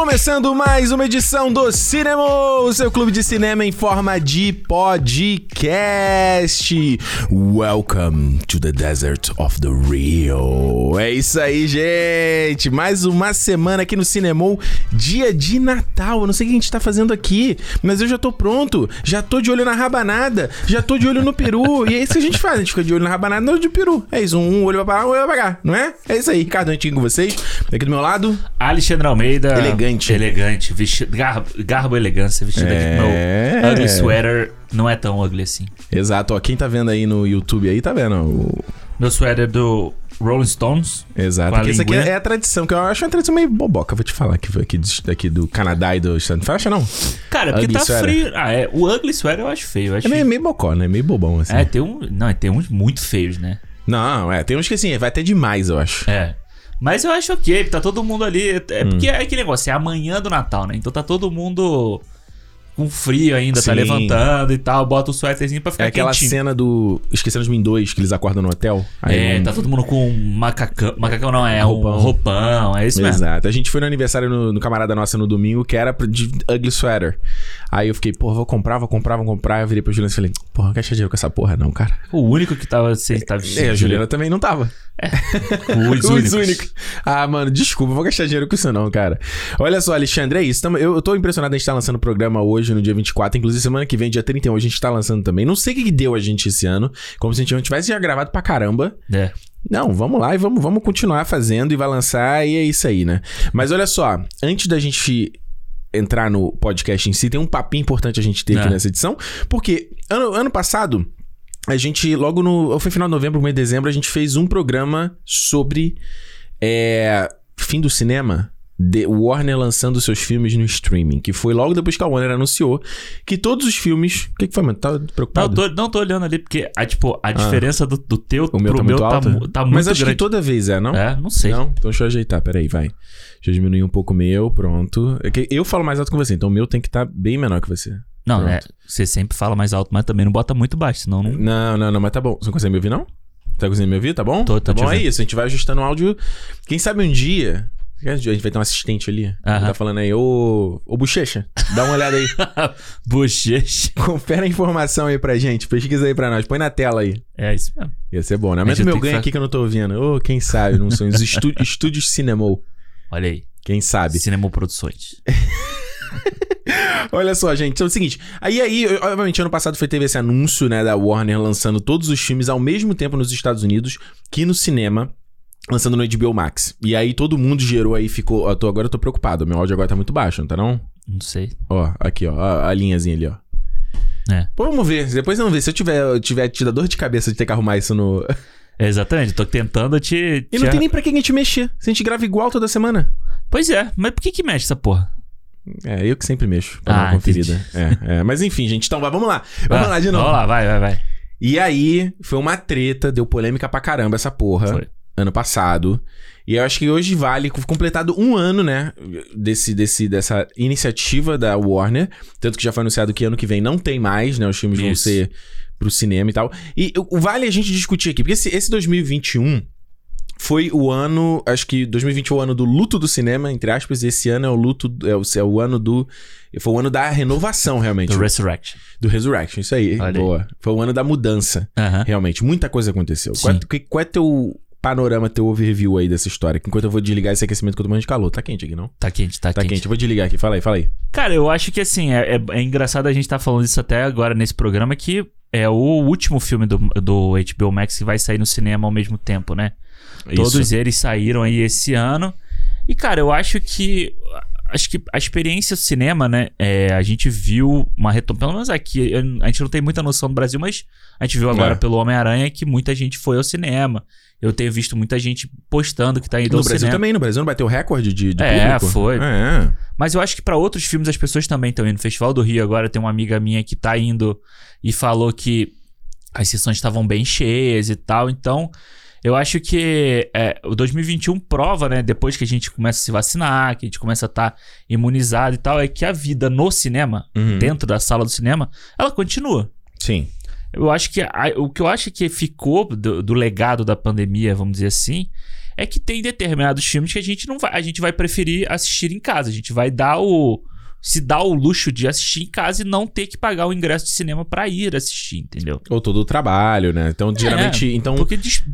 Começando mais uma edição do Cinema, o seu clube de cinema em forma de podcast. Welcome to the desert of the Rio. É isso aí, gente. Mais uma semana aqui no Cinemol, dia de Natal. Eu não sei o que a gente tá fazendo aqui, mas eu já tô pronto. Já tô de olho na rabanada, já tô de olho no peru. E é isso que a gente faz, a gente fica de olho na rabanada e no olho de peru. É isso, um olho pra lá, um olho pra cá, não é? É isso aí, Ricardo Antigo com vocês. Aqui do meu lado, Alexandre Almeida. Elegante, vestido, garbo e elegância, vestido aqui com meu ugly sweater. Não é tão ugly assim. Exato, ó, quem tá vendo aí no YouTube aí, tá vendo o... Meu sweater do Rolling Stones. Exato, porque isso aqui é a tradição, que eu acho uma tradição meio boboca, vou te falar, que foi aqui do Canadá e do Estados Unidos. Acha não? Cara, porque tá frio. O ugly sweater eu acho feio. Meio bocó, né? Meio bobão, assim. Tem uns muito feios, né? Não, tem uns que assim, vai até demais, eu acho. Mas eu acho ok, tá todo mundo ali. Porque é aquele negócio, é amanhã do Natal, né? Então tá todo mundo com frio ainda, tá levantando e tal, bota o suéterzinho pra ficar quentinho. É aquela cena do Esquecendo de Mim 2, que eles acordam no hotel. Aí tá todo mundo com um macacão. Macacão não, é um roupão, é isso mesmo. Exato. A gente foi no aniversário no camarada nossa no domingo, que era de ugly sweater. Aí eu fiquei, vou comprar. Eu virei pra Juliana e falei, não quer dinheiro com essa porra não, cara. O único que tava vestido. A Juliana também não tava. Os únicos. Mano, desculpa, vou gastar dinheiro com isso não, cara. Olha só, Alexandre, é isso. Eu tô impressionado, a gente tá lançando o programa hoje, no dia 24. Inclusive, semana que vem, dia 31, a gente tá lançando também. Não sei o que deu a gente esse ano. Como se a gente não tivesse já gravado pra caramba. Não, vamos lá e vamos continuar fazendo e vai lançar e é isso aí, né? Mas olha só, antes da gente entrar no podcast em si, tem um papinho importante a gente ter aqui nessa edição. Porque ano passado... A gente, foi final de novembro, mês de dezembro, a gente fez um programa sobre fim do cinema, Warner lançando seus filmes no streaming, que foi logo depois que a Warner anunciou que todos os filmes... O que foi, mano? Tá preocupado? Não, tô olhando ali, porque a diferença do teu o meu pro tá meu muito alta? tá muito grande. Mas acho que toda vez não? Não sei. Não? Então deixa eu ajeitar, peraí, vai. Deixa eu diminuir um pouco o meu, pronto. Eu falo mais alto que você, então o meu tem que estar bem menor que você. Não, você sempre fala mais alto, mas também não bota muito baixo, senão não... Não, mas tá bom. Você não consegue me ouvir, não? Tá conseguindo me ouvir? Tá bom? Tô tá bom, é isso. A gente vai ajustando o áudio. Quem sabe um dia... A gente vai ter um assistente ali. Tá falando aí, ô Bochecha, dá uma olhada aí. Bochecha. Confere a informação aí pra gente. Pesquisa aí pra nós. Põe na tela aí. É isso mesmo. Ia ser bom, né? Aumenta o meu ganho aqui que eu não tô ouvindo. Quem sabe, não são os estúdios Cinemol. Olha aí. Quem sabe? Cinemol Produções. Olha só, gente, então é o seguinte. Aí, obviamente, ano passado teve esse anúncio, né, da Warner lançando todos os filmes ao mesmo tempo nos Estados Unidos que no cinema, lançando no HBO Max. E aí todo mundo gerou aí, ficou... Agora eu tô preocupado, meu áudio agora tá muito baixo, não tá não? Não sei. Aqui, a linhazinha ali, Pô, vamos ver, depois vamos ver. Se eu tiver te dar dor de cabeça de ter que arrumar isso no... Exatamente, tô tentando te... E não tem nem pra que a gente mexer, se a gente grava igual toda semana. Pois é, mas por que mexe essa porra? Eu que sempre mexo pra dar uma conferida. Mas enfim, gente, então vamos lá. Vamos lá de novo. Vamos lá, vai. E aí, foi uma treta, deu polêmica pra caramba essa porra. Foi. Ano passado. E eu acho que hoje vale completado um ano, né? Dessa iniciativa da Warner. Tanto que já foi anunciado que ano que vem não tem mais, né? Os filmes vão ser pro cinema e tal. E vale a gente discutir aqui, porque esse 2021... Foi o ano, acho que 2020 foi o ano do luto do cinema, entre aspas, e esse ano é o luto, o ano do... Foi o ano da renovação, realmente. Do Resurrection. Do Resurrection, isso aí. Olha boa. Aí. Foi o ano da mudança, realmente. Muita coisa aconteceu. Qual é teu panorama, teu overview aí dessa história? Enquanto eu vou desligar esse aquecimento que eu tô morrendo de calor. Tá quente aqui, não? Tá quente. Eu vou desligar aqui. Fala aí. Cara, eu acho que assim, é engraçado a gente tá falando isso até agora nesse programa, que é o último filme do HBO Max que vai sair no cinema ao mesmo tempo, né? Todos eles saíram aí esse ano. E, cara, eu acho que a experiência do cinema, né? A gente viu uma retomada. Pelo menos aqui, a gente não tem muita noção do Brasil, mas a gente viu agora pelo Homem-Aranha que muita gente foi ao cinema. Eu tenho visto muita gente postando que tá indo ao cinema. No Brasil também, no Brasil não bateu recorde de público? Foi. Mas eu acho que pra outros filmes as pessoas também estão indo. No Festival do Rio agora tem uma amiga minha que tá indo e falou que as sessões estavam bem cheias e tal. Então, eu acho que o 2021 prova, né? Depois que a gente começa a se vacinar, que a gente começa a estar imunizado e tal, é que a vida no cinema, dentro da sala do cinema, ela continua. Sim. Eu acho que o que eu acho que ficou do legado da pandemia, vamos dizer assim, é que tem determinados filmes que a gente vai preferir assistir em casa. A gente vai se dar o luxo de assistir em casa e não ter que pagar o ingresso de cinema pra ir assistir, entendeu? Ou todo o trabalho, né? Então, geralmente... Então... Porque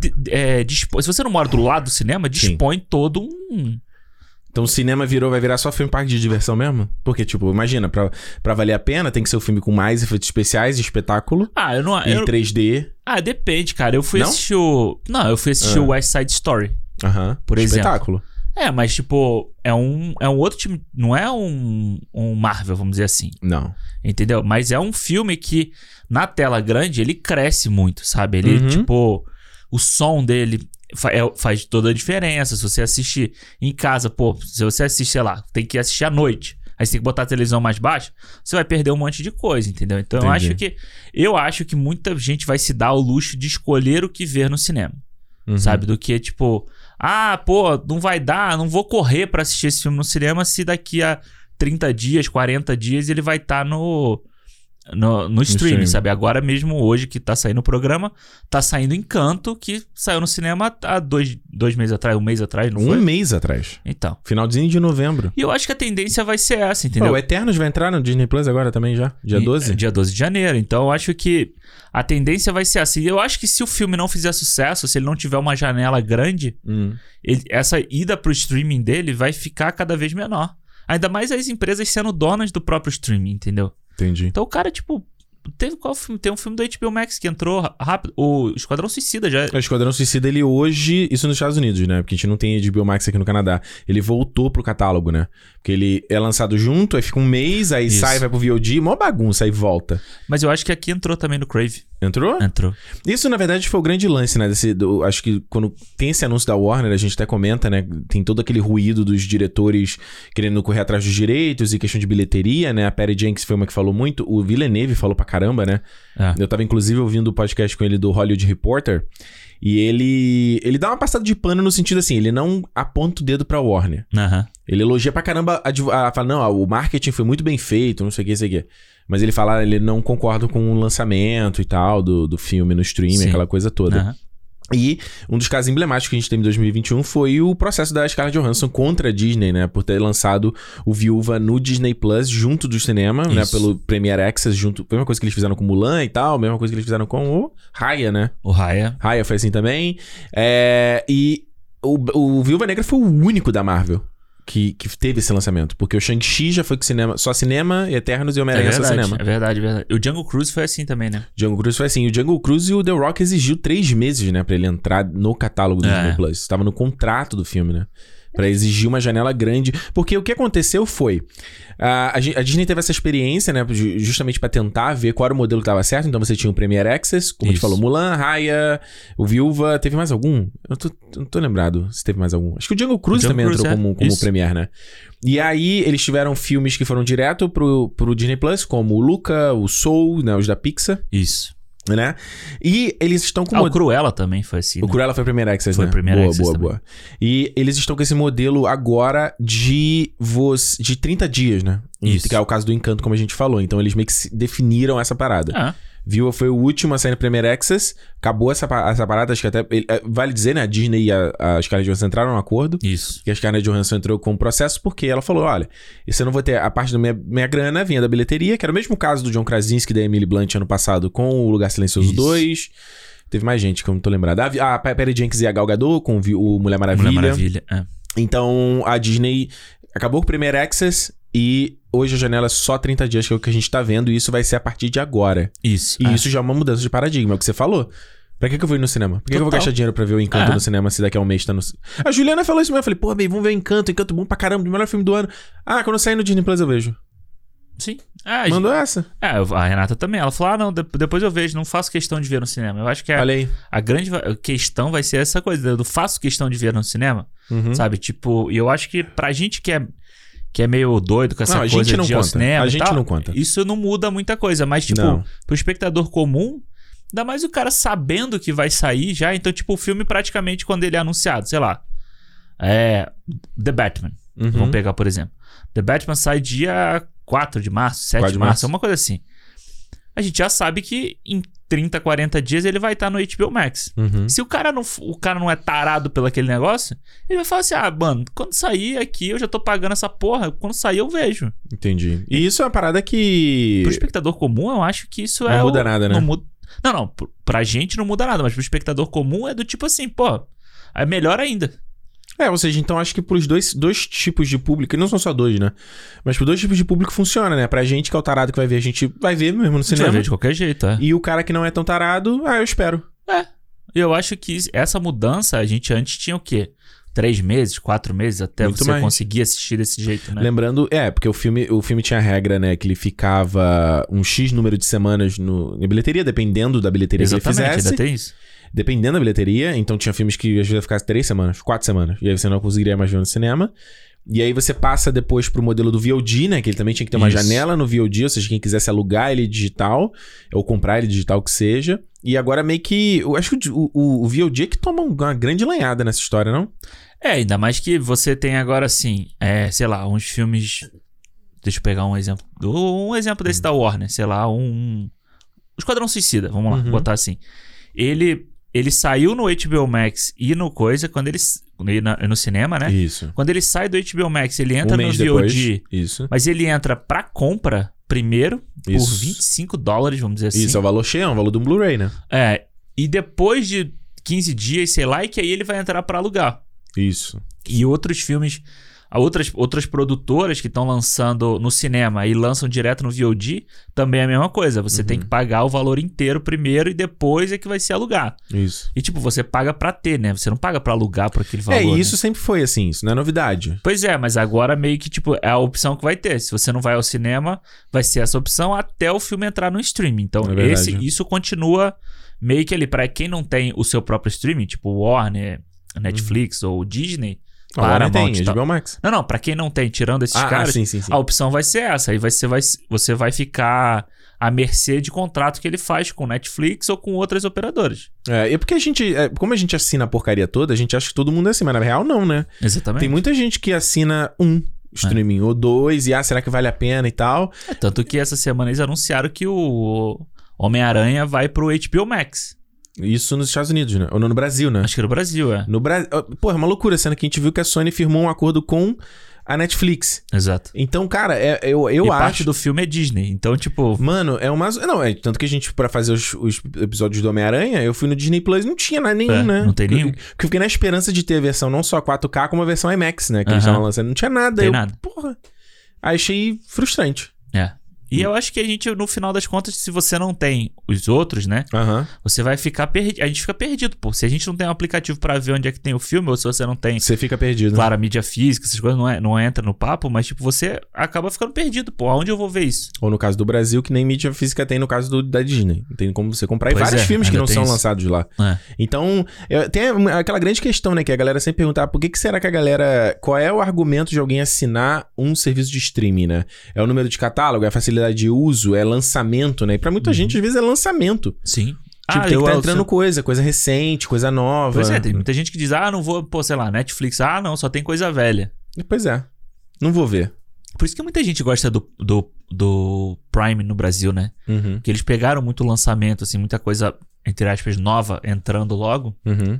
se você não mora do lado do cinema, dispõe todo um... Então o cinema vai virar só filme parque de diversão mesmo? Porque, tipo, imagina, pra valer a pena, tem que ser um filme com mais efeitos especiais, espetáculo. Em 3D. Depende, cara. Eu fui assistir o West Side Story. Por exemplo. Espetáculo. Mas, tipo, é um outro time. Não é um Marvel, vamos dizer assim. Não. Entendeu? Mas é um filme que, na tela grande, ele cresce muito, sabe? Ele, tipo, o som dele faz toda a diferença. Se você assistir em casa, se você assistir, sei lá, tem que assistir à noite. Aí você tem que botar a televisão mais baixa, você vai perder um monte de coisa, entendeu? Então eu acho que muita gente vai se dar o luxo de escolher o que ver no cinema. Sabe? Do que, tipo... não vai dar, não vou correr pra assistir esse filme no cinema se daqui a 30 dias, 40 dias ele vai estar no streaming, sabe? Agora mesmo, hoje que tá saindo o programa, tá saindo Encanto, que saiu no cinema há 2 meses atrás, 1 mês atrás, não foi? 1 mês atrás. Então. Finalzinho de novembro. E eu acho que a tendência vai ser essa, entendeu? O Eternos vai entrar no Disney Plus agora também já? Dia 12? Dia 12 de janeiro. Então eu acho que a tendência vai ser assim. Eu acho que se o filme não fizer sucesso, se ele não tiver uma janela grande, essa ida pro streaming dele vai ficar cada vez menor. Ainda mais as empresas sendo donas do próprio streaming, entendeu? Entendi. Então o cara, tipo... Qual filme? Tem um filme do HBO Max que entrou rápido. O Esquadrão Suicida já. O Esquadrão Suicida, ele hoje... Isso nos Estados Unidos, né? Porque a gente não tem HBO Max aqui no Canadá. Ele voltou pro catálogo, né? Porque ele é lançado junto, aí fica 1 mês, aí sai, vai pro VOD, mó bagunça, aí volta. Mas eu acho que aqui entrou também no Crave. Entrou? Entrou. Isso, na verdade, foi o grande lance, né? Acho que quando tem esse anúncio da Warner, a gente até comenta, né? Tem todo aquele ruído dos diretores querendo correr atrás dos direitos e questão de bilheteria, né? A Patty Jenkins foi uma que falou muito. O Villeneuve falou pra caramba, né? Eu tava, inclusive, ouvindo o podcast com ele do Hollywood Reporter. E ele dá uma passada de pano no sentido assim, ele não aponta o dedo pra Warner. Ele elogia pra caramba, fala, não, o marketing foi muito bem feito, não sei o que. Mas ele fala, ele não concorda com o lançamento e tal do filme no streaming, aquela coisa toda. E um dos casos emblemáticos que a gente teve em 2021 foi o processo da Scarlett Johansson contra a Disney, né? Por ter lançado o Viúva no Disney Plus junto do cinema, né? Pelo Premier Access, junto. Mesma coisa que eles fizeram com Mulan e tal, mesma coisa que eles fizeram com o Raya, né? O Raya. Raya foi assim também. E o Viúva Negra foi o único da Marvel que teve esse lançamento. Porque o Shang-Chi já foi só cinema, Eternos e Homem-Aranha só cinema. É verdade. O Jungle Cruise foi assim também, né? Jungle Cruise foi assim. O Jungle Cruise e o The Rock exigiu 3 meses, né? Pra ele entrar no catálogo do Disney Plus. Estava no contrato do filme, né? Pra exigir uma janela grande. Porque o que aconteceu foi... A Disney teve essa experiência, né? Justamente pra tentar ver qual era o modelo que tava certo. Então você tinha o Premier Access, como a gente falou, Mulan, Raya, o Viúva. Teve mais algum? Eu não tô lembrado se teve mais algum. Acho que o Jungle Cruise também entrou como Premier, né? E aí eles tiveram filmes que foram direto pro Disney Plus, como o Luca, o Soul, né? Os da Pixar. Isso. Né? E eles estão com... o Cruella também foi assim, O Cruella foi Premier Access, né? Foi Premier Access boa. E eles estão com esse modelo agora de 30 dias, né? Isso. Que é o caso do Encanto, como a gente falou. Então eles meio que definiram essa parada. Viúva foi o último a sair no Premier Access. Acabou essa parada, acho que até... vale dizer, né? A Disney e a Scarlett Johansson entraram num acordo. Isso. Que a Scarlett Johansson entrou com o processo porque ela falou, olha, se eu não vou ter... A parte da minha grana vinha da bilheteria, que era o mesmo caso do John Krasinski e da Emily Blunt ano passado com o Lugar Silencioso 2. Teve mais gente que eu não tô lembrado. A Patty Jenkins e a Gal Gadot com o Mulher Maravilha. Então, a Disney acabou com o Premier Access e... Hoje a janela é só 30 dias, que é o que a gente tá vendo, e isso vai ser a partir de agora. Isso. E isso já é uma mudança de paradigma, é o que você falou. Pra que eu vou ir no cinema? Por que eu vou gastar dinheiro pra ver o Encanto no cinema se daqui a um mês tá no... A Juliana falou isso mesmo, eu falei, pô, bem, vamos ver o Encanto bom pra caramba, o melhor filme do ano. Quando sair no Disney Plus eu vejo. Sim. Mandou essa? A Renata também, ela falou, não, depois eu vejo, não faço questão de ver no cinema. Eu acho que a grande questão vai ser essa coisa, eu não faço questão de ver no cinema, sabe? Tipo, e eu acho que pra gente que é meio doido com essa coisa de ir ao cinema a gente não conta. Isso não muda muita coisa. Mas, tipo, pro espectador comum, ainda mais o cara sabendo que vai sair já. Então, tipo, o filme praticamente quando ele é anunciado, sei lá, The Batman. Vamos pegar, por exemplo. The Batman sai dia 4 de março, 7 de março, uma coisa assim. a gente já sabe que em 30, 40 dias ele vai estar no HBO Max. Se o cara não é tarado pelo aquele negócio, ele vai falar assim, mano, quando sair aqui eu já tô pagando essa porra, quando sair eu vejo. Entendi. E isso é uma parada que... Pro espectador comum, eu acho que isso não muda nada, né? Não, pra gente não muda nada, mas pro espectador comum é do tipo assim, pô, é melhor ainda. Ou seja, então acho que pros dois tipos de público, e não são só dois, né? Mas pros dois tipos de público funciona, né? Pra gente que é o tarado que vai ver, a gente vai ver mesmo no cinema. Vai ver de qualquer jeito, E o cara que não é tão tarado, eu espero. Eu acho que essa mudança, a gente antes tinha o quê? 3 meses, 4 meses, até muito você mais. Conseguir assistir desse jeito, né? Lembrando, porque o filme tinha a regra, né? Que ele ficava um X número de semanas na bilheteria, dependendo da bilheteria que ele fizesse. Ainda tem isso. Dependendo da bilheteria, então tinha filmes que às vezes ficasse 3 semanas, 4 semanas, e aí você não conseguiria mais ver no cinema. E aí você passa depois pro modelo do VOD, né? Que ele também tinha que ter uma janela no VOD, ou seja, quem quisesse alugar ele digital, ou comprar ele digital que seja. E agora meio que... Eu acho que o VOD é que toma uma grande lanhada nessa história, não? Ainda mais que você tem agora, assim, sei lá, uns filmes... Deixa eu pegar um exemplo. Um exemplo desse da Warner, sei lá, O Esquadrão Suicida, vamos lá, botar assim. Ele saiu no HBO Max e no coisa, quando ele no cinema, né? Isso. Quando ele sai do HBO Max, ele entra no VOD. Isso. Mas ele entra pra compra primeiro, por $25, vamos dizer assim. Isso, é o valor cheio, é o valor do Blu-ray, né? E depois de 15 dias, sei lá, e que aí ele vai entrar pra alugar. Isso. E outros filmes... Outras produtoras que estão lançando no cinema e lançam direto no VOD, também é a mesma coisa. Você tem que pagar o valor inteiro primeiro e depois é que vai ser alugar. Isso. E tipo, você paga pra ter, né? Você não paga pra alugar por aquele valor. E isso sempre foi assim, isso não é novidade. Pois é, mas agora meio que tipo, é a opção que vai ter. Se você não vai ao cinema, vai ser essa opção até o filme entrar no streaming. Então isso continua meio que ali. Pra quem não tem o seu próprio streaming, tipo Warner, Netflix ou Disney... Paramount tem, HBO Max. Não, pra quem não tem, tirando esses caras, sim. a opção vai ser essa. Aí você vai ficar à mercê de contrato que ele faz com Netflix ou com outras operadoras. E porque a gente, como a gente assina a porcaria toda, a gente acha que todo mundo é assim, mas na real não, né? Exatamente. Tem muita gente que assina streaming ou 2 e será que vale a pena e tal. Tanto que essa semana eles anunciaram que o Homem-Aranha vai pro HBO Max. Isso nos Estados Unidos, né? Ou no Brasil, né? Acho que no Brasil, No Brasil... Pô, é uma loucura, sendo que a gente viu que a Sony firmou um acordo com a Netflix. Exato. Então, cara, eu acho... parte do filme é Disney, então, tipo... Mano, é uma... Não, tanto que a gente, pra fazer os episódios do Homem-Aranha, eu fui no Disney Plus e não tinha nenhum, né? Não tem nenhum. Porque eu fiquei na esperança de ter a versão não só 4K, como a versão IMAX, né? Que eles estavam lançando. Não tinha nada. Tem nada. Porra. Aí achei frustrante. E eu acho que a gente, no final das contas, se você não tem os outros, né? Você vai ficar perdido. A gente fica perdido, pô. Se a gente não tem um aplicativo pra ver onde é que tem o filme, ou se você não tem... Você fica perdido. Claro, a mídia física, essas coisas não entra no papo, mas, tipo, você acaba ficando perdido, pô. Aonde eu vou ver isso? Ou no caso do Brasil, que nem mídia física tem no caso da Disney. Tem como você comprar vários filmes que não são lançados lá. Então, tem aquela grande questão, né? Que a galera sempre pergunta, por que será que a galera... Qual é o argumento de alguém assinar um serviço de streaming, né? É o número de catálogo? É a facilidade de uso? É lançamento, né? E pra muita gente, às vezes, é lançamento. Sim. Tipo, tem que estar entrando coisa recente, coisa nova. Pois tem muita gente que diz, não vou, pô, sei lá, Netflix, não, só tem coisa velha. Pois é. Não vou ver. Por isso que muita gente gosta do Prime no Brasil, né? Porque eles pegaram muito lançamento, assim, muita coisa, entre aspas, nova entrando logo.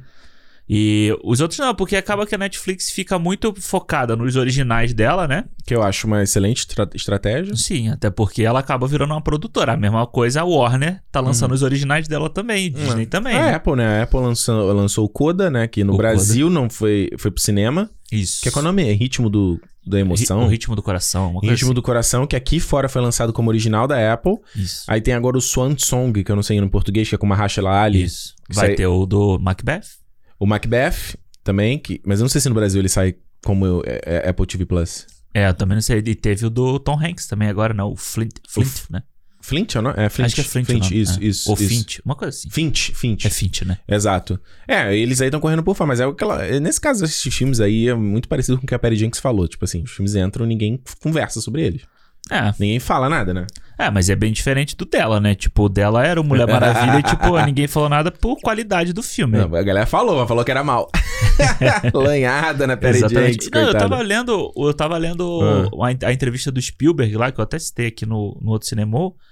E os outros não, porque acaba que a Netflix fica muito focada nos originais dela, né? Que eu acho uma excelente estratégia. Sim, até porque ela acaba virando uma produtora. A mesma coisa a Warner tá lançando os originais dela também, Disney também. A Apple, né? A Apple lançou o Coda, né? Que no Brasil não foi pro cinema. Isso. Que é qual é o nome? É Ritmo da Emoção. O Ritmo do Coração. Ritmo do Coração, que aqui fora foi lançado como original da Apple. Isso. Aí tem agora o Swan Song, que eu não sei no português, que é com Mahershala Ali. Isso. Vai ter o do Macbeth. O Macbeth também, mas eu não sei se no Brasil ele sai como Apple TV Plus. Eu também não sei. E teve o do Tom Hanks também agora, não. O Flint, né? Flint ou não? Flint. Acho que é Flint. Isso. Ou Fint, uma coisa assim. Fint. É Fint, né? Exato. Eles aí estão correndo por fora, mas nesse caso, esses filmes aí é muito parecido com o que a Perry Jenkins falou. Tipo assim, os filmes entram, ninguém conversa sobre eles. Ninguém fala nada, né? Mas é bem diferente do dela, né? Tipo, o dela era o Mulher Maravilha e, tipo, ninguém falou nada por qualidade do filme. Não, a galera falou que era mal. Lanhada na Perry Jenkins. Não, eu tava lendo a entrevista do Spielberg lá, que eu até citei aqui no outro cinema,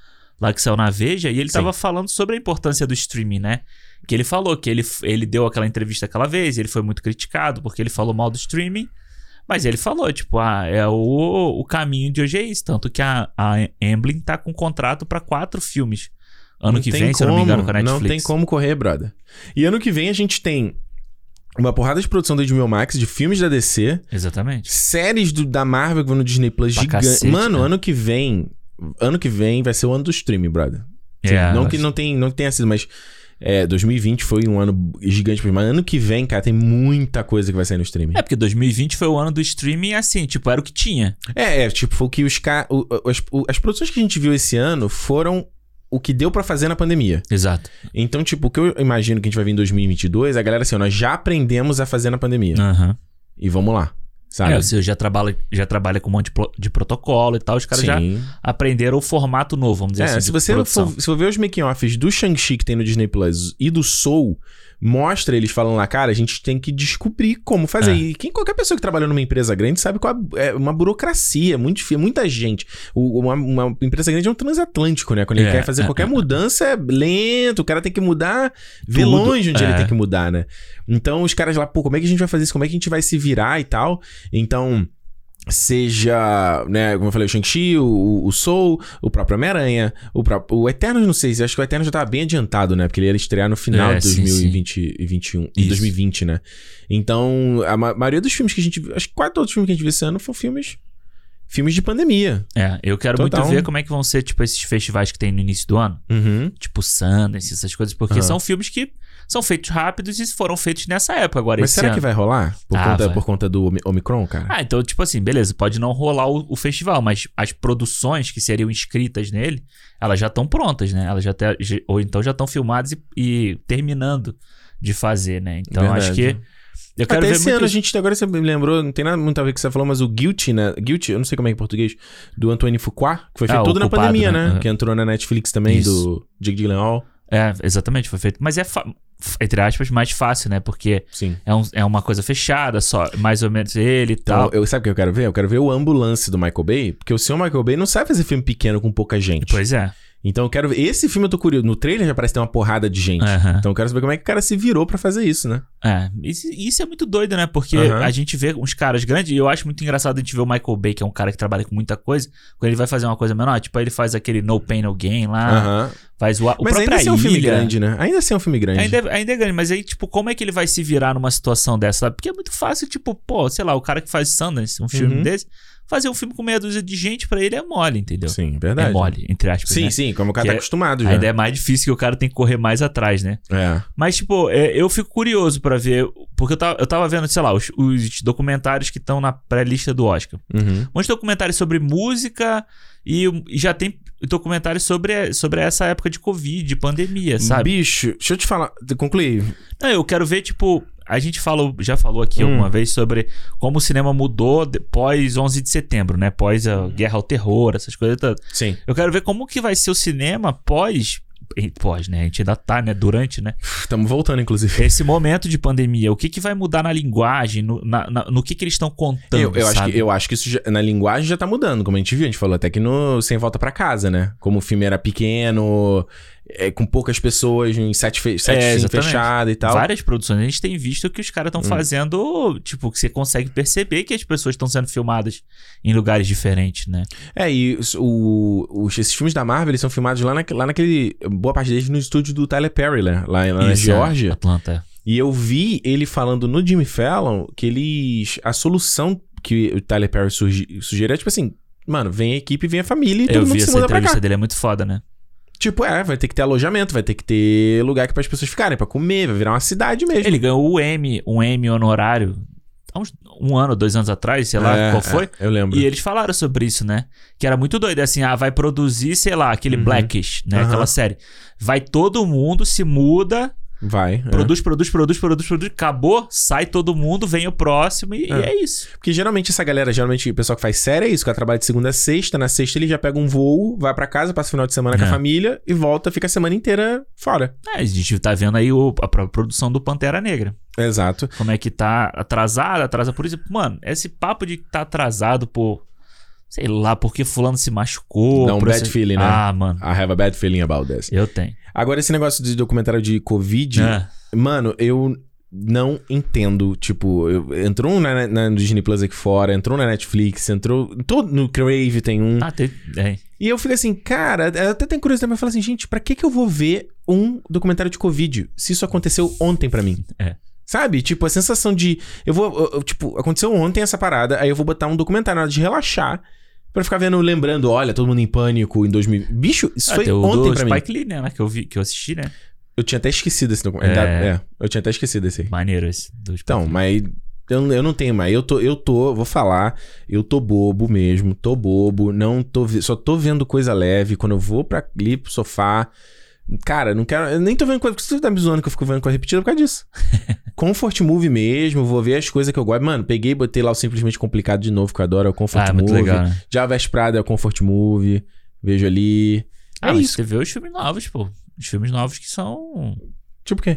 lá que saiu na Veja, e ele tava falando sobre a importância do streaming, né? Que ele falou que ele deu aquela entrevista aquela vez, ele foi muito criticado porque ele falou mal do streaming, mas ele falou, tipo, o caminho de hoje é isso. Tanto que a Amblin tá com contrato pra 4 filmes. Ano que vem, se eu não me engano, com a Netflix. Não tem como correr, brother. E ano que vem a gente tem uma porrada de produção da HBO Max, de filmes da DC. Exatamente. Séries da Marvel que vão no Disney Plus gigante. Mano, ano que vem vai ser o ano do streaming, brother. Não que não tenha sido, mas 2020 foi um ano gigante, mas ano que vem, cara, tem muita coisa que vai sair no streaming. Porque 2020 foi o ano do streaming, assim, tipo, era o que tinha. Tipo, foi o que as produções que a gente viu esse ano foram o que deu pra fazer na pandemia. Exato. Então, tipo, o que eu imagino que a gente vai ver em 2022, a galera assim, nós já aprendemos a fazer na pandemia. E vamos lá, sabe? Você já trabalha com um monte de protocolo e tal, os caras já aprenderam o formato novo, vamos dizer assim, se você for ver os making-offs do Shang-Chi que tem no Disney Plus e do Soul, mostra eles falando lá, cara, a gente tem que descobrir como fazer. E qualquer pessoa que trabalha numa empresa grande sabe qual é uma burocracia, muita gente. Uma empresa grande é um transatlântico, né? Quando ele quer fazer qualquer mudança, é lento, o cara tem que mudar, ver longe onde ele tem que mudar, né? Então, os caras lá, pô, como é que a gente vai fazer isso? Como é que a gente vai se virar e tal? Então, seja, né, como eu falei, o Shang-Chi, o Soul, o próprio Homem-Aranha, o Eternos, não sei, acho que o Eternos já tava bem adiantado, né, porque ele ia estrear no final de 2020, né. Então, a maioria dos filmes que a gente viu, acho que quase todos os filmes que a gente viu esse ano foram filmes de pandemia. Eu quero muito ver como é que vão ser, tipo, esses festivais que tem no início do ano. Tipo Sundance, essas coisas, porque são filmes que são feitos rápidos e foram feitos nessa época agora. Mas será que vai rolar? Por conta do Omicron, cara? Então, tipo assim, beleza, pode não rolar o festival, mas as produções que seriam inscritas nele, elas já estão prontas, né? Elas ou então já estão filmadas e terminando de fazer, né? Então, acho que eu quero ver esse ano a gente, agora você me lembrou, não tem nada muito a ver com o que você falou, mas o Guilty, né? Guilty, eu não sei como é em português, do Antoine Fuqua, que foi feito tudo na pandemia, né? Que entrou na Netflix também, do Jake Gyllenhaal. Exatamente, foi feito. Mas entre aspas, mais fácil, né? Porque é uma coisa fechada, só mais ou menos ele e tal. Sabe o que eu quero ver? Eu quero ver o Ambulance do Michael Bay, porque o senhor Michael Bay não sabe fazer filme pequeno com pouca gente. Pois é. Então eu quero ver. Esse filme eu tô curioso. No trailer já parece ter uma porrada de gente. Então eu quero saber como é que o cara se virou pra fazer isso, né? Isso é muito doido, né? Porque a gente vê uns caras grandes, e eu acho muito engraçado a gente ver o Michael Bay, que é um cara que trabalha com muita coisa, quando ele vai fazer uma coisa menor, tipo, aí ele faz aquele No Pain, No Gain lá, faz o Mas ainda assim é um filme grande, né? Ainda assim é um filme grande. Ainda é grande, mas aí, tipo, como é que ele vai se virar numa situação dessa, sabe? Porque é muito fácil, tipo, pô, sei lá, o cara que faz Sundance, um filme desse, fazer um filme com meia dúzia de gente pra ele é mole, entendeu? Sim, verdade. É mole, entre aspas, né? Sim, como o cara tá acostumado já. Ainda é mais difícil que o cara tem que correr mais atrás, né? Mas, tipo, eu fico curioso pra ver, porque eu tava vendo, sei lá, os documentários que estão na pré-lista do Oscar. Muitos documentários sobre música e já tem documentários sobre essa época de Covid, de pandemia, sabe? Bicho, deixa eu te falar, concluir. Não, eu quero ver, tipo... A gente já falou aqui alguma vez sobre como o cinema mudou pós 11 de setembro, né? Pós a guerra ao terror, essas coisas todas. Sim. Eu quero ver como que vai ser o cinema pós, né? A gente ainda tá, né? Durante, né? Estamos voltando, inclusive. Esse momento de pandemia. O que vai mudar na linguagem, no que eles estão contando, eu acho que isso na linguagem já tá mudando, como a gente viu. A gente falou até que no Sem Volta Pra Casa, né? Como o filme era pequeno... com poucas pessoas, em set fechado e tal. Várias produções. A gente tem visto que os caras estão fazendo, tipo, que você consegue perceber que as pessoas estão sendo filmadas em lugares diferentes, né? E esses filmes da Marvel, eles são filmados lá naquele... Boa parte deles no estúdio do Tyler Perry, né? Lá na Geórgia. Atlanta. E eu vi ele falando no Jimmy Fallon que a solução que o Tyler Perry sugeriu é tipo assim, mano, vem a equipe, vem a família e todo mundo se muda pra cá. Eu vi essa entrevista dele, é muito foda, né? Tipo, vai ter que ter alojamento, vai ter que ter lugar para as pessoas ficarem, pra comer, vai virar uma cidade mesmo. Ele ganhou um Emmy honorário há uns 1 ano, 2 anos atrás, sei lá qual foi. Eu lembro. E eles falaram sobre isso, né? Que era muito doido, assim, vai produzir, sei lá, aquele Blackish, né? Aquela série. Vai todo mundo, se muda... Produz, acabou, sai todo mundo, vem o próximo e é isso. Porque geralmente o pessoal que faz série é isso, o cara trabalha de segunda a sexta, na sexta ele já pega um voo, vai pra casa, passa o final de semana com a família e volta, fica a semana inteira fora. A gente tá vendo aí a própria produção do Pantera Negra. Exato. Como é que tá atrasa por isso. Mano, esse papo de tá atrasado por Sei lá, porque fulano se machucou. Dá um bad feeling, né? Ah, mano. I have a bad feeling about this. Eu tenho. Agora, esse negócio de documentário de Covid... Mano, eu não entendo. Tipo, entrou na Disney Plus aqui fora, entrou na Netflix, entrou... no Crave tem um. E eu fico assim, cara... Eu até tenho curiosidade, mas eu falo assim, gente, pra que eu vou ver um documentário de Covid se isso aconteceu ontem pra mim? Sabe? Tipo, a sensação de... tipo, aconteceu ontem essa parada, aí eu vou botar um documentário na hora de relaxar... Pra ficar lembrando, olha, todo mundo em pânico em 2000... Bicho, isso foi ontem pra mim. Spike Lee, né? Que eu assisti, né? Eu tinha até esquecido esse documentário. Eu tinha até esquecido esse aí. Maneiro esse. Então, mas eu não tenho mais. Vou falar, eu tô bobo mesmo, tô bobo, só tô vendo coisa leve. Quando eu vou ali pro sofá... Cara, não quero... Eu nem tô vendo coisa... Você tá me zoando que eu fico vendo coisa repetida por causa disso. Comfort Movie mesmo, vou ver as coisas que eu gosto. Mano, peguei e botei lá o Simplesmente Complicado de novo, que eu adoro, é o Comfort Movie. Muito legal, né? Java West Prada é o Comfort Movie. Vejo ali. Mas isso. Você vê os filmes novos, pô. Os filmes novos que são... Tipo o quê?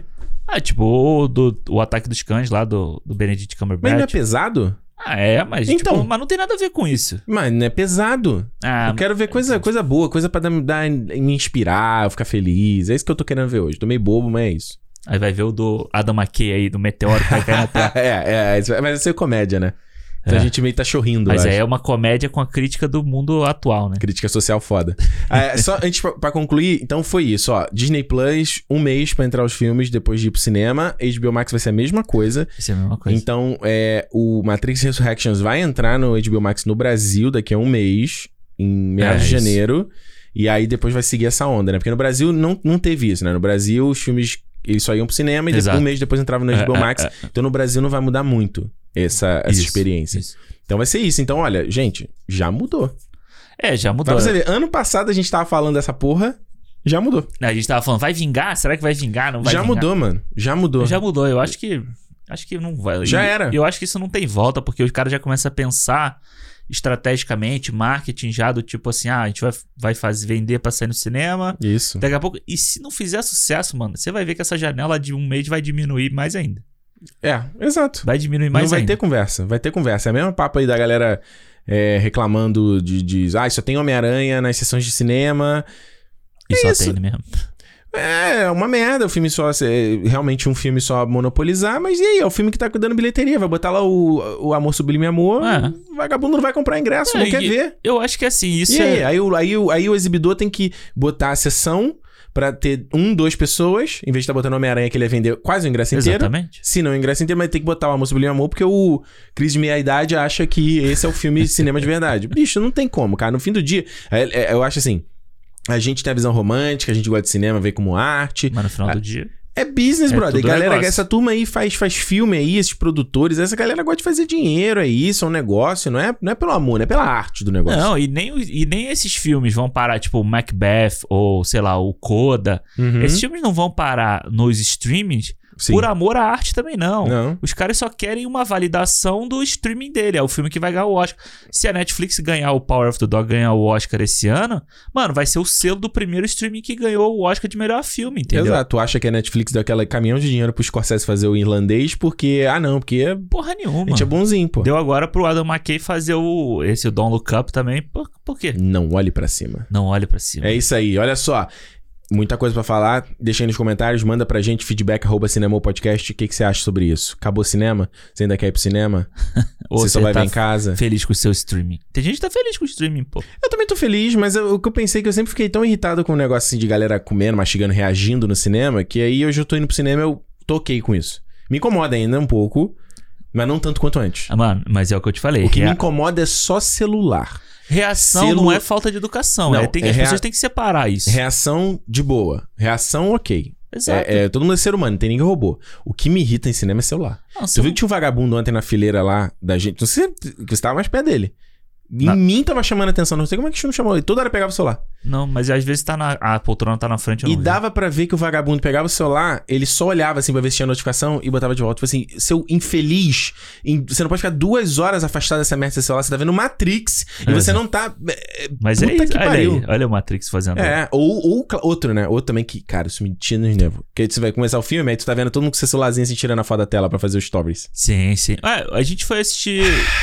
Tipo o Ataque dos Cães lá, do Benedict Cumberbatch. Mas não é pesado? Mas, então, tipo, mas não tem nada a ver com isso. Mas não é pesado. Eu quero ver coisa boa, coisa pra me inspirar, eu ficar feliz. É isso que eu tô querendo ver hoje. Tô meio bobo, mas é isso. Aí vai ver o do Adam McKay aí, do meteoro que vai cair na Terra. Mas vai ser comédia, né? Então a gente meio tá chorrindo. Mas é uma comédia com a crítica do mundo atual, né? Crítica social foda. Só antes pra concluir, então foi isso, ó. Disney Plus, 1 mês pra entrar os filmes depois de ir pro cinema. HBO Max vai ser a mesma coisa. Vai ser a mesma coisa. Então, o Matrix Resurrections vai entrar no HBO Max no Brasil daqui a 1 mês, em meados de janeiro. E aí depois vai seguir essa onda, né? Porque no Brasil não teve isso, né? No Brasil, os filmes, eles só iam pro cinema e depois, 1 mês depois entravam no HBO Max. Então no Brasil não vai mudar muito essa experiência. Isso. Então vai ser isso. Então, olha, gente, já mudou. Já mudou. Pra você ver, ano passado a gente tava falando dessa porra, já mudou. A gente tava falando, vai vingar? Será que vai vingar? Não vai vingar? Mudou, mano. Já mudou. Já mudou. Eu acho que não vai. Já era. Eu acho que isso não tem volta, porque o cara já começa a pensar estrategicamente, marketing já do tipo assim, a gente vai vender pra sair no cinema. Isso. Daqui a pouco... E se não fizer sucesso, mano, você vai ver que essa janela de 1 mês vai diminuir mais ainda. Exato. Vai diminuir mais ainda. Não vai ter conversa. É o mesmo papo aí da galera reclamando de só tem Homem-Aranha nas sessões de cinema. E só tem mesmo. É uma merda o filme só... realmente um filme só monopolizar, mas e aí? É o filme que tá dando bilheteria. Vai botar lá o Amor Sublime Amor, o vagabundo não vai comprar ingresso, não quer ver. Eu acho que assim, isso e aí? Aí o exibidor tem que botar a sessão pra ter 2 pessoas, em vez de estar botando Homem-Aranha que ele ia vender quase o ingresso inteiro. Exatamente. Se não o ingresso inteiro, mas tem que botar o Amor Sublime Amor, porque o Cris de meia-idade acha que esse é o filme de cinema de verdade. Bicho, não tem como, cara. No fim do dia, eu acho assim... A gente tem a visão romântica, a gente gosta de cinema, vê como arte. Mas no final do dia... É business, brother. Galera, essa turma aí faz filme aí, esses produtores, essa galera gosta de fazer dinheiro, é isso, é um negócio, não é pelo amor, é pela arte do negócio. Não, e nem esses filmes vão parar, tipo o Macbeth ou, sei lá, o Coda. Esses filmes não vão parar nos streamings por amor à arte também, não. Os caras só querem uma validação do streaming dele, é o filme que vai ganhar o Oscar. Se a Netflix ganhar o Power of the Dog, ganhar o Oscar esse ano, mano, vai ser o selo do primeiro streaming que ganhou o Oscar de melhor filme, entendeu? Exato, tu acha que a Netflix deu aquele caminhão de dinheiro pro Scorsese fazer o irlandês porque... porque... Porra nenhuma. A gente é bonzinho, pô. Deu agora pro Adam McKay fazer o Don't Look Up também, por quê? Não olhe pra cima. Não olhe pra cima. É isso aí, olha só. Muita coisa pra falar, deixa aí nos comentários, manda pra gente feedback@cinemopodcast. O que você acha sobre isso? Acabou o cinema? Você ainda quer ir pro cinema? Ou você só vai ver em casa? Feliz com o seu streaming. Tem gente que tá feliz com o streaming, pô. Eu também tô feliz, mas o que eu pensei que eu sempre fiquei tão irritado com o negócio assim de galera comendo, mastigando, reagindo no cinema, que aí hoje eu tô indo pro cinema, eu tô ok com isso. Me incomoda ainda um pouco, mas não tanto quanto antes. Mano, mas é o que eu te falei. O que me incomoda é só celular. Reação não é falta de educação. Não, as pessoas têm que separar isso. Reação de boa. Reação ok. Exato. Todo mundo é ser humano, não tem ninguém robô. O que me irrita em cinema é celular. Tu viu que tinha um vagabundo ontem na fileira lá da gente? Não sei se você tava mais perto dele. Em mim tava chamando a atenção, não sei como é que não chamou. Ele toda hora pegava o celular. Não, mas às vezes a poltrona tá na frente. Eu não vi. Dava pra ver que o vagabundo pegava o celular, ele só olhava assim pra ver se tinha notificação e botava de volta. Tipo assim, seu infeliz, você não pode ficar 2 horas afastado dessa merda desse celular. Você tá vendo Matrix e você não tá. Mas é isso, olha o Matrix fazendo. Ou outro, né? Outro também que, cara, isso me tira nos nervos. Porque você vai começar o filme, aí tu tá vendo todo mundo com seu celularzinho assim tirando a foto da tela pra fazer os stories. Sim. A gente foi assistir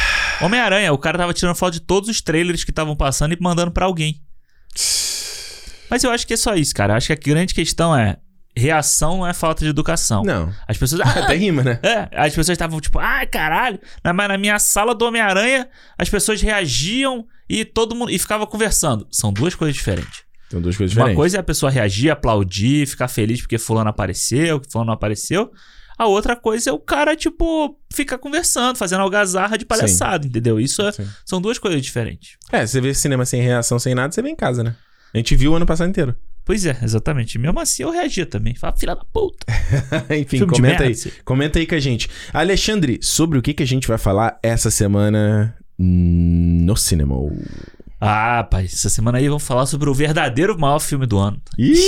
Homem-Aranha, o cara tava tirando foto de todos os trailers que estavam passando e mandando pra alguém. Mas eu acho que é só isso, cara. Eu acho que a grande questão é... Reação não é falta de educação. Não. As pessoas... Até rima, né? As pessoas estavam tipo... Ai, caralho. Mas na minha sala do Homem-Aranha, as pessoas reagiam e todo mundo... E ficava conversando. São duas coisas diferentes. São duas coisas diferentes. Uma coisa é a pessoa reagir, aplaudir, ficar feliz porque fulano apareceu, que fulano não apareceu. A outra coisa é o cara, tipo, ficar conversando, fazendo algazarra de palhaçada, entendeu? Isso são duas coisas diferentes. Você vê cinema sem reação, sem nada, você vê em casa, né? A gente viu o ano passado inteiro. Pois é, exatamente. Mesmo assim eu reagia também. Fala, filha da puta. Enfim, comenta aí com a gente. Alexandre, sobre o que a gente vai falar essa semana no cinema? Ah, pai, essa semana aí vamos falar sobre o verdadeiro maior filme do ano.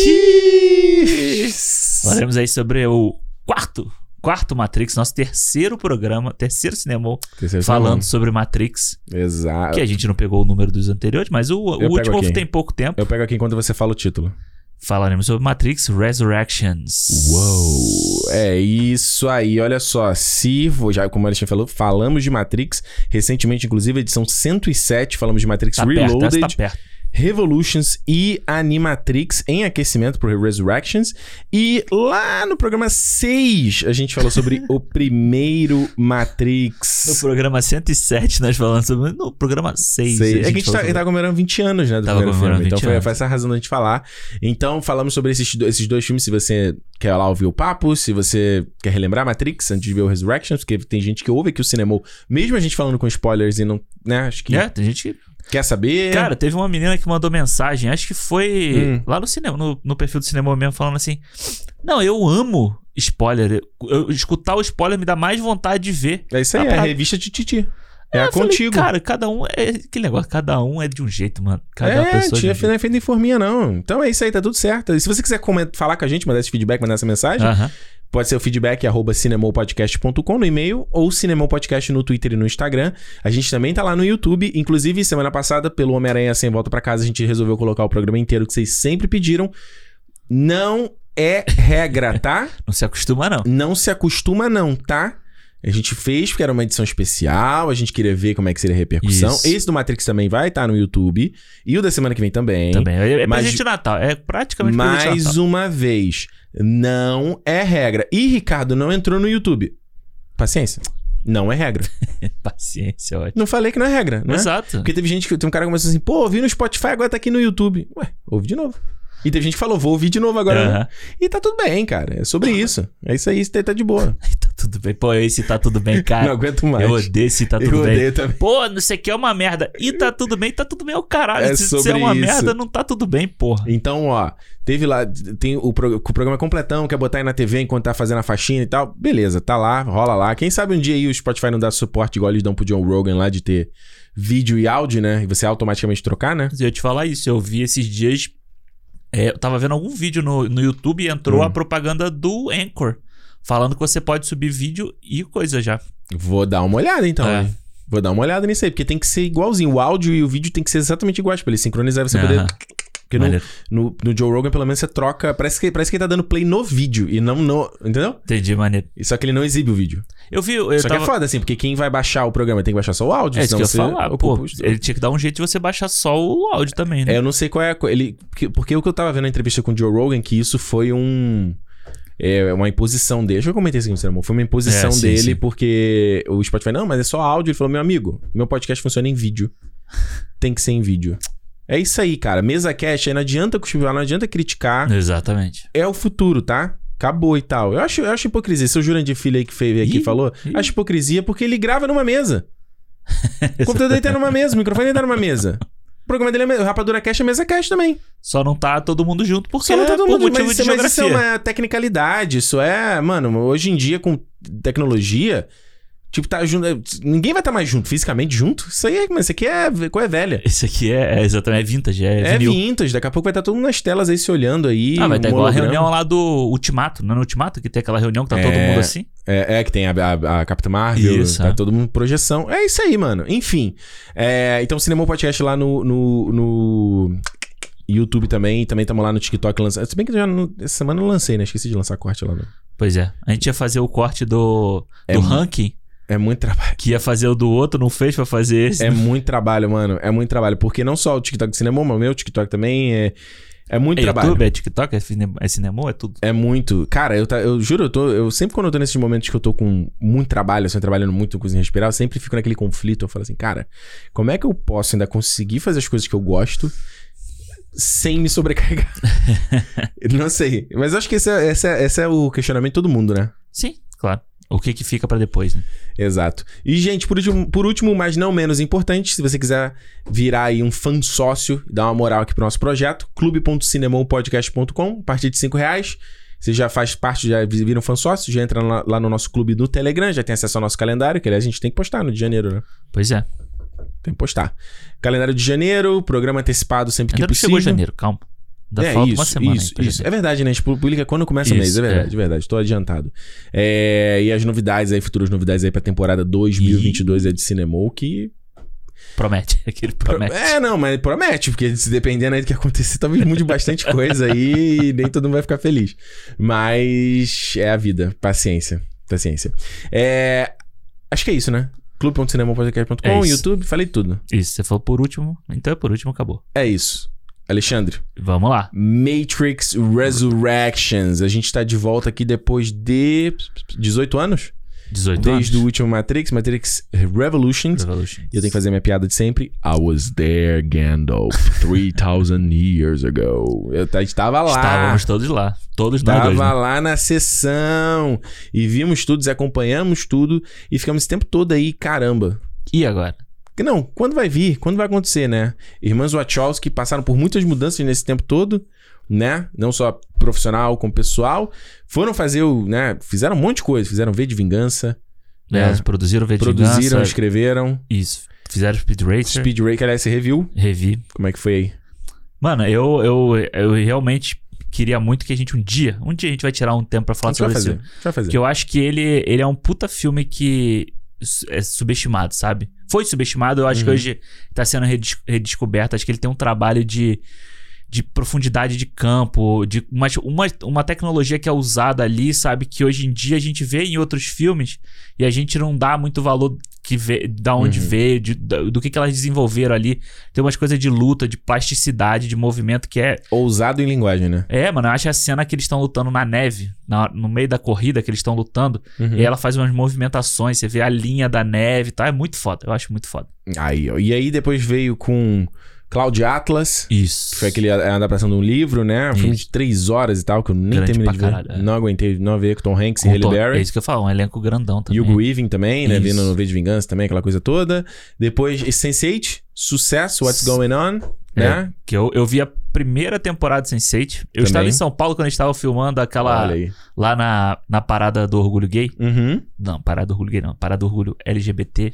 Falaremos aí sobre o quarto Matrix, nosso terceiro programa, terceiro cinema falando sobre Matrix. Exato. Que a gente não pegou o número dos anteriores, mas o último tem pouco tempo. Eu pego aqui enquanto você fala o título. Falaremos sobre Matrix Resurrections. Uou! É isso aí, olha só. Já como a Alexandre falou, falamos de Matrix. Recentemente, inclusive, edição 107, falamos de Matrix Reloaded. Tá perto. Revolutions e Animatrix em aquecimento pro Resurrections. E lá no programa 6, a gente falou sobre o primeiro Matrix. No programa 107, nós falamos sobre... No programa 6. É que a gente tá comemorando 20 anos, né, do primeiro filme. Então foi essa a razão da gente falar. Então falamos sobre esses dois filmes, se você quer lá ouvir o papo, se você quer relembrar Matrix antes de ver o Resurrections, porque tem gente que ouve aqui o cinema, mesmo a gente falando com spoilers e não... né, acho que... tem gente que... Quer saber? Cara, teve uma menina que mandou mensagem, acho que foi lá no cinema, no perfil do cinema mesmo, falando assim: não, eu amo spoiler. Escutar o spoiler me dá mais vontade de ver. É isso aí, é a revista de Titi. É a contigo. Falei, cara, cada um é aquele negócio, cada um é de um jeito, mano. Cada pessoa tia não é feita em forminha, não. Então é isso aí, tá tudo certo. E se você quiser falar com a gente, mandar esse feedback, mandar essa mensagem, pode ser o feedback @cinemopodcast.com no e-mail ou cinemopodcast no Twitter e no Instagram. A gente também tá lá no YouTube. Inclusive, semana passada, pelo Homem-Aranha Sem Volta Pra Casa, a gente resolveu colocar o programa inteiro que vocês sempre pediram. Não é regra, tá? Não se acostuma, não. Não se acostuma, não, tá? A gente fez porque era uma edição especial, a gente queria ver como é que seria a repercussão. Isso. Esse do Matrix também vai estar no YouTube. E o da semana que vem também. Também. É presente de Natal. É praticamente presente de Natal. Mais uma vez, não é regra. E Ricardo não entrou no YouTube. Paciência. Não é regra. Paciência, ótimo. Não falei que não é regra, né? Exato. Porque teve gente que... Tem um cara que começou assim, pô, ouvi no Spotify, agora tá aqui no YouTube. Ué, ouve de novo. E teve gente que falou, vou ouvir de novo agora. Né? E tá tudo bem, cara. É sobre isso. É isso aí, isso tá de boa. Tá tudo bem. Pô, esse tá tudo bem, cara. Não aguento mais. Eu odeio esse tá tudo bem. Eu odeio também. Pô, não sei o que é uma merda. E tá tudo bem é o caralho. Se é uma merda, não tá tudo bem, porra. Então, ó, teve lá, tem o programa completão, quer botar aí na TV enquanto tá fazendo a faxina e tal. Beleza, tá lá, rola lá. Quem sabe um dia aí o Spotify não dá suporte igual eles dão pro John Rogan lá de ter vídeo e áudio, né? E você automaticamente trocar, né? Eu ia te falar isso, eu vi esses dias... eu tava vendo algum vídeo no YouTube e entrou a propaganda do Anchor. Falando que você pode subir vídeo e coisa já. Vou dar uma olhada então, hein? Vou dar uma olhada nisso aí, porque tem que ser igualzinho. O áudio e o vídeo tem que ser exatamente iguais pra ele sincronizar e você poder... Porque no Joe Rogan, pelo menos, você troca... Parece que ele tá dando play no vídeo e não no... Entendeu? Entendi, maneiro. Só que ele não exibe o vídeo. Só que é foda, assim, porque quem vai baixar o programa tem que baixar só o áudio. É isso que eu ia falar. Pô, ele tinha que dar um jeito de você baixar só o áudio também, né? Eu não sei qual é... Porque o que eu tava vendo na entrevista com o Joe Rogan, que isso foi uma imposição dele. Deixa eu comentar isso aqui no cinema. Foi uma imposição dele, sim. Porque o Spotify... Não, mas é só áudio. Ele falou, meu amigo, meu podcast funciona em vídeo. Tem que ser em vídeo. É isso aí, cara. Mesa Cash, aí não adianta cuspir, não adianta criticar. Exatamente. É o futuro, tá? Acabou e tal. Eu acho hipocrisia. Seu Jurandir Filho aí que veio aqui falou, acho hipocrisia porque ele grava numa mesa. O computador dele tá numa mesa, o microfone dele tá numa mesa. O programa dele é Rapadura Cash, é Mesa Cash também. Só não tá todo mundo junto porque só não tá todo mundo motivo de geografia. Mas isso é uma tecnicalidade. Isso é... Mano, hoje em dia com tecnologia... Tipo, tá junto... Ninguém vai estar mais junto, fisicamente junto. Isso aí isso aqui é coisa velha. Isso aqui é exatamente vintage, é vinil. Vintage. Daqui a pouco vai estar todo mundo nas telas aí se olhando aí. Vai estar igual a reunião lá do Ultimato. Não é no Ultimato que tem aquela reunião que tá todo mundo assim? Que tem a Capitã Marvel. Isso, tá todo mundo projeção. É isso aí, mano. Enfim. Então, Cinema Podcast lá no YouTube também. E também estamos lá no TikTok lançando. Se bem que essa semana eu lancei, né? Esqueci de lançar corte lá. Pois é. A gente ia fazer o corte do ranking É muito trabalho. Que ia fazer o do outro, não fez pra fazer esse. É muito trabalho, mano. É muito trabalho. Porque não só o TikTok de cinema, mas o meu TikTok também é muito trabalho. YouTube, é TikTok, é cinema, é tudo. É muito. Cara, eu juro, eu sempre quando eu tô nesses momentos que eu tô com muito trabalho, assim, trabalhando muito com coisa em respirar, eu sempre fico naquele conflito. Eu falo assim, cara, como é que eu posso ainda conseguir fazer as coisas que eu gosto sem me sobrecarregar? Não sei. Mas eu acho que esse é o questionamento de todo mundo, né? Sim, claro. O que fica pra depois, né? Exato. E, gente, por último, mas não menos importante, se você quiser virar aí um fã sócio e dar uma moral aqui pro nosso projeto, clube.cinemopodcast.com, a partir de R$5. Você já faz parte, já vira um fã sócio, já entra lá no nosso clube do Telegram, já tem acesso ao nosso calendário, que aliás a gente tem que postar no de janeiro, né? Pois é. Tem que postar. Calendário de janeiro, programa antecipado sempre que possível. Chegou janeiro, calma. Falta uma semana. Isso. É verdade, né? A gente publica quando começa o mês. É verdade. Tô adiantado. E as novidades aí, futuras novidades aí pra temporada 2022 é de Cinemol, que... Promete. Aquele promete. Não, mas promete, porque se dependendo aí do que acontecer, talvez mude bastante coisa aí e nem todo mundo vai ficar feliz. Mas é a vida. Paciência. Acho que é isso, né? clube.cinemopodcast.com, YouTube, falei tudo. Isso, você falou por último, então por último acabou. É isso. Alexandre. Vamos lá. Matrix Resurrections. A gente tá de volta aqui depois de 18 anos? 18 anos. Desde o último Matrix Revolutions. E eu tenho que fazer minha piada de sempre. I was there, Gandalf, 3,000 years ago. Eu estava lá. Estávamos todos lá. Todos nós dois, né? Lá na sessão. E vimos tudo, acompanhamos tudo. E ficamos esse tempo todo aí, caramba. E agora? Não, quando vai vir? Quando vai acontecer, né? Irmãs Wachowski passaram por muitas mudanças nesse tempo todo, né? Não só profissional como pessoal. Foram fazer fizeram um monte de coisa. Fizeram V de Vingança. Né? Produziram V de Vingança. Produziram, escreveram. Isso. Fizeram Speed Racer. Speed Racer, aliás, você reviu? Revi. Como é que foi aí? Mano, eu realmente queria muito que a gente um dia a gente vai tirar um tempo pra falar sobre isso. Vai fazer. Porque eu acho que ele é um puta filme que é subestimado, sabe? Foi subestimado, eu acho que hoje tá sendo redescoberto. Acho que ele tem um trabalho de profundidade de campo, de uma tecnologia que é usada ali, sabe? Que hoje em dia a gente vê em outros filmes e a gente não dá muito valor da onde veio, do que elas desenvolveram ali. Tem umas coisas de luta, de plasticidade, de movimento que é... ousado em linguagem, né? Mano, eu acho a cena que eles estão lutando na neve, no meio da corrida que eles estão lutando, e ela faz umas movimentações, você vê a linha da neve e tal, é muito foda, eu acho muito foda. E aí depois veio com... Cloud Atlas. Isso. Que foi aquele adaptação de um livro, né? Um filme de 3 horas e tal, que eu nem grande terminei de ver. Caralho, não aguentei, não ver com Tom Hanks e Halle Berry. É isso que eu falo, um elenco grandão também. Hugo Weaving também, né? Vindo no V de Vingança também, aquela coisa toda. Depois, Sense8, sucesso, What's Going On, né? Que eu vi a primeira temporada de Sense8. Eu também estava em São Paulo quando a gente estava filmando aquela... lá na parada do orgulho gay. Não, parada do orgulho gay não. Parada do orgulho LGBT.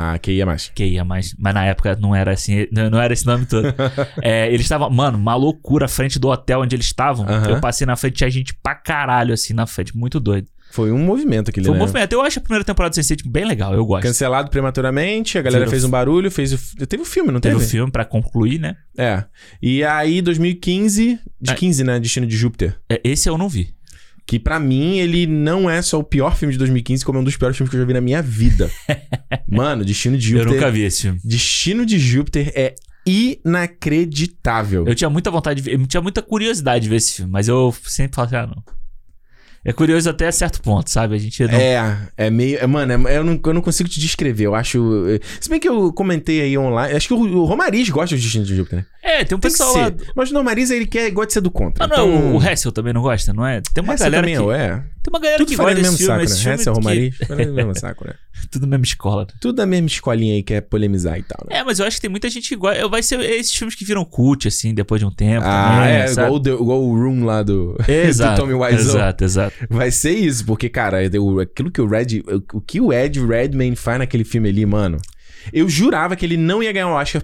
QIA+. Mas na época não era assim, não era esse nome todo. Eles estavam... Mano, uma loucura à frente do hotel onde eles estavam. Eu passei na frente, tinha gente pra caralho assim na frente. Muito doido. Foi um movimento aquele, Foi um movimento. Eu acho a primeira temporada de Sense8 bem legal, eu gosto. Cancelado prematuramente, a galera fez um barulho, teve o filme, não teve? Teve o filme pra concluir, né? E aí, 2015, né? Destino de Júpiter. Esse eu não vi. Que pra mim, ele não é só o pior filme de 2015, como é um dos piores filmes que eu já vi na minha vida. Mano, Destino de Júpiter... Eu nunca vi esse filme. Destino de Júpiter é inacreditável. Eu tinha muita vontade de ver, eu tinha muita curiosidade de ver esse filme, mas eu sempre falo assim, não. É curioso até certo ponto, sabe? A gente não... É meio... Mano, eu não consigo te descrever. Eu acho... Se bem que eu comentei aí online... Acho que o Romariz gosta de Destino de Júpiter, né? Tem um pessoal lá... Mas o Romariz, ele gosta de ser do contra. Então... o Hessel também não gosta, não é? Tem uma Hessel galera também que... Tem uma galera tudo que gosta desse filme. Tudo né? Hessel, Romariz, fala no mesmo saco, né? Tudo na mesma escola. Né? Tudo da mesma escolinha aí que quer polemizar e tal, né? Mas eu acho que tem muita gente igual. Vai ser esses filmes que viram cult, assim, depois de um tempo. Igual o Room lá do Tommy Wiseau. Exato. Vai ser isso, porque, cara, aquilo que o que o Ed Redmayne faz naquele filme ali, mano. Eu jurava que ele não ia ganhar o Oscar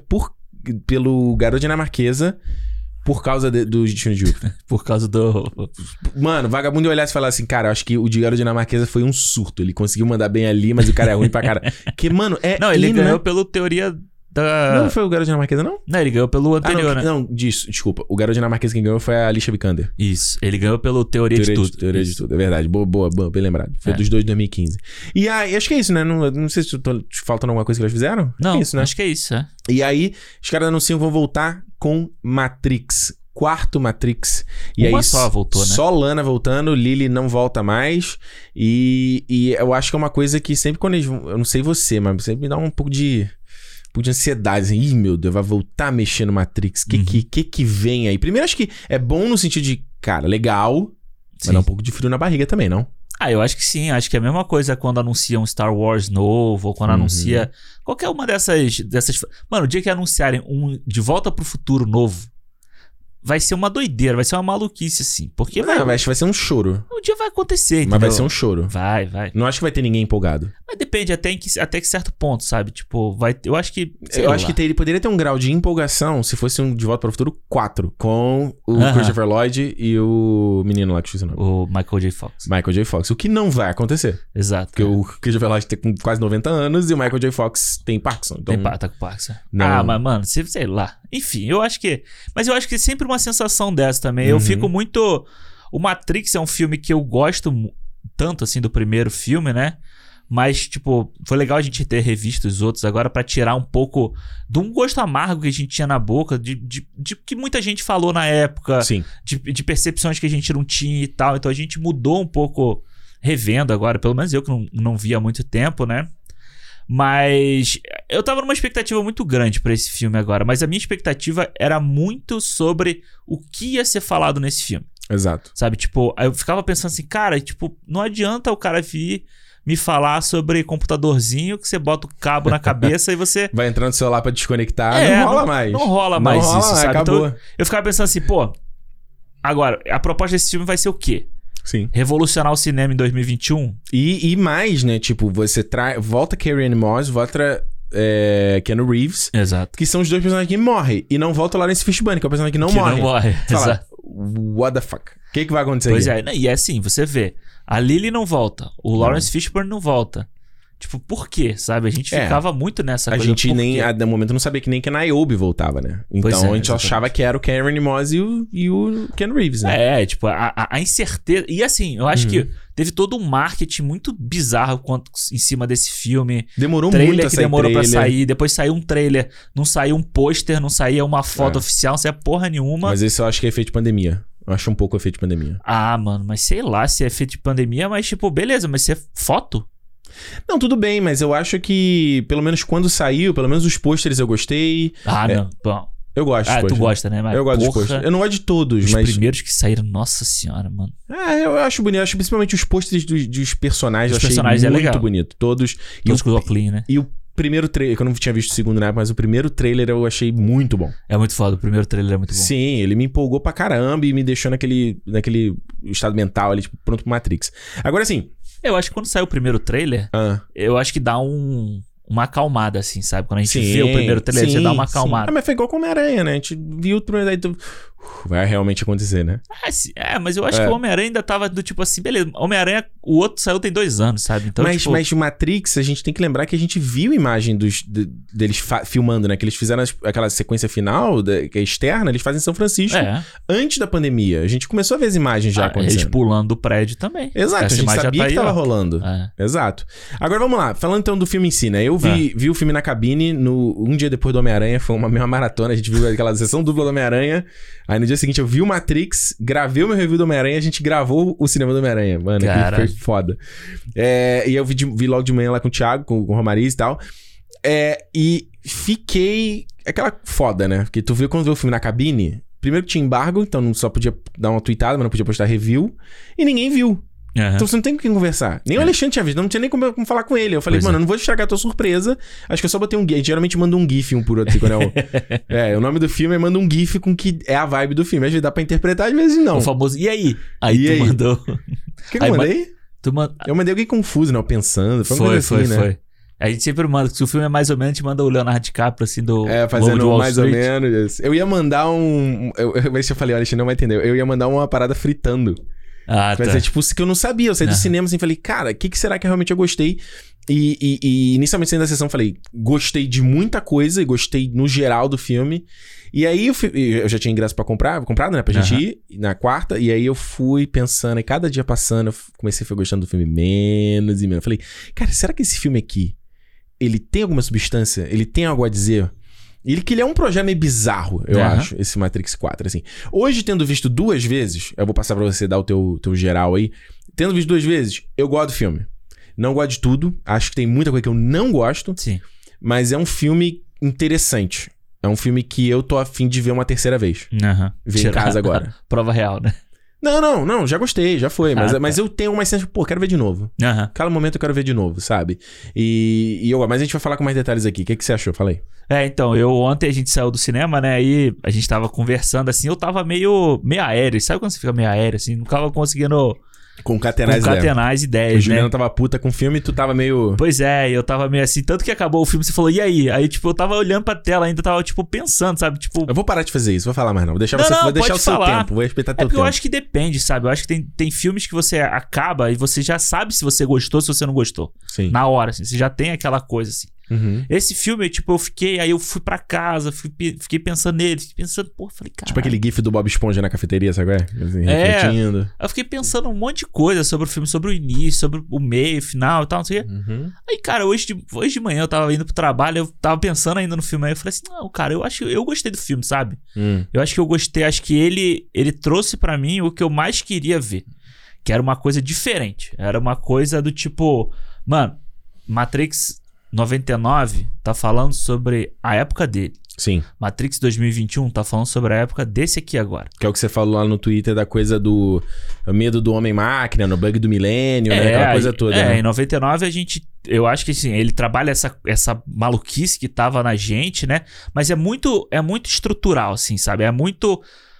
pelo Garoto Dinamarquesa. Por causa do Destino de Júpiter. Por causa do... Mano, vagabundo ia olhar e falar assim, cara, eu acho que o de Garoto Dinamarquesa foi um surto. Ele conseguiu mandar bem ali, mas o cara é ruim pra cara. Que, mano, Não, ele ganhou pelo Teoria Não foi o Garoto Dinamarquesa, não? Não, ele ganhou pelo anterior, né? Não, desculpa. O Garoto Dinamarquesa quem ganhou foi a Alicia Vikander. Isso, ele ganhou pelo Teoria de Tudo. Teoria de Tudo, é verdade. Boa, bem lembrado. Foi dos dois de 2015. E aí, acho que é isso, né? Não sei se tô te faltando alguma coisa que eles fizeram. Não, é isso, né? Acho que é isso, é. E aí, os caras anunciam que vão voltar com Matrix. Quarto Matrix. E Uma aí, só voltou, né? Só Lana voltando, Lily não volta mais. E eu acho que é uma coisa que sempre quando eles vão... Eu não sei você, mas sempre me dá um pouco de ansiedade. Assim, ih, meu Deus, vai voltar a mexer no Matrix. Que vem aí? Primeiro, acho que é bom no sentido de, cara, legal, mas dá um pouco de frio na barriga também, não? Eu acho que sim. Acho que é a mesma coisa quando anuncia um Star Wars novo, ou quando anuncia qualquer uma dessas... Mano, o dia que anunciarem um De Volta pro Futuro novo, vai ser uma doideira, vai ser uma maluquice, assim. Porque vai ser um choro. Um dia vai acontecer, entendeu? Mas vai ser um choro. Vai. Não acho que vai ter ninguém empolgado. Mas depende até que certo ponto, sabe? Tipo, eu acho que... Eu acho que ele poderia ter um grau de empolgação se fosse um De Volta para o Futuro 4, com o Christopher Lloyd e o menino lá que eu esqueci o nome. O Michael J. Fox. O que não vai acontecer. Exato. Porque o Christopher Lloyd tem quase 90 anos e o Michael J. Fox tem Parkinson. Então... Tá com Parkinson. Não. Mas, mano, sei lá. Enfim, eu acho que... Mas eu acho que é sempre uma sensação dessa também. Eu fico muito... O Matrix é um filme que eu gosto tanto, assim, do primeiro filme, né? Mas, tipo, foi legal a gente ter revisto os outros agora pra tirar um pouco de um gosto amargo que a gente tinha na boca, de que muita gente falou na época. Sim. De percepções que a gente não tinha e tal. Então a gente mudou um pouco revendo agora. Pelo menos eu que não via há muito tempo, né? Mas eu tava numa expectativa muito grande pra esse filme agora. Mas a minha expectativa era muito sobre o que ia ser falado nesse filme. Exato. Sabe, tipo, eu ficava pensando assim, cara, tipo, não adianta o cara vir me falar sobre computadorzinho que você bota o cabo na cabeça e você... Vai entrar no celular pra desconectar, não rola mais. Não rola mais isso, sabe? Acabou. Então, eu ficava pensando assim, agora, a proposta desse filme vai ser o quê? Sim. Revolucionar o cinema em 2021? E mais, né? Tipo, você volta Carrie-Anne Moss, volta Keanu Reeves. Exato. Que são os dois personagens que morrem. E não volta Lawrence Fishburne, que é o personagem que não morre. Exato. What the fuck? O que vai acontecer Pois aqui? E é assim, você vê. A Lily não volta. O Lawrence Fishburne não volta. Tipo, por quê? Sabe? A gente ficava muito nessa coisa. A gente no momento não sabia que nem que a Niobe voltava, né? Então a gente exatamente. achava que era o Carrie-Anne Moss e o Ken Reeves, né? Tipo, a incerteza. E assim, eu acho que teve todo um marketing muito bizarro em cima desse filme. Demorou trailer muito a que sair demorou trailer. pra sair. Depois saiu um trailer. Não saiu um pôster, não saía uma foto oficial, não saía porra nenhuma. Mas esse eu acho que é efeito de pandemia. Eu acho um pouco efeito de pandemia. Mano, mas sei lá se é efeito de pandemia, mas tipo, beleza, mas se é foto? Não, tudo bem, mas eu acho que, pelo menos quando saiu, pelo menos os pôsteres eu gostei. Não. Bom. Eu gosto dos tu pôsteres. gosta, né? Mas eu gosto dos pôsteres. Eu não gosto de todos, mas... Os primeiros que saíram, nossa senhora, mano. Eu acho bonito. Eu acho principalmente os pôsteres dos personagens. Os eu achei personagens muito legal. bonito. Todos com o óculos, né? E o primeiro trailer, que eu não tinha visto o segundo na época, mas o primeiro trailer eu achei muito bom. É muito foda, o primeiro trailer é muito bom. Sim, ele me empolgou pra caramba e me deixou naquele estado mental ali, tipo, pronto pro Matrix. Agora, assim... Eu acho que quando sai o primeiro trailer, eu acho que dá uma acalmada, assim, sabe? Quando a gente vê o primeiro trailer, você dá uma acalmada. Mas foi igual com o Homem-Aranha, né? A gente viu o primeiro... Daí vai realmente acontecer, né? Mas eu acho que o Homem-Aranha ainda tava do tipo assim, beleza, Homem-Aranha, o outro saiu tem 2 anos, sabe? Então, mas o Matrix, a gente tem que lembrar que a gente viu imagem deles filmando, né? Que eles fizeram aquela sequência final, que é externa, eles fazem em São Francisco, antes da pandemia. A gente começou a ver as imagens já acontecendo. Eles pulando do prédio também. Exato, a gente sabia que tava rolando. Exato. Agora vamos lá, falando então do filme em si, né? Eu vi o filme na cabine, um dia depois do Homem-Aranha, foi uma mesma maratona, a gente viu aquela sessão dupla do Homem-Aranha. Aí no dia seguinte eu vi o Matrix, gravei o meu review do Homem-Aranha, a gente gravou o cinema do Homem-Aranha. Mano, que foi foda. E eu vi logo de manhã lá com o Thiago, com o Romariz e tal. E fiquei... Aquela foda, né? Porque tu viu quando viu o filme na cabine, primeiro que tinha embargo, então só podia dar uma tweetada, mas não podia postar review. E ninguém viu. Então você não tem com quem conversar. Nem o Alexandre tinha visto, não tinha nem como falar com ele. Eu falei, mano, eu não vou estragar a tua surpresa. Acho que eu só botei um GIF. Geralmente manda um GIF um por outro. Assim, quando o nome do filme é manda um GIF com que é a vibe do filme. Às vezes dá pra interpretar, às vezes não. O famoso, e aí? Aí tu mandou... O que eu mandei? Eu mandei alguém confuso, não, pensando. Foi, né? A gente sempre manda, se o filme é mais ou menos, a gente manda o Leonardo DiCaprio, assim, do... fazendo mais ou menos. Eu ia mandar mas eu falei, o Alexandre não vai entender. Eu ia mandar uma parada fritando. Mas é tipo, que eu não sabia. Eu saí do cinema assim e falei, cara, o que será que realmente eu gostei? E inicialmente saindo da sessão falei, gostei de muita coisa e gostei no geral do filme. E aí eu já tinha ingresso pra comprado, né? Pra gente ir na quarta. E aí eu fui pensando, e cada dia passando, eu comecei a ficar gostando do filme menos e menos. Eu falei, cara, será que esse filme aqui, ele tem alguma substância? Ele tem algo a dizer? Que ele é um projeto meio bizarro, eu acho, esse Matrix 4, assim. Hoje, tendo visto 2 vezes, eu vou passar pra você dar o teu geral aí. Tendo visto 2 vezes, eu gosto do filme. Não gosto de tudo. Acho que tem muita coisa que eu não gosto. Sim. Mas é um filme interessante. É um filme que eu tô afim de ver uma terceira vez. Ver em casa agora. Prova real, né? Não, já gostei, já foi. Mas eu tenho uma sensação, quero ver de novo. Cada momento eu quero ver de novo, sabe? Mas a gente vai falar com mais detalhes aqui. O que você achou? Fala aí. Então, ontem a gente saiu do cinema, né? Aí a gente tava conversando, assim, eu tava meio aéreo. Sabe quando você fica meio aéreo, assim? Não tava conseguindo... Concatenar ideias, né? O Juliano tava puta com o filme e tu tava meio... Pois é, eu tava meio assim. Tanto que acabou o filme, você falou, e aí? Aí, tipo, eu tava olhando pra tela ainda, tava, tipo, pensando, sabe? Tipo... Eu vou parar de fazer isso, vou falar mais não. Vou deixar vou deixar o seu tempo, vou respeitar teu tempo. Eu acho que depende, sabe? Eu acho que tem filmes que você acaba e você já sabe se você gostou, se você não gostou. Sim. Na hora, assim. Você já tem aquela coisa, assim. Esse filme, tipo, aí eu fui pra casa, fiquei pensando nele, falei, cara... Tipo aquele gif do Bob Esponja na cafeteria, sabe? Assim, refletindo. Eu fiquei pensando um monte de coisa sobre o filme, sobre o início, sobre o meio, final e tal, não sei o quê. Aí, cara, hoje de manhã eu tava indo pro trabalho, eu tava pensando ainda no filme, aí eu falei assim, não, cara, eu gostei do filme, sabe? Eu acho que eu gostei, acho que ele trouxe pra mim o que eu mais queria ver, que era uma coisa diferente, era uma coisa do tipo, mano, Matrix 99 tá falando sobre a época dele. Sim. Matrix 2021 tá falando sobre a época desse aqui agora. Que é o que você falou lá no Twitter da coisa do medo do homem-máquina, no bug do milênio, né? Aquela coisa toda. Em 99 eu acho que assim, ele trabalha essa maluquice que tava na gente, né? Mas é muito estrutural, assim, sabe? É muito...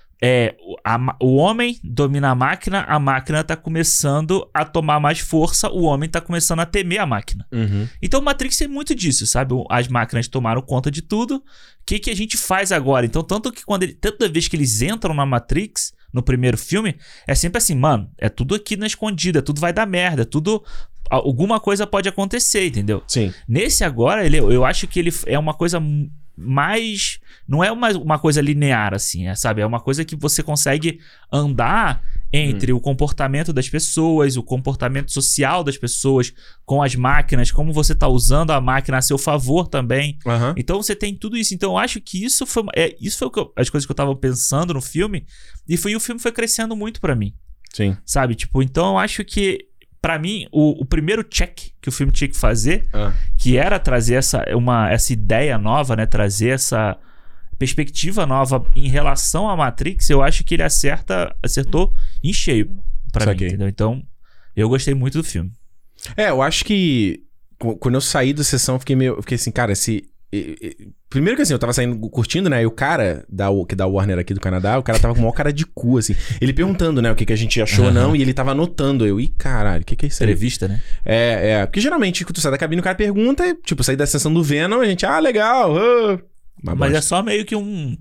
o homem domina a máquina tá começando a tomar mais força, o homem tá começando a temer a máquina. Então o Matrix é muito disso, sabe? As máquinas tomaram conta de tudo, o que a gente faz agora? Então tanto que toda vez que eles entram na Matrix, no primeiro filme, é sempre assim, mano, é tudo aqui na escondida, tudo vai dar merda, tudo... Alguma coisa pode acontecer, entendeu? Sim. Nesse agora, eu acho que ele é uma coisa... mais... Não é uma coisa linear, assim, sabe? É uma coisa que você consegue andar entre o comportamento das pessoas, o comportamento social das pessoas com as máquinas, como você tá usando a máquina a seu favor também. Então você tem tudo isso. Então eu acho que isso foi as coisas que eu tava pensando no filme, e o filme foi crescendo muito pra mim. Sim. Sabe? Tipo, então eu acho que pra mim, o primeiro check que o filme tinha que fazer, que era trazer essa ideia nova, né? Trazer essa perspectiva nova em relação à Matrix, eu acho que ele acertou em cheio pra mim, entendeu? Então, eu gostei muito do filme. Eu acho que quando eu saí da sessão, eu fiquei assim, cara, primeiro que assim, eu tava saindo, curtindo, né? E o cara que dá o Warner aqui do Canadá, o cara tava com uma maior cara de cu, assim. Ele perguntando, né, o que a gente achou ou não, e ele tava anotando. Caralho, o que é isso aí? Entrevista, né? Porque geralmente, quando tu sai da cabine, o cara pergunta, e, tipo, sair da sessão do Venom, a gente, legal, mas é só meio que um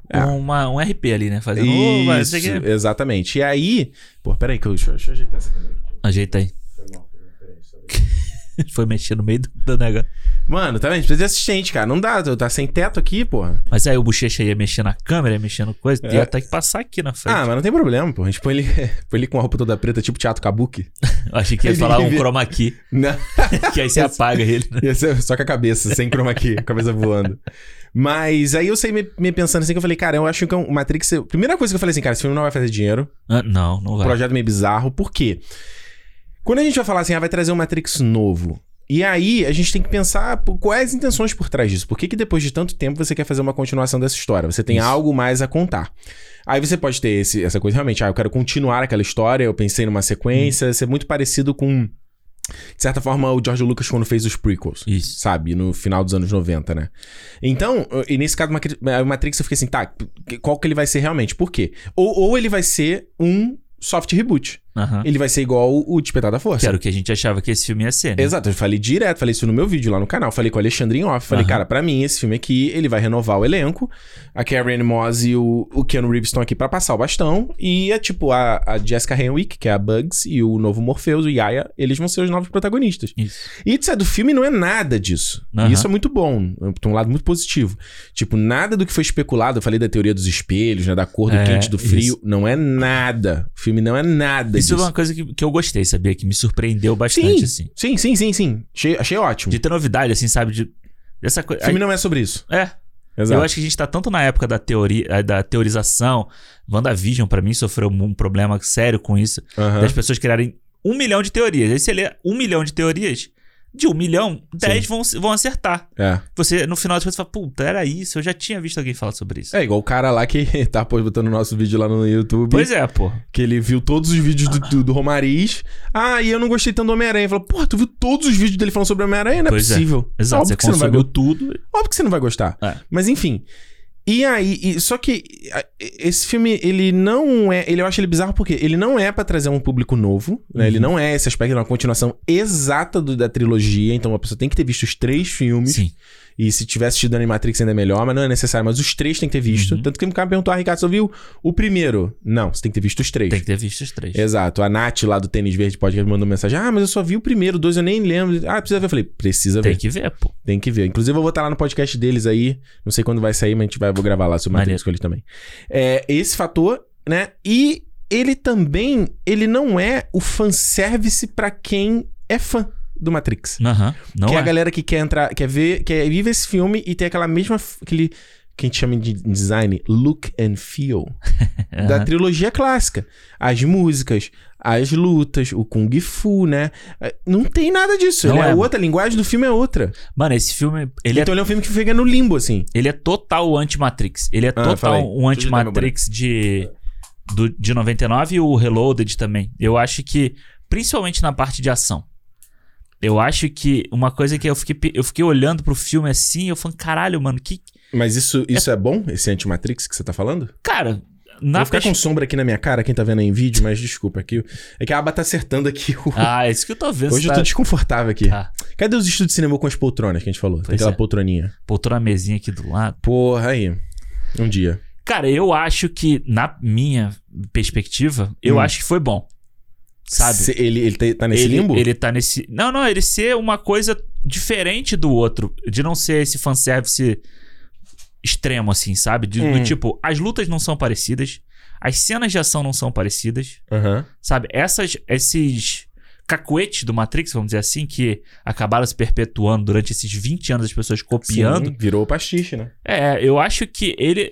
RP ali, né? Fazendo... Isso, exatamente. E aí... Pô, peraí que deixa eu ajeitar essa câmera. Ajeita aí. Foi mexer no meio do negócio. Mano, tá vendo? Precisa de assistente, cara. Não dá, tá sem teto aqui, porra. Mas aí o Bochecha ia mexer na câmera, ia mexendo coisa, ia até que passar aqui na frente. Mas não tem problema, pô. A gente põe ele com a roupa toda preta, tipo teatro kabuki. Achei que ia falar um chroma key. Não. Que aí você apaga ele, né? Ia ser só com a cabeça, sem chroma key, a cabeça voando. Mas aí eu saí me pensando assim, que eu falei, cara, eu acho que o Matrix... Primeira coisa que eu falei assim, cara, esse filme não vai fazer dinheiro. Não vai. Um projeto meio bizarro. Por quê? Quando a gente vai falar assim, vai trazer um Matrix novo... E aí, a gente tem que pensar quais as intenções por trás disso. Por que depois de tanto tempo você quer fazer uma continuação dessa história? Você tem algo mais a contar. Aí você pode ter essa coisa realmente, eu quero continuar aquela história, eu pensei numa sequência, ser muito parecido com, de certa forma, o George Lucas quando fez os prequels. Isso. Sabe? No final dos anos 90, né? Então, e nesse caso, o Matrix, eu fiquei assim, qual que ele vai ser realmente? Por quê? Ou ele vai ser um soft reboot. ele vai ser igual o Despertar da Força. Que era o que a gente achava que esse filme ia ser, né? Exato, eu falei direto, falei isso no meu vídeo lá no canal, falei com o Alexandre em off, falei, cara, pra mim esse filme aqui, ele vai renovar o elenco, a Carrie-Anne Moss e o Keanu Reeves estão aqui pra passar o bastão, e é tipo, a Jessica Henwick, que é a Bugs, e o novo Morpheus, o Yaya, eles vão ser os novos protagonistas. Isso. E do filme não é nada disso. E isso é muito bom, tem um lado muito positivo. Tipo, nada do que foi especulado, eu falei da teoria dos espelhos, né, da cor do quente, do frio, não é nada. O filme não é nada disso. Isso é uma coisa que eu gostei, sabia? Que me surpreendeu bastante, assim. Sim. Achei ótimo. De ter novidade, assim, sabe? Dessa coisa. O filme não é sobre isso. Exato. Eu acho que a gente tá tanto na época da teorização. WandaVision, pra mim, sofreu um problema sério com isso. Das pessoas criarem 1 milhão de teorias. Aí você lê 1 milhão de teorias, de 1 milhão, 10 vão acertar. Você, no final das contas, fala, puta, era isso. Eu já tinha visto alguém falar sobre isso. É igual o cara lá que tá botando o nosso vídeo lá no YouTube. Pois é, pô. Que ele viu todos os vídeos do Romariz. E eu não gostei tanto do Homem-Aranha. Falou, porra, tu viu todos os vídeos dele falando sobre o Homem-Aranha? Não é possível. Exato, óbvio você consumiu tudo. Óbvio que você não vai gostar. Mas enfim... E aí, só que esse filme, ele não é... eu acho ele bizarro porque ele não é pra trazer um público novo, né? Ele não é esse aspecto, é uma continuação exata da trilogia. Então a pessoa tem que ter visto os 3 filmes. Sim. E se tivesse assistido Animatrix ainda é melhor, mas não é necessário. Mas os 3 tem que ter visto. Tanto que o cara me perguntou, Ricardo, você viu o primeiro? Não, você tem que ter visto os 3. Tem que ter visto os 3. Exato. A Nath lá do Tênis Verde Podcast mandou mensagem. Mas eu só vi o primeiro, 2 eu nem lembro. Precisa ver. Eu falei, precisa ver. Tem que ver, pô. Tem que ver. Inclusive eu vou estar lá no podcast deles aí. Não sei quando vai sair, mas vou gravar lá sobre o Matrix com eles também. Esse fator, né? E ele também, ele não é o fanservice pra quem é fã do Matrix. Não que é a galera que quer entrar, quer ver esse filme e ter aquela mesma... que a gente chama de design look and feel da trilogia clássica. As músicas, as lutas, o Kung Fu, né? Não tem nada disso. Ele é outra, a linguagem do filme é outra. Mano, esse filme... ele é um filme que fica no limbo, assim. Ele é total anti-Matrix. Ele é total um anti-Matrix de 99 e o Reloaded também. Eu acho que, principalmente na parte de ação, eu acho que uma coisa que eu fiquei olhando pro filme assim, eu falei, caralho, mano, que... Mas isso é bom, esse anti-Matrix que você tá falando? Cara, vou ficar com sombra aqui na minha cara, quem tá vendo aí em vídeo, mas desculpa, é que a aba tá acertando aqui o... é isso que eu tô vendo. Hoje eu tô desconfortável aqui. Cadê os estudos de cinema com as poltronas que a gente falou? Tem aquela poltroninha. Poltrona mesinha aqui do lado. Porra, aí. Um dia. Cara, eu acho que, na minha perspectiva, eu acho que foi bom. Sabe? Ele tá nesse limbo? Ele tá nesse... Não, ele ser uma coisa diferente do outro. De não ser esse fanservice extremo, assim, sabe? Do tipo, as lutas não são parecidas. As cenas de ação não são parecidas. Sabe? Esses cacuetes do Matrix, vamos dizer assim, que acabaram se perpetuando durante esses 20 anos, as pessoas copiando. Sim, virou pastiche, né? Eu acho que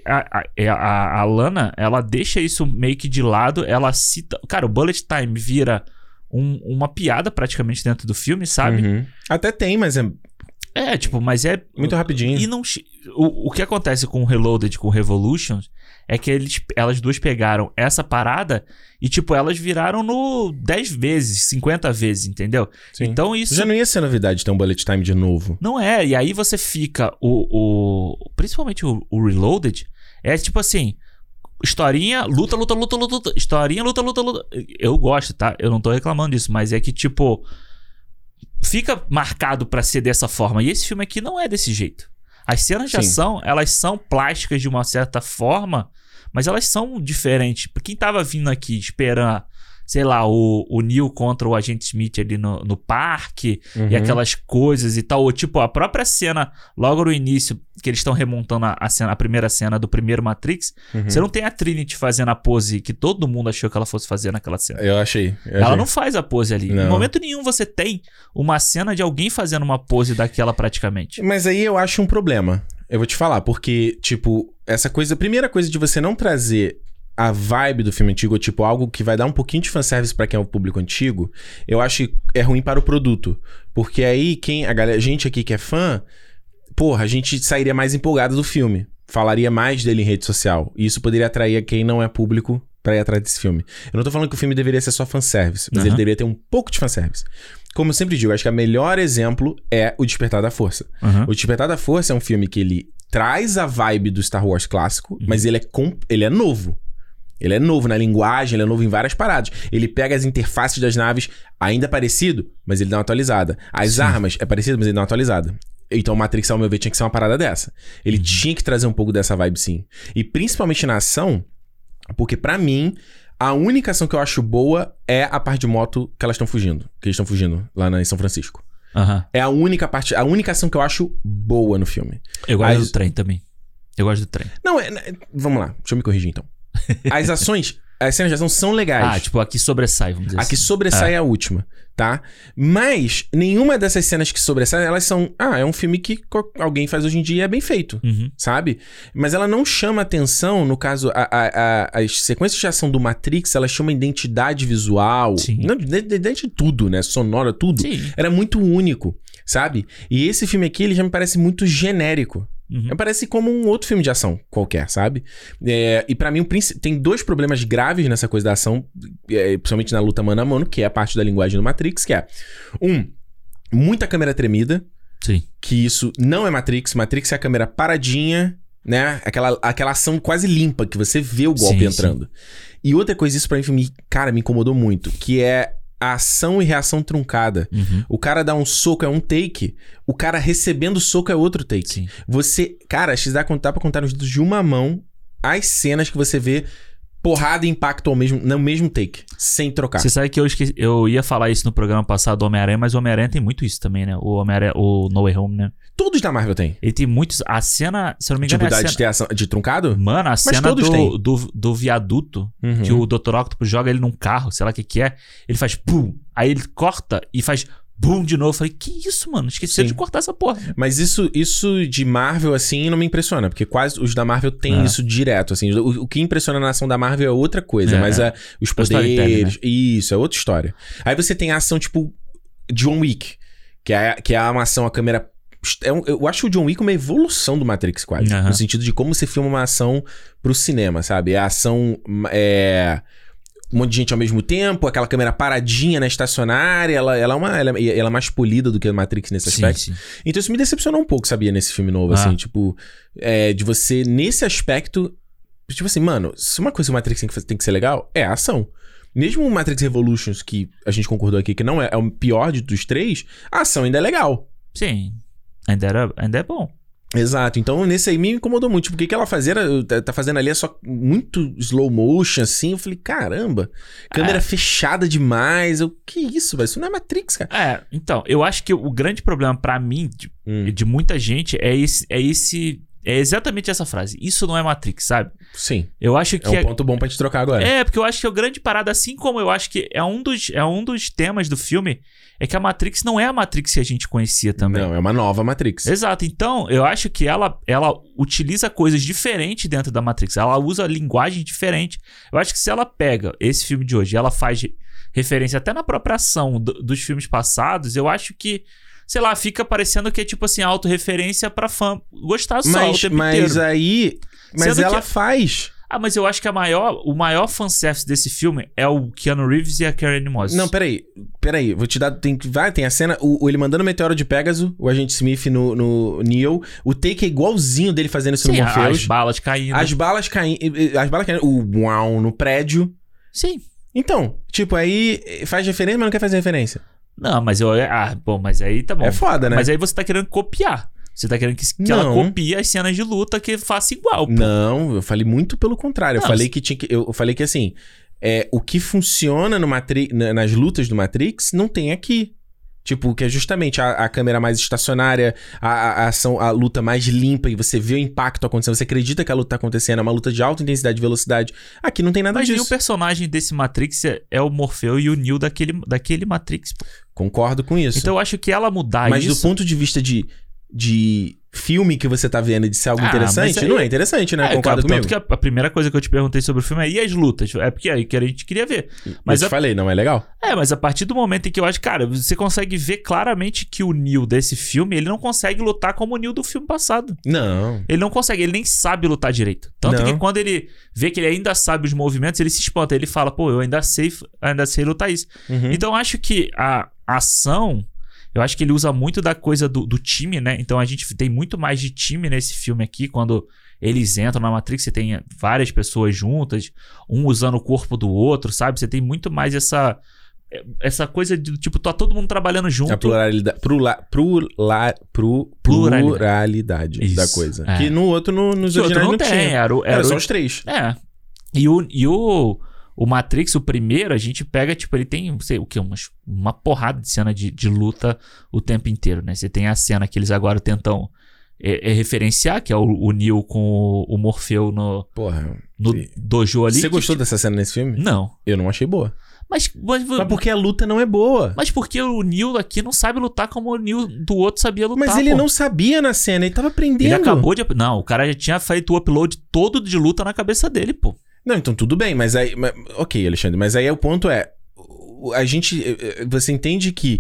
a Lana, ela deixa isso meio que de lado, ela cita... Cara, o Bullet Time vira uma piada praticamente dentro do filme, sabe? Até tem, mas mas é... muito rapidinho. E não... O que acontece com o Reloaded, com o Revolutions, é que elas duas pegaram essa parada e, tipo, elas viraram no 10 vezes, 50 vezes, entendeu? Sim. Então isso... Já não ia ser novidade ter um Bullet Time de novo. Não é, e aí você fica... Principalmente o Reloaded, é tipo assim... Historinha, luta. Historinha, luta. Eu gosto, tá? Eu não tô reclamando disso, mas é que, tipo... Fica marcado pra ser dessa forma. E esse filme aqui não é desse jeito. As cenas de ação, elas são plásticas de uma certa forma, mas elas são diferentes. Pra quem tava vindo aqui esperando, sei lá, o Neo contra o Agente Smith ali no parque, e aquelas coisas e tal. Ou tipo, a própria cena, logo no início, que eles estão remontando a primeira cena do primeiro Matrix, você não tem a Trinity fazendo a pose que todo mundo achou que ela fosse fazer naquela cena. Eu achei. Ela não faz a pose ali. Não. Em momento nenhum você tem uma cena de alguém fazendo uma pose daquela praticamente. Mas aí eu acho um problema. Eu vou te falar, porque, tipo, a primeira coisa de você não trazer a vibe do filme antigo, tipo, algo que vai dar um pouquinho de fanservice pra quem é o público antigo, eu acho que é ruim para o produto. Porque aí, a gente aqui que é fã, porra, a gente sairia mais empolgado do filme. Falaria mais dele em rede social. E isso poderia atrair quem não é público pra ir atrás desse filme. Eu não tô falando que o filme deveria ser só fanservice, mas ele deveria ter um pouco de fanservice. Como eu sempre digo, acho que o melhor exemplo é O Despertar da Força. O Despertar da Força é um filme que ele traz a vibe do Star Wars clássico, mas ele é novo. Ele é novo na linguagem, ele é novo em várias paradas. Ele pega as interfaces das naves, ainda parecido, mas ele dá uma atualizada. As armas é parecido, mas ele dá uma atualizada. Então o Matrix, ao meu ver, tinha que ser uma parada dessa. Ele tinha que trazer um pouco dessa vibe, sim. E principalmente na ação, porque pra mim, a única ação que eu acho boa é a parte de moto que elas estão fugindo. Que eles estão fugindo lá em São Francisco. É a única parte, a única ação que eu acho boa no filme. Eu gosto do trem também. Eu gosto do trem. Não, vamos lá, deixa eu me corrigir então. As ações, as cenas de ação são legais. Tipo, aqui sobressai, vamos dizer assim. Aqui sobressai é a última, tá? Mas nenhuma dessas cenas que sobressaem, elas são... é um filme que alguém faz hoje em dia e é bem feito, sabe? Mas ela não chama atenção, no caso, as sequências de ação do Matrix, elas chamam identidade visual. Sim. Não, de tudo, né? Sonora, tudo. Sim. Era muito único, sabe? E esse filme aqui, ele já me parece muito genérico. Parece como um outro filme de ação qualquer, sabe? E pra mim tem dois problemas graves nessa coisa da ação, principalmente na luta mano a mano, que é a parte da linguagem do Matrix, que é muita câmera tremida. Sim. Que isso não é Matrix. Matrix é a câmera paradinha, né? Aquela ação quase limpa, que você vê o golpe entrando. E outra coisa, isso pra mim, cara, me incomodou muito, que é a ação e reação truncada. O cara dá um soco, é um take. O cara recebendo o soco é outro take. Sim. Você... Cara, acho que dá pra contar nos dedos de uma mão as cenas que você vê porrada e impacto no mesmo take, sem trocar. Você sabe que eu ia falar isso no programa passado do Homem-Aranha, mas o Homem-Aranha tem muito isso também, né? O Homem-Aranha, o No Way Home, né? Todos da Marvel tem. Ele tem muitos... A cena, se eu não me engano, de ter ação de truncado? Mano, a cena do viaduto, que o Dr. Octopus joga ele num carro, sei lá o que é, ele faz pum, aí ele corta e faz boom de novo. Eu falei, que isso, mano? Esqueci de cortar essa porra. Mas isso de Marvel, assim, não me impressiona. Porque quase os da Marvel têm isso direto, assim. O que impressiona na ação da Marvel é outra coisa. Mas os poderes... Né? Isso, é outra história. Aí você tem a ação, tipo, John Wick. Que é uma ação, a câmera... Eu acho o John Wick uma evolução do Matrix, quase. No sentido de como você filma uma ação pro cinema, sabe? A ação... um monte de gente ao mesmo tempo, aquela câmera paradinha na estacionária, ela é mais polida do que a Matrix nesse aspecto. Sim. Então isso me decepcionou um pouco, sabia, nesse filme novo, assim, tipo, de você, nesse aspecto, tipo assim, mano, se uma coisa que o Matrix tem que ser legal, é a ação. Mesmo o Matrix Revolutions, que a gente concordou aqui que não é o pior dos três, a ação ainda é legal. Sim, ainda é bom. Exato, então nesse aí me incomodou muito. Tipo, o que ela tá fazendo ali é só muito slow motion, assim. Eu falei, caramba, câmera fechada demais. Que isso, velho? Isso não é Matrix, cara. Então, eu acho que o grande problema pra mim, de muita gente, é exatamente essa frase. Isso não é Matrix, sabe? Sim. Eu acho que é um ponto bom pra gente trocar agora. Porque eu acho que a grande parada, assim como eu acho que é um dos temas do filme, é que a Matrix não é a Matrix que a gente conhecia também. Não, é uma nova Matrix. Exato. Então, eu acho que ela utiliza coisas diferentes dentro da Matrix. Ela usa linguagem diferente. Eu acho que se ela pega esse filme de hoje e ela faz referência até na própria ação dos filmes passados, eu acho que, sei lá, fica parecendo que é tipo assim, autorreferência pra fã gostar só o tempo inteiro. Mas ela faz... mas eu acho que o maior fanservice desse filme é o Keanu Reeves e a Karen Moss. Não, peraí. Vou te dar... Tem a cena... ele mandando o meteoro de Pegasus, o agente Smith no Neo. O take é igualzinho dele fazendo isso no Morpheus. As balas caindo. As balas caindo. O uau no prédio. Sim. Então, tipo, aí faz referência, mas não quer fazer referência. Não, mas mas aí tá bom. É foda, né? Mas aí você tá querendo copiar. Você tá querendo que ela copie as cenas de luta que faça igual, pô. Não, eu falei muito pelo contrário. Eu falei que assim, o que funciona nas lutas do Matrix não tem aqui. Tipo, que é justamente a câmera mais estacionária, a ação, a luta mais limpa, e você vê o impacto acontecendo, você acredita que a luta tá acontecendo, é uma luta de alta intensidade e velocidade. Aqui não tem nada disso. Mas nenhum personagem desse Matrix é o Morpheu e o Neo daquele Matrix, pô. Concordo com isso. Então eu acho que ela mudar isso... Mas do ponto de vista de filme que você tá vendo, de ser algo interessante, aí... não é interessante, né? Concordo comigo. Tanto que a primeira coisa que eu te perguntei sobre o filme é, e as lutas? É porque aí que a gente queria ver. Mas eu te falei, não é legal? Mas a partir do momento em que eu acho, cara, você consegue ver claramente que o Neo desse filme, ele não consegue lutar como o Neo do filme passado. Não. Ele não consegue, ele nem sabe lutar direito. Tanto que quando ele vê que ele ainda sabe os movimentos, ele se espanta, ele fala, pô, eu ainda sei lutar isso. Então eu acho que a ação... Eu acho que ele usa muito da coisa do time, né? Então a gente tem muito mais de time nesse filme aqui. Quando eles entram na Matrix, você tem várias pessoas juntas, um usando o corpo do outro, sabe? Você tem muito mais essa coisa de, tipo, tá todo mundo trabalhando junto. A pluralidade da coisa. Que no outro, nos originais não tinha. Era só os 3. E o Matrix, o primeiro, a gente pega, tipo, ele tem, não sei o que, uma porrada de cena de luta o tempo inteiro, né? Você tem a cena que eles agora tentam referenciar, que é o Neo com o Morfeu no dojo ali. Você gostou dessa cena nesse filme? Não. Eu não achei boa. Mas porque a luta não é boa. Mas porque o Neo aqui não sabe lutar como o Neo do outro sabia lutar. Mas ele não sabia na cena, ele tava aprendendo. Ele acabou de... Não, o cara já tinha feito o upload todo de luta na cabeça dele, pô. Não, então tudo bem, mas aí... Ok, Alexandre, mas aí o ponto é... A gente... Você entende que...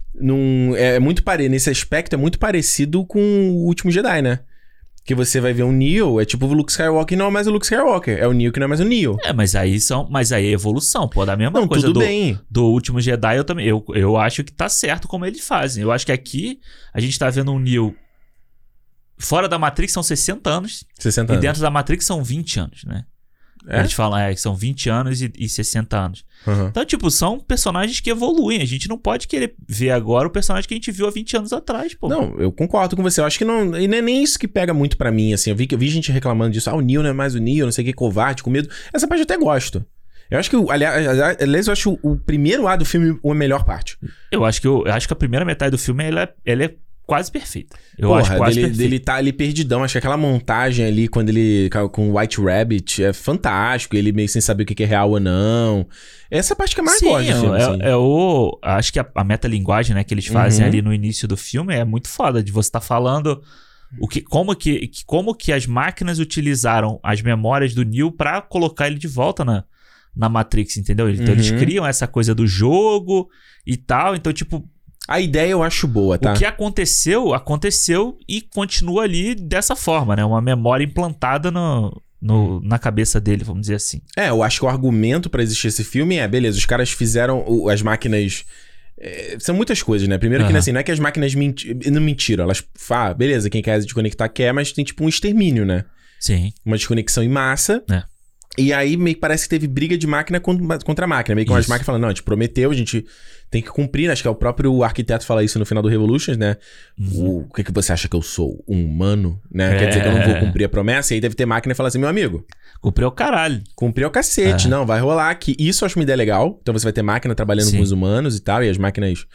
Nesse aspecto é muito parecido com o Último Jedi, né? Que você vai ver um Neo, é tipo o Luke Skywalker não é mais o Luke Skywalker. É o Neo que não é mais o Neo. Mas aí é evolução, pô. Da mesma coisa do Último Jedi, eu acho que tá certo como eles fazem. Eu acho que aqui a gente tá vendo um Neo... Fora da Matrix são 60 anos. 60 e anos. dentro da Matrix são 20 anos, né? Eles falam que são 20 anos e 60 anos. Uhum. Então, tipo, são personagens que evoluem. A gente não pode querer ver agora o personagem que a gente viu há 20 anos atrás, pô. Não, eu concordo com você. Eu acho que não... E não é nem isso que pega muito pra mim, assim. Eu vi gente reclamando disso. O Neo não é mais o Neo, não sei o que, covarde, com medo. Essa parte eu até gosto. Eu acho que, aliás, eu acho o primeiro ato do filme a melhor parte. Eu acho que a primeira metade do filme, ela é quase perfeita. Dele tá ali perdidão. Acho que aquela montagem ali, quando ele... Com o White Rabbit, é fantástico. Ele meio sem saber o que é real ou não. Essa parte que eu mais gosto do filme. Acho que a metalinguagem, né, que eles fazem ali no início do filme é muito foda. De você estar falando... Como que as máquinas utilizaram as memórias do Neo pra colocar ele de volta na Matrix, entendeu? Então eles criam essa coisa do jogo e tal. Então, tipo... A ideia eu acho boa, tá? O que aconteceu e continua ali dessa forma, né? Uma memória implantada na cabeça dele, vamos dizer assim. Eu acho que o argumento pra existir esse filme beleza, os caras fizeram as máquinas... são muitas coisas, né? Primeiro que assim, não é que as máquinas não mentiram. Elas falam, beleza, quem quer desconectar quer, mas tem tipo um extermínio, né? Sim. Uma desconexão em massa. E aí meio que parece que teve briga de máquina contra a máquina. Meio que as máquinas falando, não, a gente prometeu, a gente tem que cumprir. Acho que é o próprio arquiteto fala isso no final do Revolutions, né? O que você acha que eu sou? Um humano? Né? Quer dizer que eu não vou cumprir a promessa? E aí deve ter máquina e fala assim, meu amigo... Cumpriu o caralho. Cumpriu o cacete. Não, vai rolar aqui. Isso eu acho uma ideia legal. Então você vai ter máquina trabalhando com os humanos e tal. E as máquinas...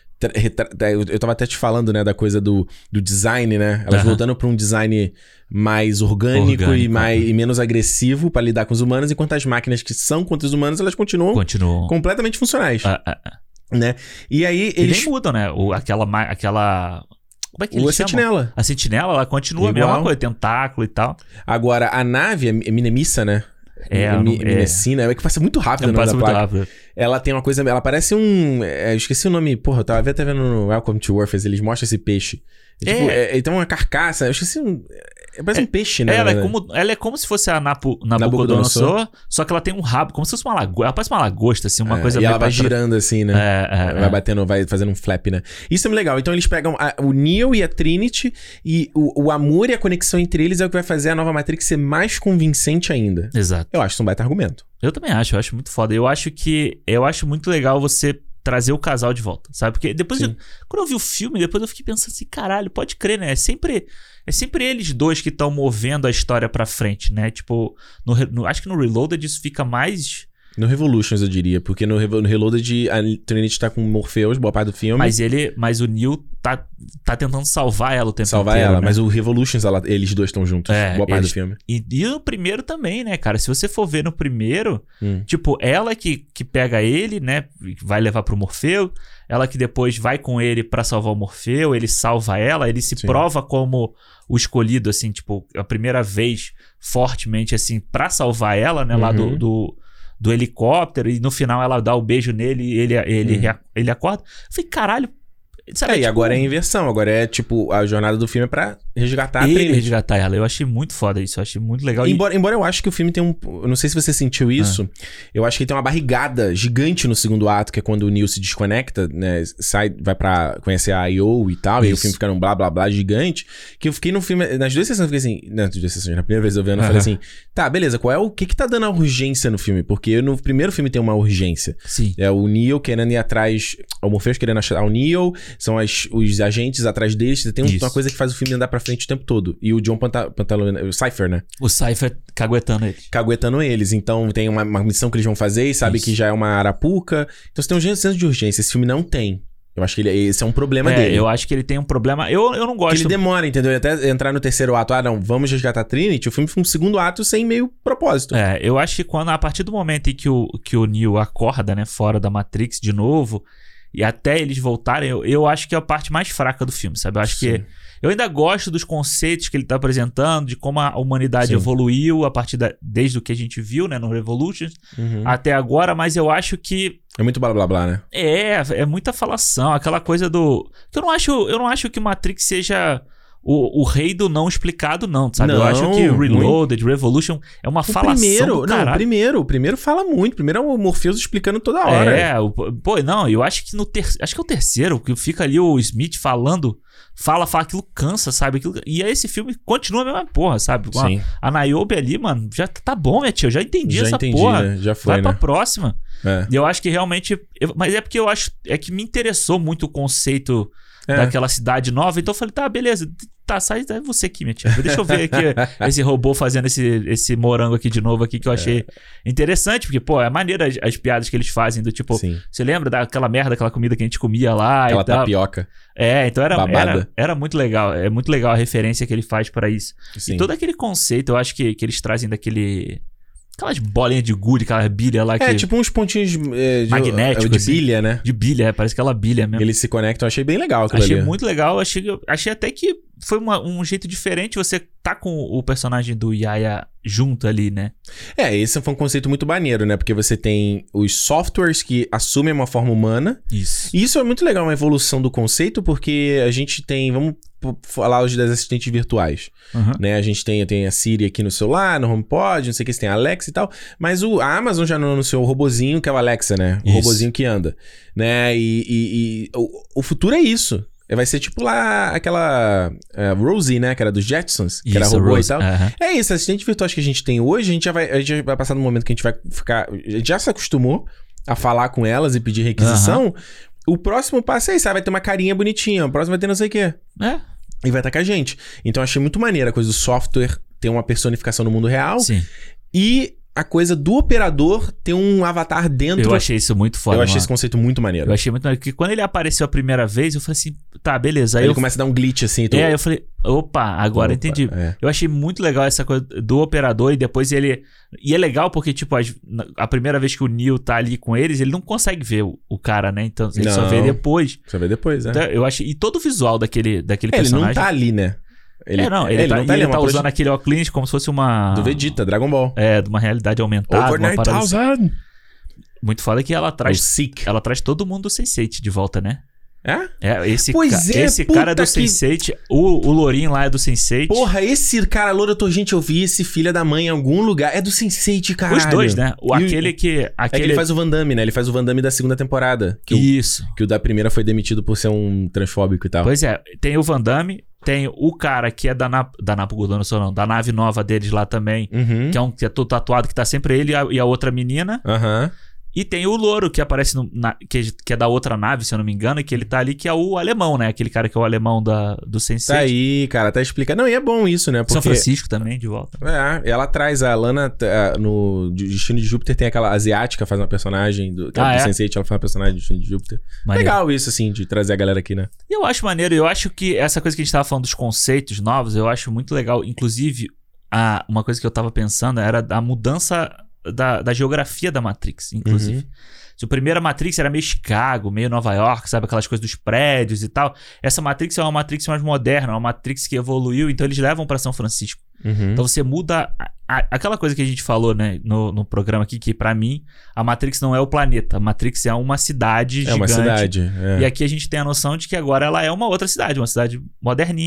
Eu tava até te falando, né, da coisa do design, né? Elas voltando pra um design mais orgânico e menos agressivo pra lidar com os humanos, enquanto as máquinas que são contra os humanos, elas continuam completamente funcionais. Né? E aí eles... E nem mudam, né? Aquela... Como é que eles chamam? Sentinela. A Sentinela, ela continua a mesma coisa, tentáculo e tal. Agora, a nave, a Minemissa, né? Minecina, é que passa muito rápido no nome da placa. Rápido. Ela tem uma coisa... Ela parece um... eu esqueci o nome. Porra, eu tava até vendo no Welcome to Earth, eles mostram esse peixe. Ele tem uma carcaça. Eu esqueci parece um peixe, né? Ela é como se fosse a Nabucodonosor, só que ela tem um rabo, como se fosse uma lagosta. Ela parece uma lagosta, assim, uma coisa... E ela vai girando assim, né? Vai batendo, vai fazendo um flap, né? Isso é muito legal. Então eles pegam o Neo e a Trinity e o amor e a conexão entre eles é o que vai fazer a nova Matrix ser mais convincente ainda. Exato. Eu acho isso um baita argumento. Eu também acho, muito foda. Eu acho muito legal você trazer o casal de volta, sabe? Porque depois, quando eu vi o filme, depois eu fiquei pensando assim, caralho, pode crer, né? É sempre eles dois que estão movendo a história pra frente, né? Tipo, acho que no Reloaded isso fica mais... No Revolutions, eu diria. Porque no Reloaded a Trinity tá com o Morpheus, boa parte do filme. Mas o Neo tá tentando salvar ela o tempo inteiro. Salvar ela, né? Mas o Revolutions, do dois estão juntos. Boa parte do filme. E no primeiro também, né, cara? Se você for ver no primeiro, tipo, ela que pega ele, né? Vai levar pro Morfeu. Ela que depois vai com ele pra salvar o Morfeu. Ele salva ela. Ele se prova como o escolhido, assim, tipo, a primeira vez fortemente, assim, pra salvar ela, né? Lá do helicóptero, e no final ela dá o beijo nele e ele acorda. Eu falei, caralho. Sabe, e agora é a inversão. Agora é tipo, a jornada do filme é pra resgatar a Trinity. Resgatar ela. Eu achei muito foda isso. Eu achei muito legal. Embora eu acho que o filme tem eu não sei se você sentiu isso. Eu acho que ele tem uma barrigada gigante no segundo ato, que é quando o Neo se desconecta, né? Vai pra conhecer a I.O. e tal. Isso. E aí o filme fica num blá blá blá gigante. Que eu fiquei no filme... Nas duas sessões eu fiquei assim... Nas duas sessões, na primeira vez eu vendo, eu falei assim... Tá, beleza. O que tá dando a urgência no filme? Porque no primeiro filme tem uma urgência. Sim. É o Neo querendo ir atrás... O Morpheus querendo achar o Neo. São os agentes atrás deles. Tem uma coisa que faz o filme andar pra frente o tempo todo. E o John o Cypher, né? O Cypher caguetando eles. Caguetando eles. Então tem uma missão que eles vão fazer e sabe que já é uma arapuca. Então você tem um senso de urgência. Esse filme não tem. Eu acho que esse é um problema dele. Eu acho que ele tem um problema... Eu não gosto... Que ele demora, entendeu? Até entrar no terceiro ato. Não, vamos resgatar a Trinity. O filme foi um segundo ato sem meio propósito. Eu acho que a partir do momento em que o Neo acorda, né? Fora da Matrix de novo... E até eles voltarem, eu acho que é a parte mais fraca do filme, sabe? Eu acho que... Eu ainda gosto dos conceitos que ele tá apresentando, de como a humanidade evoluiu a partir desde o que a gente viu, né? No Revolutions, até agora, mas eu acho que... É muito blá blá blá, né? É muita falação, aquela coisa do... Eu não acho que Matrix seja... O rei do não explicado, não, sabe? Eu acho que Reloaded, Revolution é uma falação do caralho. O primeiro fala muito. Primeiro é o Morpheus explicando toda hora. Eu acho que acho que é o terceiro, que fica ali o Smith falando, fala, aquilo cansa, sabe? E aí esse filme continua a mesma porra, sabe? Sim. A Niobe ali, mano, já tá bom, minha tia, eu já entendi essa porra. Né? Já foi, vai pra né? próxima. E eu acho que realmente... Mas é porque eu acho... É que me interessou muito o conceito... daquela cidade nova, então eu falei, tá, beleza, tá, sai você aqui, minha tia. Deixa eu ver aqui esse robô fazendo esse morango aqui de novo aqui, que eu achei interessante, porque, pô, é maneira as piadas que eles fazem, do tipo, você lembra daquela merda, aquela comida que a gente comia lá aquela e tal? Tapioca. Então era muito legal, é muito legal a referência que ele faz pra isso. Sim. E todo aquele conceito, eu acho que eles trazem aquelas bolinhas de gude, aquela bilha lá que... tipo uns pontinhos magnéticos. De bilha, né? De bilha, parece aquela bilha mesmo. Eles se conectam, eu achei bem legal aquilo ali. Achei muito legal, achei até que foi um jeito diferente você tá com o personagem do Yahya junto ali, né? Esse foi um conceito muito maneiro, né? Porque você tem os softwares que assumem uma forma humana. Isso. E isso é muito legal, uma evolução do conceito, porque a gente tem... Vamos falar hoje das assistentes virtuais, né? A gente tem a Siri aqui no celular, no HomePod, não sei o que, você tem a Alexa e tal, mas a Amazon já anunciou o robozinho, que é o Alexa, né? O robozinho que anda, né? E o futuro é isso. Vai ser tipo lá aquela Rosie, né? Que era dos Jetsons, que era robô e tal. É isso, assistente virtual que a gente tem hoje, a gente já vai passar no momento que a gente vai ficar... A gente já se acostumou a falar com elas e pedir requisição. O próximo passo é isso, vai ter uma carinha bonitinha, o próximo vai ter não sei o quê. E vai estar com a gente. Então eu achei muito maneira a coisa do software ter uma personificação no mundo real. Sim. E a coisa do operador ter um avatar dentro... Eu achei isso muito foda, Eu achei esse conceito muito maneiro. Eu achei muito maneiro, porque quando ele apareceu a primeira vez, eu falei assim, tá, beleza. Aí ele começa a dar um glitch assim. Aí eu falei, agora entendi. Eu achei muito legal essa coisa do operador e depois ele... E é legal porque, tipo, a primeira vez que o Neo tá ali com eles, ele não consegue ver o cara, né? Então ele só vê depois. Só vê depois, Então, eu achei... E todo o visual daquele personagem... Ele não tá ali, né? Ele tá usando aquele óculos como se fosse uma... Do Vegeta, Dragon Ball. De uma realidade aumentada. Over 9000! Muito foda que ela traz todo mundo do Sense8 de volta, né? Esse cara é do Sense8, o Lourinho lá é do Sense8. Porra, esse cara louro, eu vi esse filho da mãe em algum lugar. É do Sense8, caralho. Os dois, né? Aquele que ele faz o Van Damme, né? Ele faz o Van Damme da segunda temporada. Isso. Que o da primeira foi demitido por ser um transfóbico e tal. Pois é, tem o Van Damme, tem o cara que é da da nave nova deles lá também, que é todo tatuado, que tá sempre ele e a outra menina. E tem o Louro, que aparece que é da outra nave, se eu não me engano, e que ele tá ali, que é o alemão, né? Aquele cara que é o alemão do Sense8. Tá aí, cara, tá explicando. Não, e é bom isso, né? Porque... São Francisco também, de volta. Ela traz a Lana no Destino de Júpiter, tem aquela asiática, faz uma personagem do Sense8, ela faz uma personagem do Destino de Júpiter. Maneiro. Legal isso, assim, de trazer a galera aqui, né? E eu acho maneiro, eu acho que essa coisa que a gente tava falando dos conceitos novos, eu acho muito legal. Inclusive, uma coisa que eu tava pensando era a mudança... Da geografia da Matrix, inclusive. Se a primeira Matrix era meio Chicago, meio Nova York, sabe? Aquelas coisas dos prédios e tal. Essa Matrix é uma Matrix mais moderna, uma Matrix que evoluiu, então eles levam pra São Francisco. Então você muda... aquela coisa que a gente falou, né, no programa aqui, que pra mim, a Matrix não é o planeta. A Matrix é uma cidade gigante. É uma cidade. E aqui a gente tem a noção de que agora ela é uma outra cidade, uma cidade moderninha,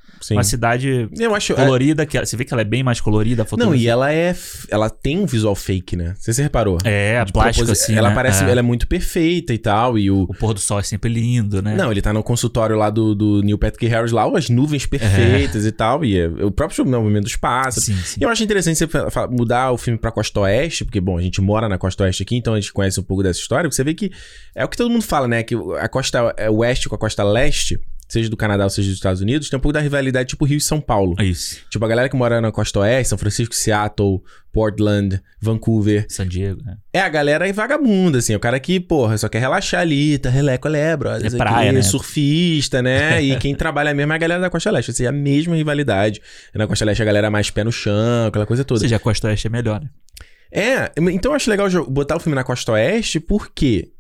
Sim. Uma cidade colorida, que você vê que ela é bem mais colorida. Não, e ela tem um visual fake, né? Você reparou? A plástica assim, ela parece, ela é muito perfeita e tal, e o pôr do sol é sempre lindo, né? Não, ele tá no consultório lá do Neil Patrick Harris lá, as nuvens perfeitas e tal, e o próprio movimento dos pássaros. Sim. E eu acho interessante você mudar o filme pra Costa Oeste, porque, bom, a gente mora na Costa Oeste aqui, então a gente conhece um pouco dessa história, você vê que é o que todo mundo fala, né? Que a Costa Oeste com a Costa Leste, seja do Canadá ou seja dos Estados Unidos, tem um pouco da rivalidade tipo Rio e São Paulo. Isso. Tipo, a galera que mora na Costa Oeste, São Francisco, Seattle, Portland, Vancouver. San Diego, né? É a galera vagabunda, assim. O cara que, porra, só quer relaxar ali, tá brother. É praia, né? Surfista, né? E quem trabalha mesmo é a galera da Costa Leste. Assim, a mesma rivalidade. Na Costa Leste a galera mais pé no chão, aquela coisa toda. Ou seja, a Costa Oeste é melhor, né? Então eu acho legal botar o filme na Costa Oeste porque...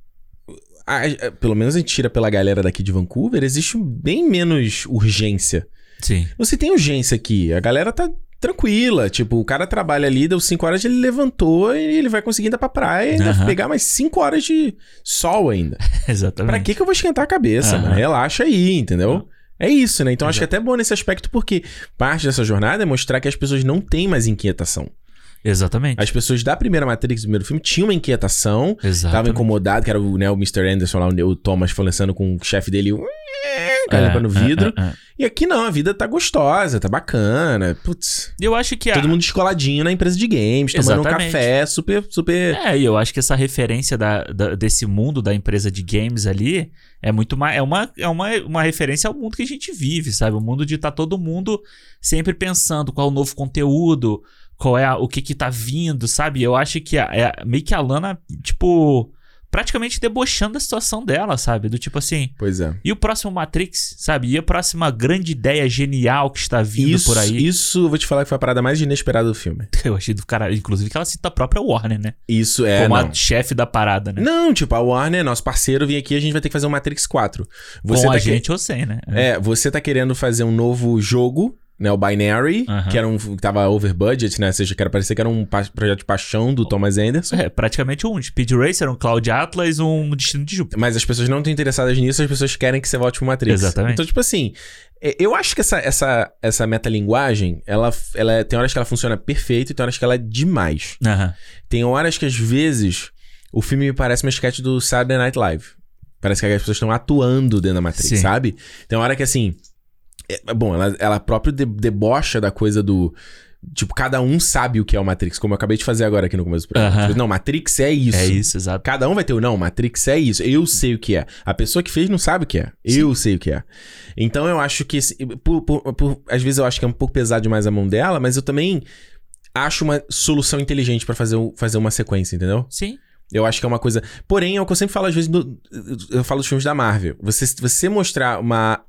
pelo menos a gente tira pela galera daqui de Vancouver, existe bem menos urgência. Sim. Você tem urgência aqui, a galera tá tranquila, tipo, o cara trabalha ali, deu 5 horas, ele levantou e ele vai conseguir ir pra praia e ainda pegar mais 5 horas de sol ainda. Exatamente. Pra que eu vou esquentar a cabeça, mano? Relaxa aí, entendeu? É isso, né? Então acho que é até bom nesse aspecto porque parte dessa jornada é mostrar que as pessoas não têm mais inquietação. Exatamente. As pessoas da primeira Matrix, do primeiro filme, tinham uma inquietação. Estavam incomodadas, que era o Mr. Anderson lá, o Thomas conversando com o chefe dele, limpando o vidro. E aqui não, a vida tá gostosa, tá bacana. Putz. Eu acho que todo mundo descoladinho na empresa de games, tomando um café, super... E eu acho que essa referência desse mundo da empresa de games ali é muito mais... É uma referência ao mundo que a gente vive, sabe? O mundo de tá todo mundo sempre pensando qual é o novo conteúdo, qual é o que tá vindo, sabe? Eu acho que meio que a Lana, tipo, praticamente debochando da situação dela, sabe? Do tipo assim... Pois é. E o próximo Matrix, sabe? E a próxima grande ideia genial que está vindo por aí? Isso, eu vou te falar que foi a parada mais inesperada do filme. Eu achei do cara... Inclusive que ela cita a própria Warner, né? Isso é, como a chefe da parada, né? Não, tipo, a Warner, nosso parceiro, vem aqui, a gente vai ter que fazer um Matrix 4. Você com a gente ou sem, né? Você tá querendo fazer um novo jogo... Né, o Binary, que era que tava over budget, né? Ou seja, que parecia que era um projeto de paixão do Thomas Anderson. Praticamente um Speed Racer, um Cloud Atlas, um Destino de Júpiter. Mas as pessoas não estão interessadas nisso, as pessoas querem que você volte pro Matrix. Exatamente. Então, tipo assim, eu acho que essa metalinguagem, ela tem horas que ela funciona perfeito e tem horas que ela é demais. Tem horas que, às vezes, o filme me parece uma sketch do Saturday Night Live. Parece que as pessoas estão atuando dentro da Matrix, sabe? Tem hora que, assim... Bom, ela próprio debocha da coisa do... Tipo, cada um sabe o que é o Matrix, como eu acabei de fazer agora aqui no começo do programa. Tipo, não, Matrix é isso. É isso, exato. Cada um vai ter o não, Matrix é isso. Eu sei o que é. A pessoa que fez não sabe o que é. Eu sei o que é. Então eu acho que... às vezes eu acho que é um pouco pesado demais a mão dela, mas eu também acho uma solução inteligente pra fazer uma sequência, entendeu? Sim. Eu acho que é uma coisa... Porém, é o que eu sempre falo, às vezes, eu falo dos filmes da Marvel. Você mostrar uma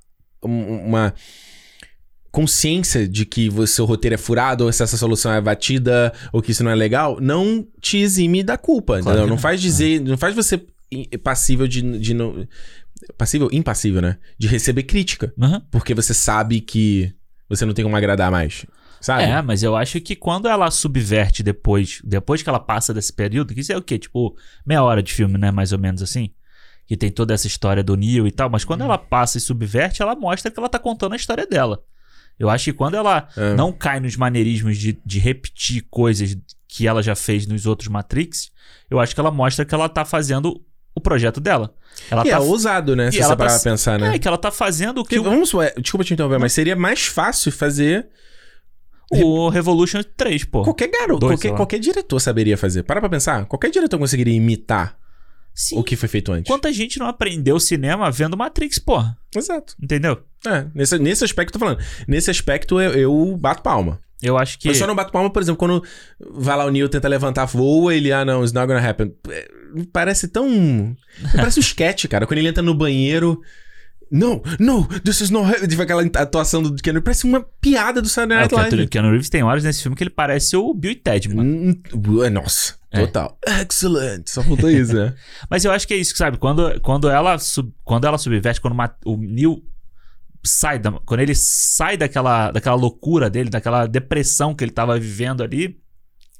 consciência de que o seu roteiro é furado, ou se essa solução é batida, ou que isso não é legal, não te exime da culpa, claro, entendeu? Não faz não faz você passível impassível, né? De receber crítica. Porque você sabe que você não tem como agradar mais. Sabe? Mas eu acho que quando ela subverte depois que ela passa desse período, que isso é o quê? Tipo, meia hora de filme, né? Mais ou menos assim. Que tem toda essa história do Neo e tal, mas quando ela passa e subverte, ela mostra que ela tá contando a história dela. Eu acho que quando ela não cai nos maneirismos de repetir coisas que ela já fez nos outros Matrix, eu acho que ela mostra que ela tá fazendo o projeto dela. Ela é ousado, né? Se você parar pra pensar, né? Que ela tá fazendo o que... Vamos supor, desculpa te interromper, mas seria mais fácil fazer... O Revolution 3, pô. Qualquer garoto, qualquer diretor saberia fazer. Para pra pensar. Qualquer diretor conseguiria imitar o que foi feito antes. Quanta gente não aprendeu cinema vendo Matrix, porra. Exato. Entendeu? Nesse aspecto, tô falando. Nesse aspecto, eu bato palma. Eu acho que... Eu só não bato palma, por exemplo, quando vai lá o Neo, tenta levantar, voa, ele... não, it's not gonna happen. Parece tão... Parece um sketch, cara. Quando ele entra no banheiro... No, this is not... Aquela atuação do Keanu Reeves parece uma piada do Saturday Night Live. O Keanu Reeves tem horas nesse filme que ele parece o Bill e Ted, mano. Nossa, total. Excellent. Só faltou isso, né? Mas eu acho que é isso, sabe? Quando ela subverte, quando o Neo sai quando ele sai daquela loucura dele, daquela depressão que ele tava vivendo ali,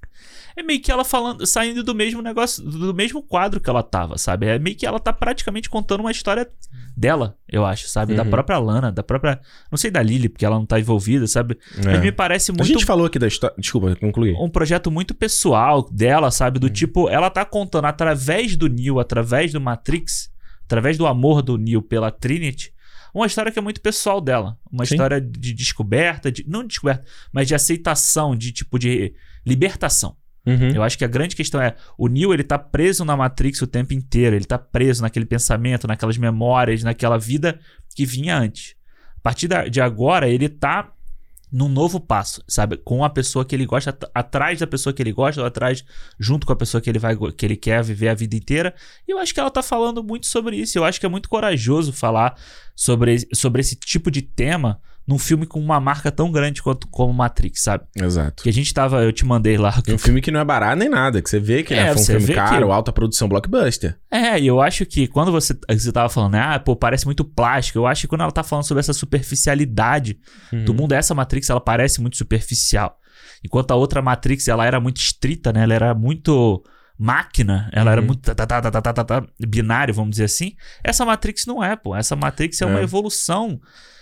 é meio que ela saindo do mesmo negócio, do mesmo quadro que ela tava, sabe? É meio que ela tá praticamente contando uma história dela, eu acho, sabe? Da própria Lana, da própria... Não sei da Lily, porque ela não tá envolvida, sabe? Mas me parece muito... A gente falou aqui da história... Desculpa, concluí. Um projeto muito pessoal dela, sabe? Do tipo, ela tá contando através do Neo, através do Matrix, através do amor do Neo pela Trinity, uma história que é muito pessoal dela. Uma história de descoberta, não de descoberta, mas de aceitação, de tipo de libertação. Eu acho que a grande questão é, o Neo, ele tá preso na Matrix o tempo inteiro, ele tá preso naquele pensamento, naquelas memórias, naquela vida que vinha antes. A partir de agora, ele tá num novo passo, sabe? Com a pessoa que ele gosta, atrás da pessoa que ele gosta, ou atrás, junto com a pessoa que ele quer viver a vida inteira. E eu acho que ela tá falando muito sobre isso. Eu acho que é muito corajoso falar sobre esse tipo de tema num filme com uma marca tão grande como Matrix, sabe? Exato. Que a gente tava... Eu te mandei lá... É um filme que não é barato nem nada, que você vê que foi um filme caro, alta produção, blockbuster. E eu acho que quando você tava falando, parece muito plástico, eu acho que quando ela tá falando sobre essa superficialidade do mundo, essa Matrix, ela parece muito superficial. Enquanto a outra Matrix, ela era muito estrita, né? Ela era muito... máquina, ela era muito binário, vamos dizer assim. Essa Matrix não é, pô. Essa Matrix é uma evolução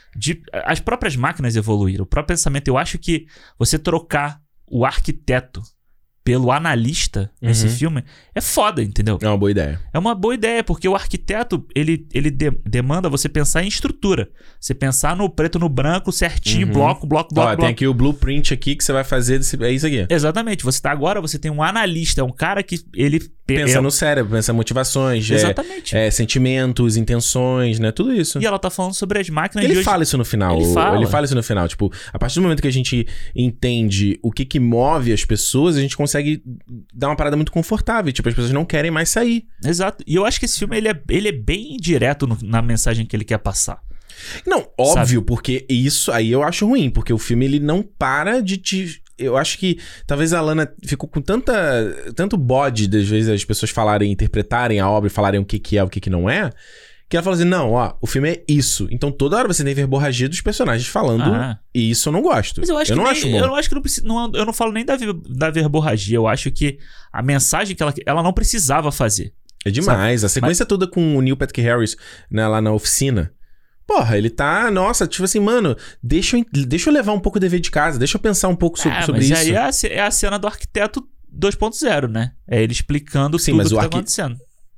as próprias máquinas evoluíram, o próprio pensamento. Eu acho que você trocar o arquiteto pelo analista nesse filme é foda, entendeu? É uma boa ideia. É uma boa ideia, porque o arquiteto, ele demanda você pensar em estrutura. Você pensar no preto no branco, certinho, bloco. Tem aqui o blueprint aqui que você vai fazer, é isso aqui. Exatamente. Você tem um analista, um cara que ele... Pensa no cérebro, pensa em motivações, sentimentos, intenções, né? Tudo isso. E ela tá falando sobre as máquinas de hoje. Ele fala isso no final. Ele fala isso no final. Tipo, a partir do momento que a gente entende o que move as pessoas, a gente consegue dar uma parada muito confortável. Tipo, as pessoas não querem mais sair. Exato. E eu acho que esse filme, ele é bem direto na mensagem que ele quer passar. Não, óbvio, porque isso aí eu acho ruim. Porque o filme, ele não para de te... Eu acho que talvez a Lana ficou com tanto bode, das vezes, as pessoas falarem, interpretarem a obra e falarem o que é, o que não é, que ela falou assim, não, o filme é isso. Então toda hora você tem verborragia dos personagens falando, e isso eu não gosto. Mas eu acho acho bom. Eu acho que não precisa, eu não falo nem da verborragia, eu acho que a mensagem que ela não precisava fazer. É demais, sabe? A sequência toda com o Neil Patrick Harris, né, lá na oficina. Porra, ele tá... Nossa, tipo assim, mano, deixa eu levar um pouco o dever de casa, deixa eu pensar um pouco sobre isso. Mas aí é a cena do arquiteto 2.0, né? É ele explicando tudo que tá acontecendo.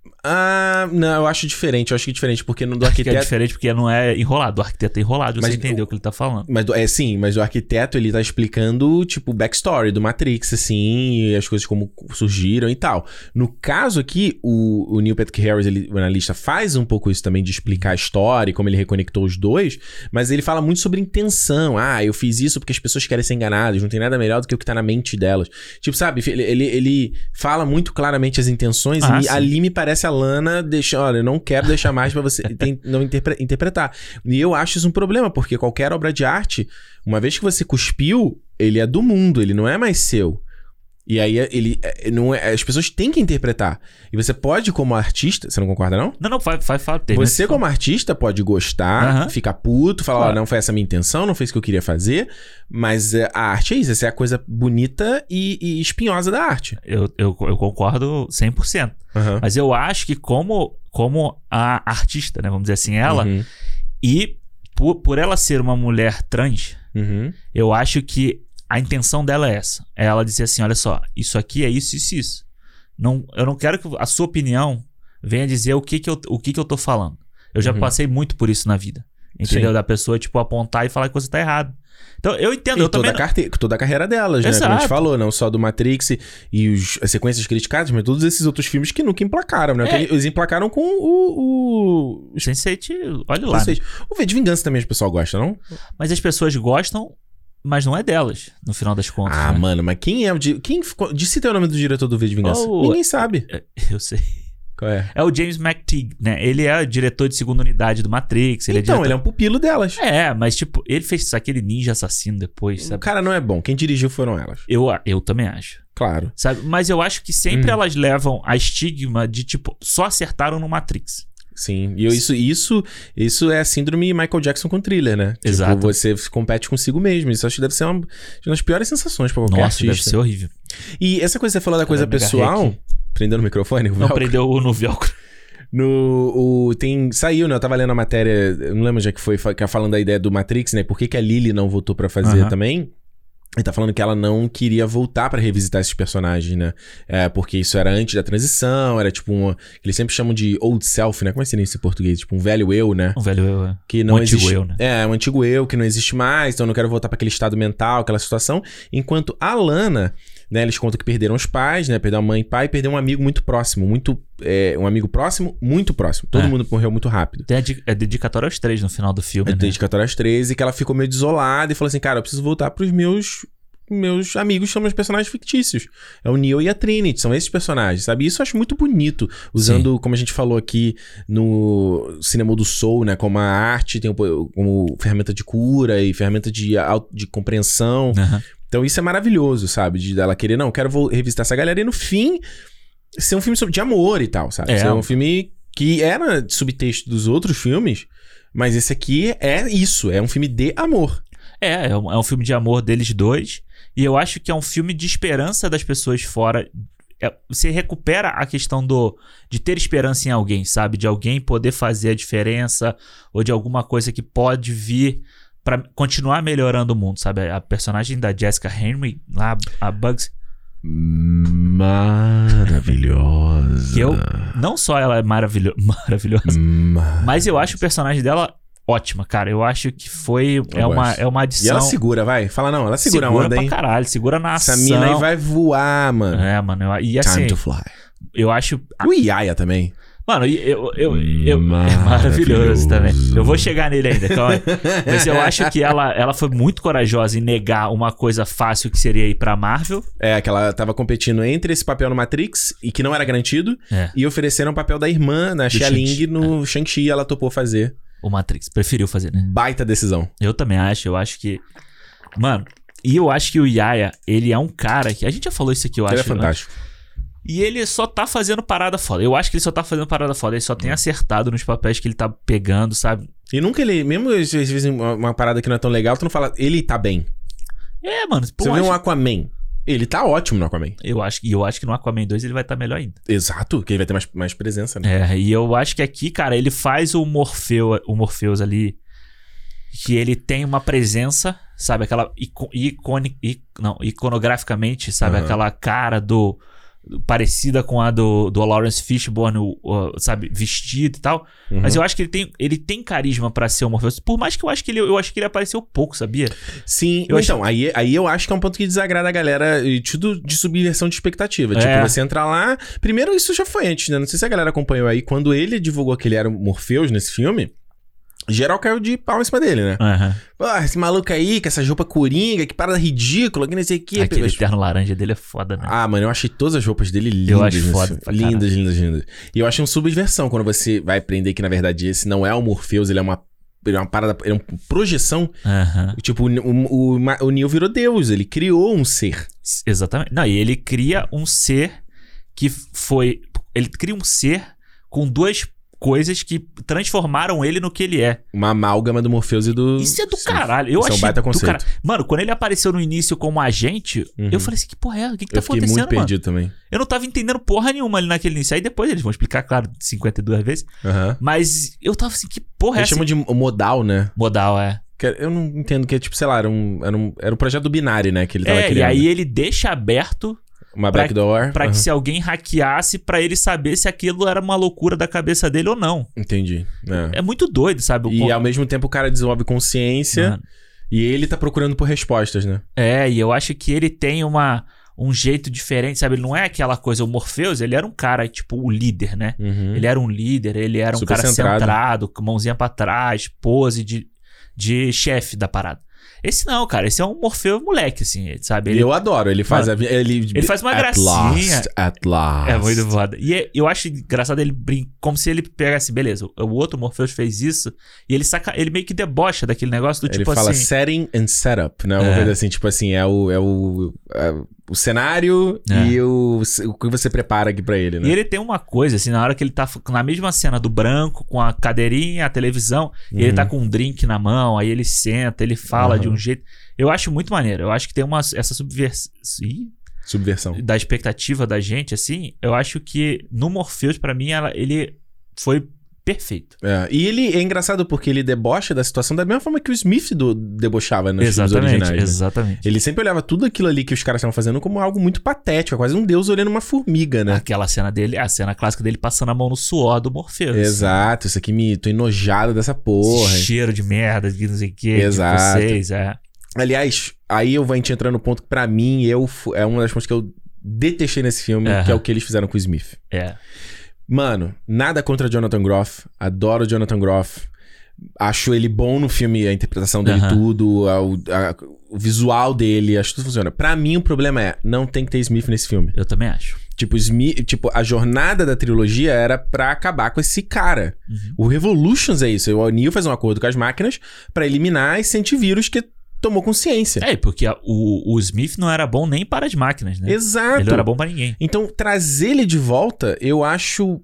Não, eu acho diferente. Eu acho que é diferente, porque no do arquiteto... É diferente porque não é enrolado. O arquiteto é enrolado, você entendeu o que ele tá falando. Mas o arquiteto, ele tá explicando, tipo, o backstory do Matrix, assim, e as coisas como surgiram e tal. No caso aqui, o Neil Patrick Harris, o analista, faz um pouco isso também, de explicar a história e como ele reconectou os dois, mas ele fala muito sobre intenção. Eu fiz isso porque as pessoas querem ser enganadas, não tem nada melhor do que o que tá na mente delas. Tipo, sabe, ele fala muito claramente as intenções e ali me parece a Lana olha, eu não quero deixar mais pra você não interpretar. E eu acho isso um problema, porque qualquer obra de arte, uma vez que você cuspiu, ele é do mundo, ele não é mais seu. E aí as pessoas têm que interpretar. E você pode, como artista... Você não concorda, não? Não, faz. Você, como artista, pode gostar, ficar puto, falar, claro, não foi essa a minha intenção, não foi isso que eu queria fazer. Mas a arte é isso, essa é a coisa bonita e espinhosa da arte. Eu concordo 100%. Mas eu acho que como a artista, né, vamos dizer assim, ela... E por ela ser uma mulher trans, eu acho que a intenção dela é essa. É ela dizer assim, olha só, isso aqui é isso, isso, isso. Eu não quero que a sua opinião venha dizer o que eu tô falando. Eu já passei muito por isso na vida. Entendeu? Sim. Da pessoa, tipo, apontar e falar que você tá errado. Então, eu entendo. E toda a carreira delas, né? Como a gente falou, não só do Matrix e as sequências criticadas, mas todos esses outros filmes que nunca emplacaram, né? Eles emplacaram com o Sense8, olha lá. Né? O V de Vingança também o pessoal gosta, não? Mas as pessoas gostam... Mas não é delas, no final das contas. Né? Mano, mas quem é o... Disse o nome do diretor do V de Vingança. Ninguém sabe. Eu sei. Qual é? É o James McTeague, né? Ele é diretor de segunda unidade do Matrix. Ele ele é um pupilo delas. Mas tipo, ele fez aquele ninja assassino depois, sabe? O cara não é bom. Quem dirigiu foram elas. Eu também acho. Claro. Sabe? Mas eu acho que sempre elas levam a estigma de tipo, só acertaram no Matrix. Sim. E isso é a síndrome Michael Jackson com Thriller, né? Exato. Tipo, você compete consigo mesmo. Isso acho que deve ser uma das piores sensações pra qualquer artista. Deve ser horrível. E essa coisa que você falou da coisa pessoal... Prendeu no microfone? Não, prendeu no velcro. Saiu, né? Eu tava lendo a matéria, eu não lembro já que foi falando da ideia do Matrix, né? Por que a Lily não voltou pra fazer também? Ele tá falando que ela não queria voltar pra revisitar esses personagens, né? Porque isso era antes da transição, era tipo eles sempre chamam de old self, né? Como é que seria isso em português? Tipo um velho eu, né? Um velho eu, que não existe, antigo eu, né? Um antigo eu que não existe mais, então eu não quero voltar pra aquele estado mental, aquela situação. Enquanto a Lana, né? Eles contam que perderam os pais, né? Perdeu a mãe e pai, e perdeu um amigo muito próximo, um amigo próximo, muito próximo. Todo mundo morreu muito rápido. Tem a dedicatória aos 3 no final do filme, né? Dedicatória aos 3, e que ela ficou meio desolada e falou assim, cara, eu preciso voltar pros meus amigos, são meus personagens fictícios. É o Neo e a Trinity, são esses personagens, sabe? Isso eu acho muito bonito, usando, como a gente falou aqui no cinema do Soul, né? Como a arte tem como ferramenta de cura e ferramenta de compreensão. Então isso é maravilhoso, sabe? De ela querer, não, quero revisitar essa galera e no fim ser um filme de amor e tal, sabe? Ser um filme que era subtexto dos outros filmes, mas esse aqui é isso, é um filme de amor. É um filme de amor deles dois. E eu acho que é um filme de esperança das pessoas fora. Você recupera a questão de ter esperança em alguém, sabe? De alguém poder fazer a diferença, ou de alguma coisa que pode vir pra continuar melhorando o mundo, sabe? A personagem da Jessica Henry, lá, a Bugs... Maravilhosa. Não só ela é maravilhosa, mas eu acho o personagem dela... ótima, cara. Eu acho que é uma adição. E ela segura, vai? Fala não, ela segura a onda, hein? Pra caralho, segura na ação. Essa mina aí vai voar, mano. Mano. E assim, Time to fly. Eu acho... O Yaya também. Mano, é maravilhoso também. Eu vou chegar nele ainda, calma aí. Mas eu acho que ela foi muito corajosa em negar uma coisa fácil que seria ir pra Marvel. Que ela tava competindo entre esse papel no Matrix, e que não era garantido, e ofereceram o papel da irmã, na Xia Ling, no Shang-Chi, ela topou fazer. O Matrix, preferiu fazer, né? Baita decisão. Eu também acho, eu acho que... Mano, e eu acho que o Yaya, ele é um cara que... A gente já falou isso aqui, eu acho. Ele é fantástico. Né? E ele só tá fazendo parada foda. Eu acho que ele só tá fazendo parada foda. Ele só tem acertado nos papéis que ele tá pegando, sabe? E nunca ele... Mesmo às vezes uma parada que não é tão legal, tu não fala... Ele tá bem. Mano. Você vê um Aquaman... Ele tá ótimo no Aquaman. Eu acho que no Aquaman 2 ele vai estar melhor ainda. Exato, que ele vai ter mais presença, né? E eu acho que aqui, cara, ele faz o Morpheus ali, que ele tem uma presença, sabe? Aquela iconograficamente, sabe? Aquela cara parecida com a do Lawrence Fishburne, sabe? Vestido e tal. Mas eu acho que ele tem carisma pra ser o Morpheus. Por mais que eu acho que ele apareceu pouco, sabia? Sim, aí eu acho que é um ponto que desagrada a galera, tudo de subversão de expectativa. Tipo, você entrar lá... Primeiro, isso já foi antes, né? Não sei se a galera acompanhou aí. Quando ele divulgou que ele era o Morpheus nesse filme... Geral caiu de pau em cima dele, né? Pô, esse maluco aí, com essa roupa coringa, que parada ridícula, que não sei o que. Aquele terno laranja dele é foda, né? Mano, eu achei todas as roupas dele lindas. Eu acho foda pra lindas. E eu acho uma subversão quando você vai aprender que, na verdade, esse não é o Morpheus, ele é uma parada, ele é uma projeção. Tipo, o Neo virou Deus, ele criou um ser. Exatamente. Não, e ele cria um ser que foi... Ele cria um ser com duas coisas que transformaram ele no que ele é. Uma amálgama do Morpheus e do... Isso é do caralho. Eu achei um baita conceito. Mano, quando ele apareceu no início como agente, eu falei assim, que porra é? O que tá acontecendo, mano? Eu fiquei muito perdido também. Eu não tava entendendo porra nenhuma ali naquele início. Aí depois eles vão explicar, claro, 52 vezes. Mas eu tava assim, que porra é essa? Eles chamam de modal, né? Modal, Eu não entendo que é tipo, sei lá, era um projeto do binário, né? Que ele tava criando. E aí ele deixa aberto... Uma backdoor. Pra que se alguém hackeasse, pra ele saber se aquilo era uma loucura da cabeça dele ou não. Entendi. É muito doido, sabe? E ao mesmo tempo o cara desenvolve consciência e ele tá procurando por respostas, né? E eu acho que ele tem um jeito diferente, sabe? Ele não é aquela coisa... O Morpheus, ele era um cara, tipo, o líder, né? Ele era um líder, ele era um cara centrado, com mãozinha pra trás, pose de chefe da parada. Esse não, cara. Esse é um Morpheus moleque, assim, sabe? Eu adoro. Ele faz ele faz uma gracinha. At last. É muito foda. E eu acho engraçado ele brincar como se ele pegasse, beleza, o outro Morpheus fez isso e ele meio que debocha daquele negócio do tipo assim... Ele fala setting and setup, né? Uma coisa assim, tipo assim, o cenário e o que você prepara aqui pra ele, né? E ele tem uma coisa, assim, na hora que ele tá na mesma cena do branco, com a cadeirinha, a televisão, e ele tá com um drink na mão, aí ele senta, ele fala de um jeito... Eu acho muito maneiro. Eu acho que tem essa subversão da expectativa da gente, assim. Eu acho que no Morpheus, pra mim, ele foi perfeito. E ele é engraçado porque ele debocha da situação da mesma forma que o Smith debochava nos filmes originais. Né? Exatamente. Ele sempre olhava tudo aquilo ali que os caras estavam fazendo como algo muito patético, quase um deus olhando uma formiga, né? Aquela cena dele, a cena clássica dele passando a mão no suor do Morpheus. Exato, isso aqui tô enojado dessa porra. Esse cheiro de merda, de não sei o que. Exato. De vocês, Aliás, aí a gente entrando no ponto que pra mim é uma das coisas que eu detestei nesse filme, que é o que eles fizeram com o Smith. Mano, nada contra Jonathan Groff. Adoro Jonathan Groff. Acho ele bom no filme, a interpretação dele, tudo, o visual dele, acho que tudo funciona. Pra mim, o problema não tem que ter Smith nesse filme. Eu também acho. Tipo, a jornada da trilogia era pra acabar com esse cara. O Revolutions é isso. O Neo faz um acordo com as máquinas pra eliminar esse antivírus que tomou consciência. Porque o Smith não era bom nem para as máquinas, né? Exato. Ele não era bom pra ninguém. Então, trazer ele de volta, eu acho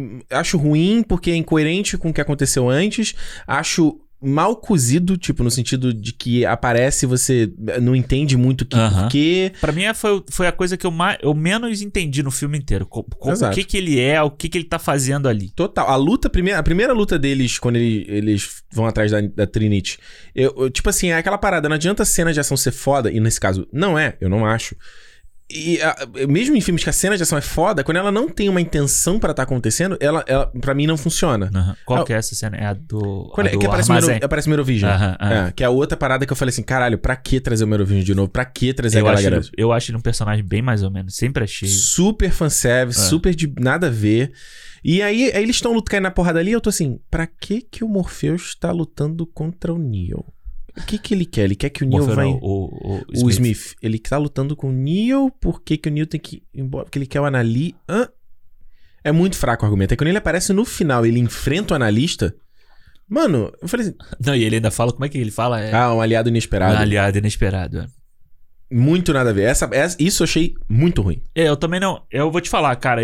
ruim, porque é incoerente com o que aconteceu antes. Acho mal cozido, tipo, no sentido de que aparece e você não entende muito por quê. Pra mim, foi a coisa que eu menos entendi no filme inteiro. O que ele é, o que ele tá fazendo ali. Total. A primeira luta deles, quando eles vão atrás da Trinity, tipo assim, é aquela parada, não adianta a cena de ação ser foda, e nesse caso, não é, eu não acho. E mesmo em filmes que a cena de ação é foda, quando ela não tem uma intenção pra tá acontecendo, ela pra mim não funciona. Qual que é essa cena? É a do que aparece o Merovision. Que é a outra parada que eu falei assim, caralho, pra que trazer o Merovision de novo? Pra que trazer a galera? Eu acho ele um personagem bem mais ou menos, sempre achei. Super fanservice, super de nada a ver. E aí eles estão caindo na porrada ali, e eu tô assim, pra que o Morpheus tá lutando contra o Neo? O que ele quer? Ele quer que o Neo vai... O Smith. Ele tá lutando com o Neo. Por que o Neo tem que ir embora? Porque ele quer o analista. É muito fraco o argumento. É quando ele aparece no final, ele enfrenta o analista. Mano, eu falei assim... Não, e ele ainda fala... Como é que ele fala? Um aliado inesperado. Um aliado inesperado, Muito nada a ver. Isso eu achei muito ruim. Eu também não... Eu vou te falar, cara.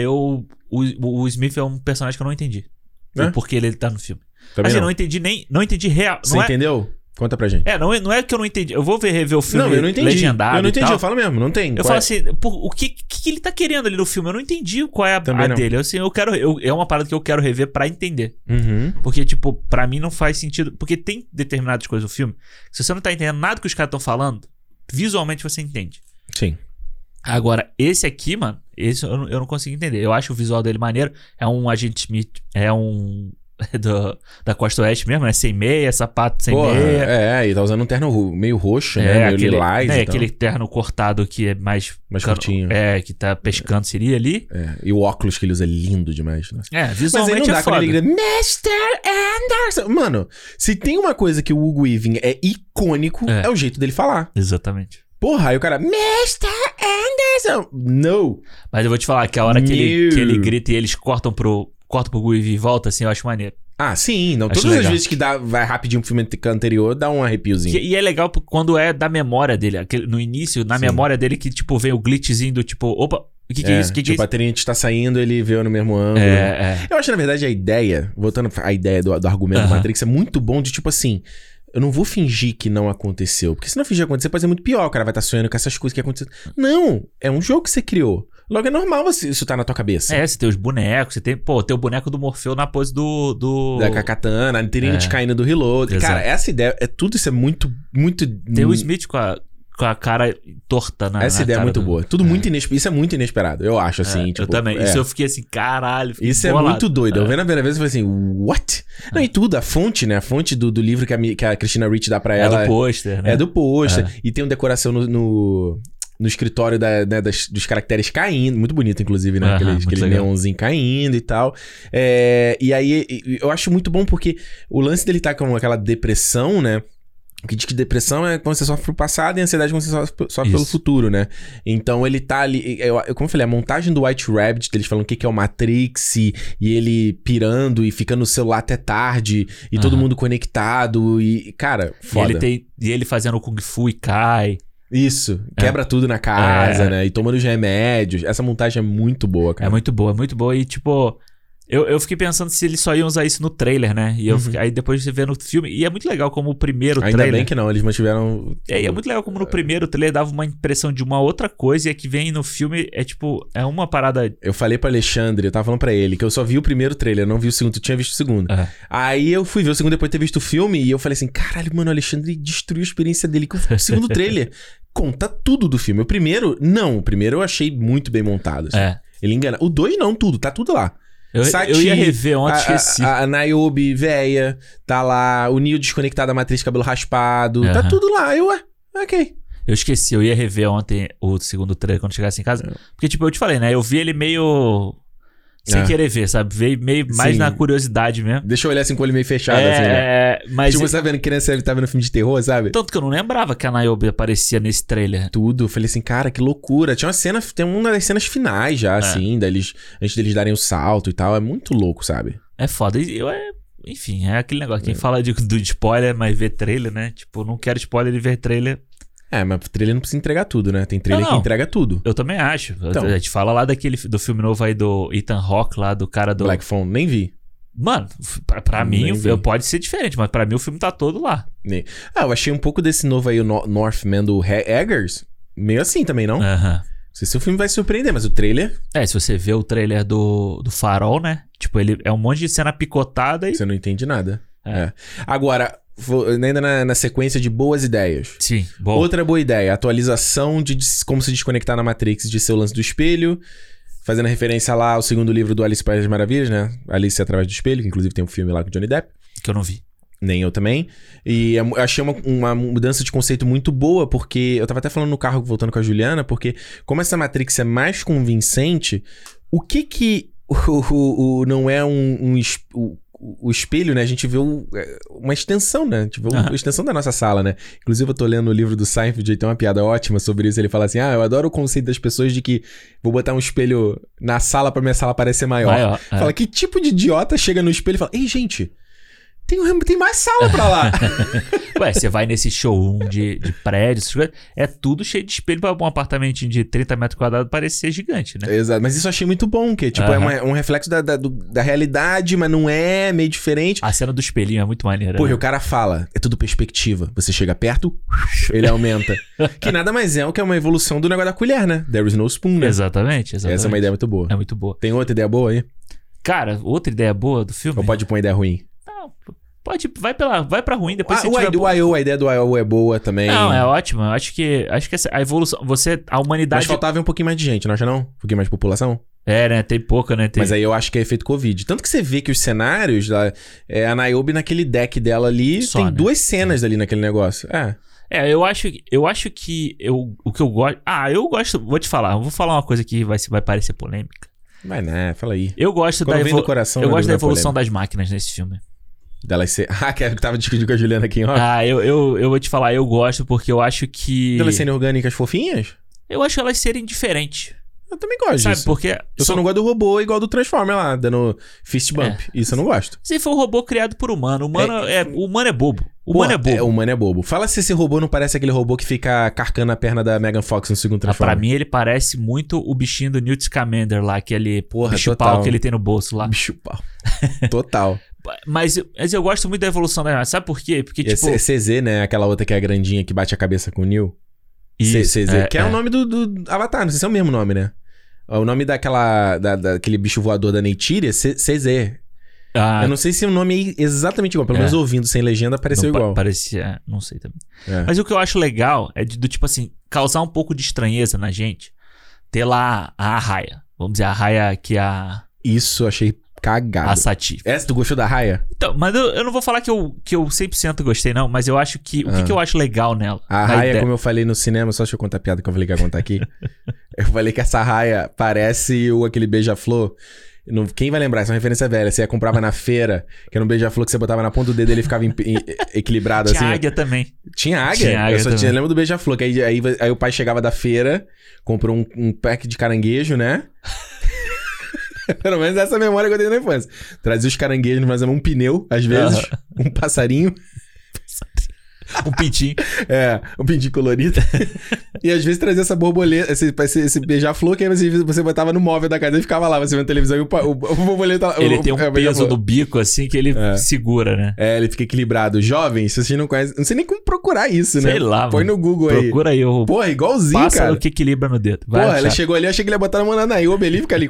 O Smith é um personagem que eu não entendi. Porque ele tá no filme. Também não entendi nem... Não entendi real... Você entendeu? Conta pra gente. Não é que eu não entendi. Eu vou rever o filme legendado. Eu não entendi, eu falo mesmo, não tem. Eu falo assim, o que ele tá querendo ali no filme? Eu não entendi qual é a dele. Assim, é uma parada que eu quero rever pra entender. Porque, tipo, pra mim não faz sentido. Porque tem determinadas coisas no filme. Se você não tá entendendo nada que os caras estão falando, visualmente você entende. Sim. Agora, esse aqui, mano, esse eu não consigo entender. Eu acho o visual dele maneiro. É um Agente Smith, da Costa Oeste mesmo, né? Sem meia, sapato sem meia. E tá usando um terno meio roxo, né? Meio lilás. Aquele terno cortado que é mais curtinho. Que tá pescando seria ali. E o óculos que ele usa é lindo demais. Nossa. Visualmente mas aí não dá foda. Quando ele grita, Mr. Anderson. Mano, se tem uma coisa que o Hugo Weaving é icônico, é o jeito dele falar. Exatamente. Porra, aí o cara, Mr. Anderson. No. Mas eu vou te falar que a hora que ele grita e eles cortam pro Weaving e volta, assim, eu acho maneiro. Sim. Não. Todas as vezes que vai rapidinho pro filme anterior, dá um arrepiozinho. E é legal quando é da memória dele. No início, na memória dele, que, tipo, vem o glitchzinho do tipo, opa, o que é isso? A Trinity tá saindo, ele veio no mesmo ângulo. Eu acho, na verdade, a ideia, voltando à ideia do argumento do Matrix, é muito bom de, tipo assim, eu não vou fingir que não aconteceu. Porque se não fingir acontecer, pode ser muito pior. O cara vai estar sonhando com essas coisas que aconteceram. Não, é um jogo que você criou. Logo é normal isso tá na tua cabeça. Você tem os bonecos, você tem, tem o boneco do Morfeu na pose do... Da Katana, a Trinity caindo do Reload. Exato. Cara, essa ideia, tudo isso é muito, muito... Tem o Smith com a cara torta essa ideia é muito boa. Tudo muito inesperado. Isso é muito inesperado, eu acho, assim. Eu também. Isso eu fiquei assim, caralho. Isso bolado. É muito doido. Eu vendo a primeira vez e falei assim, what? Não, e tudo, a fonte, né? A fonte do livro que a Christina Ricci dá pra ela. É do pôster, né? É do pôster. E tem uma decoração no escritório dos caracteres caindo. Muito bonito, inclusive, né? Aquele neonzinho caindo e tal. E aí, eu acho muito bom porque o lance dele tá com aquela depressão, né? Que diz que depressão é quando você sofre pro passado e ansiedade quando você sofre pelo futuro, né? Então ele tá ali... como eu falei, a montagem do White Rabbit, eles falam o que é o Matrix e ele pirando e ficando no celular até tarde e todo mundo conectado e... Cara, foda. E ele fazendo o Kung Fu e cai... Isso, quebra tudo na casa, né? E tomando os remédios. Essa montagem é muito boa, cara. É muito boa. E, tipo, eu fiquei pensando se eles só iam usar isso no trailer, né? E aí depois você vê no filme. E é muito legal como o primeiro trailer... Ainda bem que não, eles mantiveram... É muito legal como no primeiro trailer dava uma impressão de uma outra coisa. E a que vem no filme é, tipo, é uma parada... Eu falei pro Alexandre, eu tava falando pra ele, que eu só vi o primeiro trailer, não vi o segundo, tu tinha visto o segundo. Aí eu fui ver o segundo depois de ter visto o filme e eu falei assim, caralho, mano, o Alexandre destruiu a experiência dele com o segundo trailer. Conta tudo do filme. O primeiro eu achei muito bem montado. Assim. Ele engana. O 2 não, tudo, tá tudo lá. Eu ia rever ontem, esqueci. A Niobe véia, tá lá. O Neo desconectado da matriz, cabelo raspado. Tá tudo lá. Ok. Eu esqueci, eu ia rever ontem o segundo trailer quando chegasse em casa. Porque, tipo, eu te falei, né? Eu vi ele meio... sem querer ver, sabe? Veio meio mais na curiosidade mesmo. Deixa eu olhar assim com o olho meio fechado, assim, né? Mas... Tipo, você tá vendo criança tá vendo filme de terror, sabe? Tanto que eu não lembrava que a Niobe aparecia nesse trailer. Tudo. Eu falei assim, cara, que loucura. Tinha uma das cenas finais já, assim, antes deles darem o salto e tal. É muito louco, sabe? É foda. Enfim, é aquele negócio. Quem fala do spoiler, mas vê trailer, né? Tipo, não quero spoiler de ver trailer... Mas o trailer não precisa entregar tudo, né? Tem trailer que entrega tudo. Eu também acho. Então. A gente fala lá do filme novo aí do Ethan Hawke, lá do cara do... Black Phone, nem vi. Mano, pra mim pode ser diferente, mas pra mim o filme tá todo lá. Eu achei um pouco desse novo aí, o Northman do Eggers, meio assim também, não? Não sei se o filme vai surpreender, mas o trailer... se você vê o trailer do Farol, né? Tipo, ele é um monte de cena picotada e... Você não entende nada. Agora... ainda na sequência de boas ideias. Sim, bom. Outra boa ideia, atualização de como se desconectar na Matrix, de seu lance do espelho, fazendo referência lá ao segundo livro do Alice País das Maravilhas, né? Alice através do espelho, que inclusive tem um filme lá com Johnny Depp. Que eu não vi. Nem eu também. E eu achei uma mudança de conceito muito boa, porque eu tava até falando no carro, voltando com a Juliana, porque como essa Matrix é mais convincente, o que não é o espelho, né? A gente vê uma extensão, né? A gente vê uma extensão da nossa sala, né? Inclusive, eu tô lendo o livro do Seinfeld e tem uma piada ótima sobre isso. Ele fala assim, eu adoro o conceito das pessoas de que vou botar um espelho na sala pra minha sala parecer maior. Fala, que tipo de idiota chega no espelho e fala, ei, gente... Tem mais sala pra lá. Ué, você vai nesse showroom de prédios, é tudo cheio de espelho pra um apartamentinho de 30 metros quadrados parecer gigante, né? Exato, mas isso eu achei muito bom, que tipo, é um reflexo da realidade, mas não é meio diferente. A cena do espelhinho é muito maneira. Pô, né? O cara fala, é tudo perspectiva. Você chega perto, ele aumenta. Que nada mais é o que é uma evolução do negócio da colher, né? There is no spoon, né? Exatamente. Essa é uma ideia muito boa. É muito boa. Tem outra ideia boa aí? Cara, outra ideia boa do filme? Ou pode pôr uma ideia ruim? Não, pode, vai pra ruim, depois a ideia do I.O. é boa também. Não, é ótima. Eu acho que a evolução, a humanidade... Mas faltava um pouquinho mais de gente, não acha não? Um pouquinho mais de população? Né? Tem pouca, né? Mas aí eu acho que é efeito Covid. Tanto que você vê que os cenários, a Niobe naquele deck dela ali, tem duas cenas ali naquele negócio. Eu acho que o que eu gosto... eu gosto... Vou te falar. Eu vou falar uma coisa que vai parecer polêmica. Vai, né? Fala aí. Eu gosto da evolução das máquinas nesse filme. Delas ser... que eu tava discutindo com a Juliana aqui, ó. Eu vou te falar, eu gosto porque eu acho que... Delas serem orgânicas fofinhas? Eu acho elas serem diferentes. Eu também gosto disso. Porque... Eu só não gosto do robô igual do Transformer lá, dando fist bump. Isso eu não gosto. Se for um robô criado por humano, o humano é bobo. O humano é bobo. Fala se esse robô não parece aquele robô que fica carcando a perna da Megan Fox no segundo Transformer. Pra mim, ele parece muito o bichinho do Newt Scamander lá, aquele bicho-pau que ele tem no bolso lá. Bicho-pau. Total. Mas eu gosto muito da evolução da... Sabe por quê? Porque, tipo... É CZ, né? Aquela outra que é grandinha que bate a cabeça com o Neo. CZ. Que é o nome do Avatar. Não sei se é o mesmo nome, né? O nome daquele bicho voador da Neytiri é CZ. Eu não sei se o nome é exatamente igual. Pelo menos ouvindo sem legenda pareceu igual. Parecia... Não sei também. Mas o que eu acho legal é do tipo assim... Causar um pouco de estranheza na gente. Ter lá a Arraia. Vamos dizer, a Arraia que é a... Isso, achei cagado. A Sati. Essa, tu gostou da Arraia? Então, mas eu não vou falar que eu 100% gostei, não. Mas eu acho que... O que eu acho legal nela? A Arraia, como eu falei no cinema... Só deixa eu contar a piada que eu falei que ia contar aqui. Eu falei que essa Arraia parece aquele beija-flor... Quem vai lembrar? Essa é uma referência velha. Você comprava na feira, que era um beija-flor que você botava na ponta do dedo e ele ficava equilibrado assim. Tinha águia também. Tinha águia? Eu só lembro do beija-flor, que aí o pai chegava da feira, comprou um pack de caranguejo, né? Pelo menos essa memória que eu tenho na infância. Trazia os caranguejos, mas um pneu, às vezes, um passarinho. Um pintinho. Um pintinho colorido. E às vezes trazia essa borboleta, esse beija-flor, que aí você botava no móvel da casa e ficava lá, você vendo televisão e o borboleta... Ele tem um peso no bico, assim, que ele segura, né? Ele fica equilibrado. Jovem, se você não conhece... Não sei nem como procurar isso, né? Sei lá, Põe no Google aí. Procura aí. Porra, igualzinho, pássaro cara. que equilibra no dedo. Porra, ela chegou ali, eu achei que ele ia botar na Mananaíba ali e fica ali.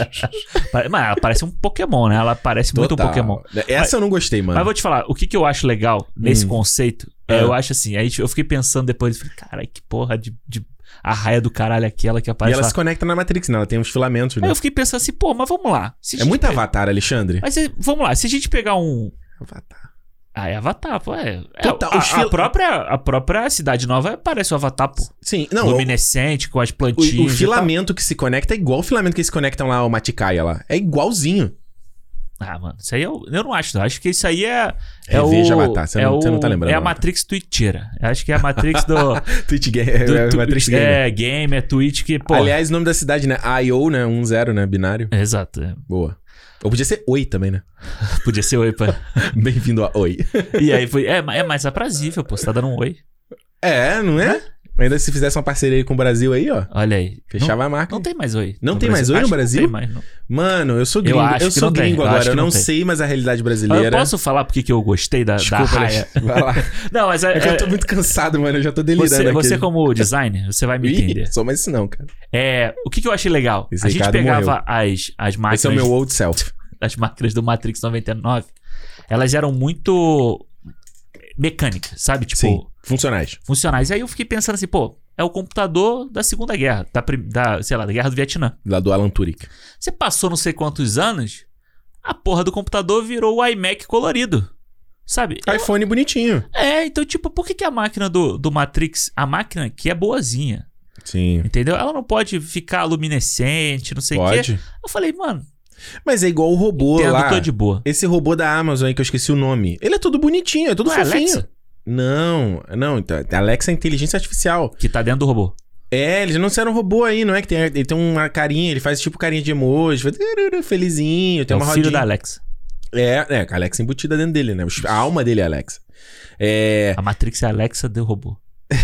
Mas ela parece um Pokémon, né? Ela parece muito um Pokémon. Essa eu não gostei, mano. Mas vou te falar, o que eu acho legal nesse conceito, eu acho assim, aí eu fiquei pensando depois, falei, caralho, que porra de a raia do caralho aquela que aparece lá. E ela lá. se conecta na Matrix, né? Ela tem uns filamentos, né? Aí eu fiquei pensando assim, pô, mas vamos lá. Muito Avatar, Alexandre. Mas vamos lá, se a gente pegar um... Avatar. É Avatar, pô. Total, a própria Cidade Nova parece o Avatar, pô. Sim, não. Luminescente, com as plantinhas. O filamento que se conecta é igual o filamento que eles conectam lá ao Maticaia lá. É igualzinho. Mano, isso aí eu não acho. Eu acho que isso aí é Reveja Avatar, você não tá lembrando. É a Matrix twitcheira. Eu acho que é a Matrix do... Twitch Game. Matrix Game. Game, é Twitch que, pô... Aliás, o nome da cidade, né? I.O., né? 1-0, né? Binário. Exato. Boa. Ou podia ser Oi também, né? Podia ser Oi, pô. Bem-vindo a Oi. E aí foi... É mais aprazível, pô. Você tá dando um Oi. Não é? Ainda se fizesse uma parceria aí com o Brasil aí, ó. Olha aí. Fechava a marca. Não tem mais Oi. Não tem mais Oi no Brasil? Não tem mais, não. Mano, eu sou gringo. Eu sou gringo agora. Eu não sei, mas a realidade brasileira... Eu posso falar porque que eu gostei da raia? Vai lá. Não, mas é que eu tô muito cansado, mano. Eu já tô delirando aqui. Você como designer, você vai me entender. Sou mais isso não, cara. O que eu achei legal? A gente pegava as máquinas... Esse é o meu old self. As máquinas do Matrix 99, elas eram muito mecânicas, sabe? Tipo... Sim, funcionais. Aí eu fiquei pensando assim, pô, é o computador da Segunda Guerra, da Guerra do Vietnã. Lá do Alan Turing. Você passou não sei quantos anos, a porra do computador virou o iMac colorido. Sabe? iPhone bonitinho. Então, tipo, por que a máquina do Matrix, a máquina que é boazinha? Sim. Entendeu? Ela não pode ficar luminescente, não sei o quê. Eu falei, mano... Mas é igual o robô lá. Tô de boa. Esse robô da Amazon aí que eu esqueci o nome. Ele é todo bonitinho, é todo fofinho. Alexa? Não. Alexa é inteligência artificial. Que tá dentro do robô. Eles anunciaram um robô aí, não é? Que ele tem uma carinha, ele faz tipo carinha de emoji, faz felizinho, tem uma rodinha. É o filho da Alexa. A Alexa embutida dentro dele, né? A alma dele é a Alexa. A Matrix é a Alexa do robô.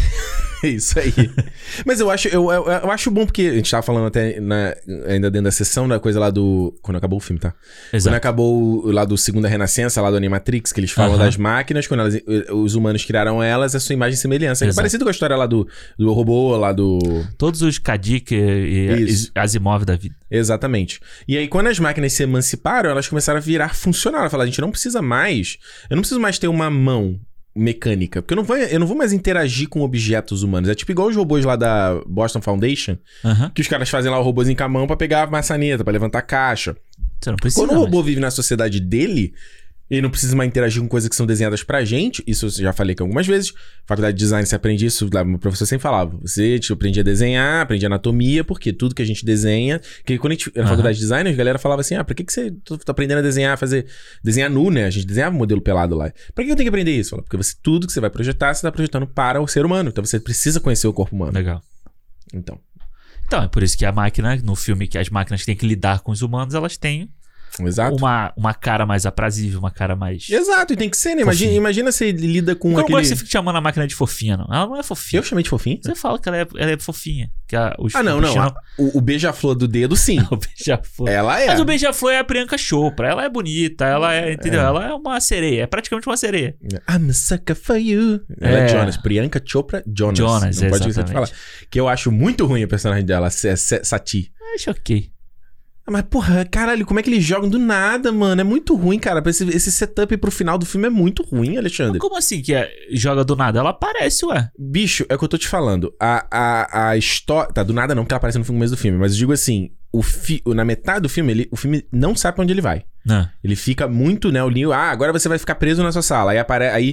Isso aí. Mas eu acho bom porque a gente tava falando até ainda dentro da sessão da coisa lá do... Quando acabou o filme, tá? Exato. Quando acabou lá do Segunda Renascença, lá do Animatrix, que eles falam das máquinas, quando os humanos criaram elas, a sua imagem e semelhança. É parecido com a história lá do robô, lá do... Todos os Kadik e Asimov da vida. Exatamente. E aí, quando as máquinas se emanciparam, elas começaram a virar funcional. Ela falou, a gente não precisa mais... Eu não preciso mais ter uma mão mecânica, porque eu não vou mais interagir com objetos humanos. É tipo igual os robôs lá da Boston Foundation, que os caras fazem lá o robôzinho com a mão pra pegar a maçaneta, pra levantar a caixa. Você não precisa. Quando o robô vive na sociedade dele, ele não precisa mais interagir com coisas que são desenhadas pra gente. Isso eu já falei aqui algumas vezes. Faculdade de design, você aprende isso, lá, meu professor sempre falava. Você aprendia a desenhar, aprendia anatomia, porque tudo que a gente desenha... Que quando a gente na faculdade de design, a galera falava assim, pra que você tá aprendendo a desenhar, desenhar nu, né? A gente desenhava modelo pelado lá. Pra que eu tenho que aprender isso? Porque tudo que você vai projetar, você tá projetando para o ser humano. Então você precisa conhecer o corpo humano. Legal. Então, é por isso que a máquina, no filme que as máquinas têm que lidar com os humanos, elas têm... Exato. Uma cara mais aprazível, uma cara mais... Exato, e tem que ser, né? Imagina você lida com aquele... Eu não gosto que você fica chamando a máquina de fofinha, não. Ela não é fofinha. Eu chamei de fofinha? Você fala que ela é fofinha. Que não. O beija-flor do dedo, sim. O beija-flor. Ela é. Mas o beija-flor é a Priyanka Chopra. Ela é bonita, ela é... Entendeu? Ela é uma sereia. É praticamente uma sereia. I'm a sucker for you. Ela é Jonas. Priyanka Chopra Jonas. Jonas, não pode deixar de falar. Que eu acho muito ruim o personagem dela, Sati. Acho ok. Mas, porra, caralho, como é que eles jogam do nada, mano? É muito ruim, cara. Esse setup pro final do filme é muito ruim, Alexandre. Mas como assim que joga do nada? Ela aparece, ué. Bicho, é o que eu tô te falando. A história... Tá, do nada não, porque ela aparece no começo do filme. Mas eu digo assim, na metade do filme, o filme não sabe pra onde ele vai. Não. Ele fica muito, né, o Neo... agora você vai ficar preso na sua sala. Aí aparece... Aí...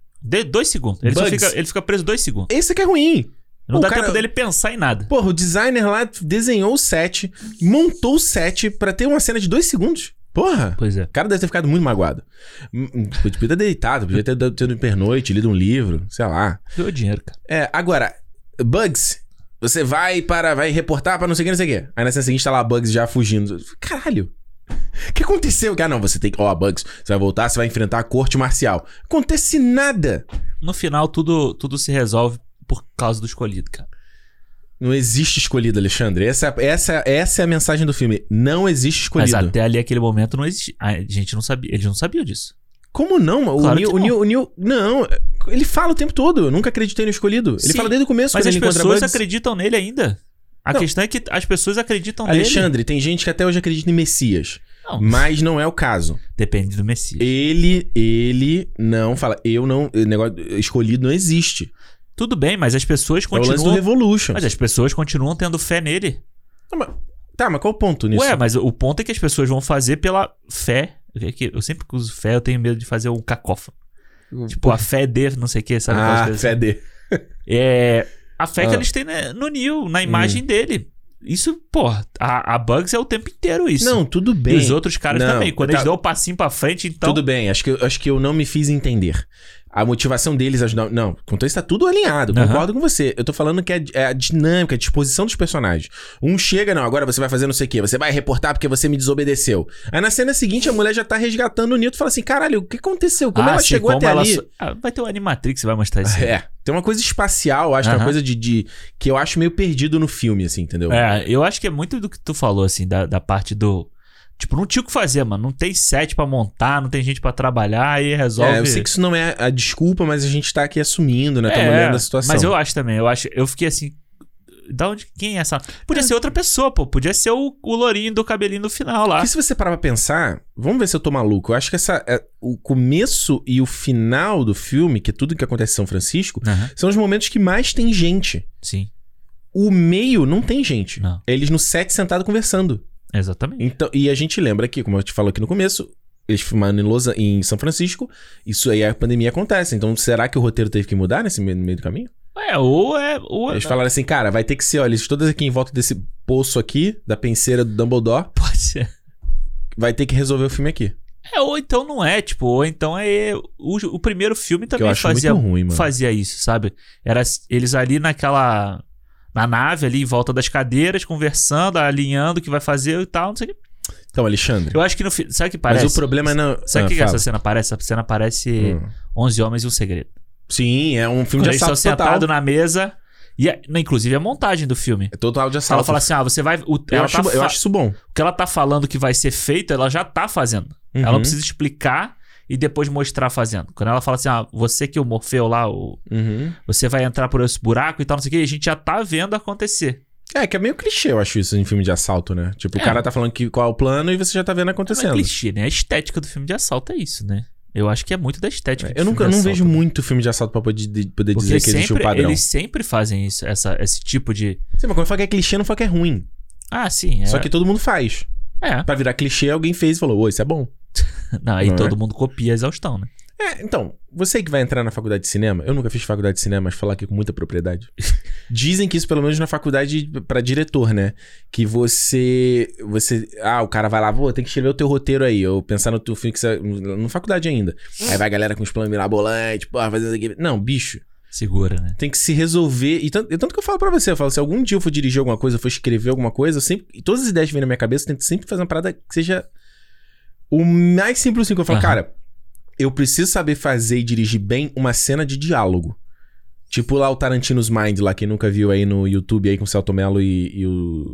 2 segundos. Ele fica preso 2 segundos. Esse que é ruim. Não dá tempo dele pensar em nada. Porra, o designer lá desenhou o set, montou o set pra ter uma cena de 2 segundos. Porra. Pois é. O cara deve ter ficado muito magoado. Podia ter deitado, podia ter tido pernoite, lido um livro, sei lá. Deu dinheiro, cara. Agora, Bugs, você vai reportar pra não sei o que, não sei o que. Aí na cena seguinte tá lá Bugs já fugindo. Caralho. O que aconteceu? Não, você tem que... Bugs, você vai voltar, você vai enfrentar a corte marcial. Acontece nada. No final, tudo se resolve por causa do escolhido, cara. Não existe escolhido, Alexandre. Essa é a mensagem do filme. Não existe escolhido. Mas até ali, aquele momento, não existe. A gente não sabia. Eles não sabiam disso. Como não? Claro O Neo... Não, ele fala o tempo todo. Eu nunca acreditei no escolhido. Ele fala desde o começo. Mas quando as ele encontra pessoas Bugs. acreditam nele ainda. A questão é que as pessoas acreditam nele. Alexandre, tem gente que até hoje acredita em Messias. Não. Mas não é o caso. Depende do Messias. Ele não fala... O negócio escolhido não existe. Tudo bem, mas as pessoas É o continuam... lance do Revolution. Mas as pessoas continuam tendo fé nele. Mas qual o ponto nisso? Mas o ponto é que as pessoas vão fazer pela fé. Eu sempre que uso fé, eu tenho medo de fazer um cacófono. Tipo, a fé de não sei o que, sabe? Fé de... A fé que eles têm no Neo, na imagem dele. Isso, a Bugs é o tempo inteiro isso. Não, tudo bem. E os outros caras também. Quando eles dão o passinho pra frente, então... Tudo bem, acho que eu não me fiz entender. A motivação deles ajudar... Não, quanto a isso tá tudo alinhado, concordo com você. Eu tô falando que é a dinâmica, a disposição dos personagens. Um chega, agora você vai fazer não sei o quê, você vai reportar porque você me desobedeceu. Aí na cena seguinte a mulher já tá resgatando o Neo e fala assim, caralho, o que aconteceu? Como ela chegou até ali? Vai ter o Animatrix que vai mostrar isso. Tem uma coisa espacial, acho que é uma coisa de que eu acho meio perdido no filme, assim, entendeu? Eu acho que é muito do que tu falou, assim, da parte do... Tipo, não tinha o que fazer, mano. Não tem set pra montar, não tem gente pra trabalhar, aí resolve... Eu sei que isso não é a desculpa, mas a gente tá aqui assumindo, né? Estamos olhando a situação. Mas eu acho também, eu fiquei assim... Quem é essa? Podia ser outra pessoa, pô. Podia ser o lourinho do cabelinho do final lá. Porque se você parar pra pensar... Vamos ver se eu tô maluco. Eu acho que o começo e o final do filme, que é tudo que acontece em São Francisco, são os momentos que mais tem gente. Sim. O meio não tem gente. Não. Eles no set sentado conversando. Exatamente. Então, e a gente lembra aqui, como eu te falo aqui no começo, eles filmaram em São Francisco, isso aí a pandemia acontece. Então, será que o roteiro teve que mudar no meio do caminho? Eles falaram assim, cara, vai ter que ser, eles todos aqui em volta desse poço aqui, da penseira do Dumbledore. Pode ser. Vai ter que resolver o filme aqui. Ou então não é, tipo, ou então é... O primeiro filme também fazia isso, sabe? Era eles ali na nave ali, em volta das cadeiras, conversando, alinhando o que vai fazer e tal, não sei o que. Então, Alexandre... Eu acho que no filme... Sabe o que parece? Mas o problema não... Sabe o que essa cena parece? Essa cena parece 11 Homens e um Segredo. Sim, é um filme de assalto total. Eles estão sentados na mesa... inclusive a montagem do filme. É total de assalto. Ela fala assim, você vai... Eu acho isso bom. O que ela tá falando que vai ser feito, ela já tá fazendo. Ela não precisa explicar e depois mostrar fazendo. Quando ela fala assim, você que o Morfeu lá, você vai entrar por esse buraco e tal, não sei o que, a gente já tá vendo acontecer. Que é meio clichê, eu acho isso em filme de assalto, né? Tipo, o cara tá falando qual é o plano e você já tá vendo acontecendo. Não é clichê, né? A estética do filme de assalto é isso, né? Eu acho que é muito da estética. Eu não vejo muito filme de assalto pra poder dizer que existe um padrão. Eles sempre fazem isso, esse tipo de... Sim, mas quando fala que é clichê, não fala que é ruim. Sim. Só que todo mundo faz. Pra virar clichê, alguém fez e falou, isso é bom. Aí todo mundo copia a exaustão, né? Então, você que vai entrar na faculdade de cinema, eu nunca fiz faculdade de cinema, mas falar aqui com muita propriedade. Dizem que isso, pelo menos na faculdade pra diretor, né? Que você... o cara vai lá, tem que escrever o teu roteiro aí, ou pensar no teu filme que você... Na faculdade ainda. Aí vai a galera com os planos mirabolantes, fazer isso aqui. Não, bicho. Segura, né? Tem que se resolver. E tanto que eu falo pra você, eu falo, se algum dia eu for dirigir alguma coisa, eu for escrever alguma coisa, todas as ideias que vêm na minha cabeça, eu tento sempre fazer uma parada que seja o mais simples assim, que eu falo, cara... Eu preciso saber fazer e dirigir bem uma cena de diálogo. Tipo lá o Tarantino's Mind, lá, quem nunca viu aí no YouTube aí com o Celto Mello e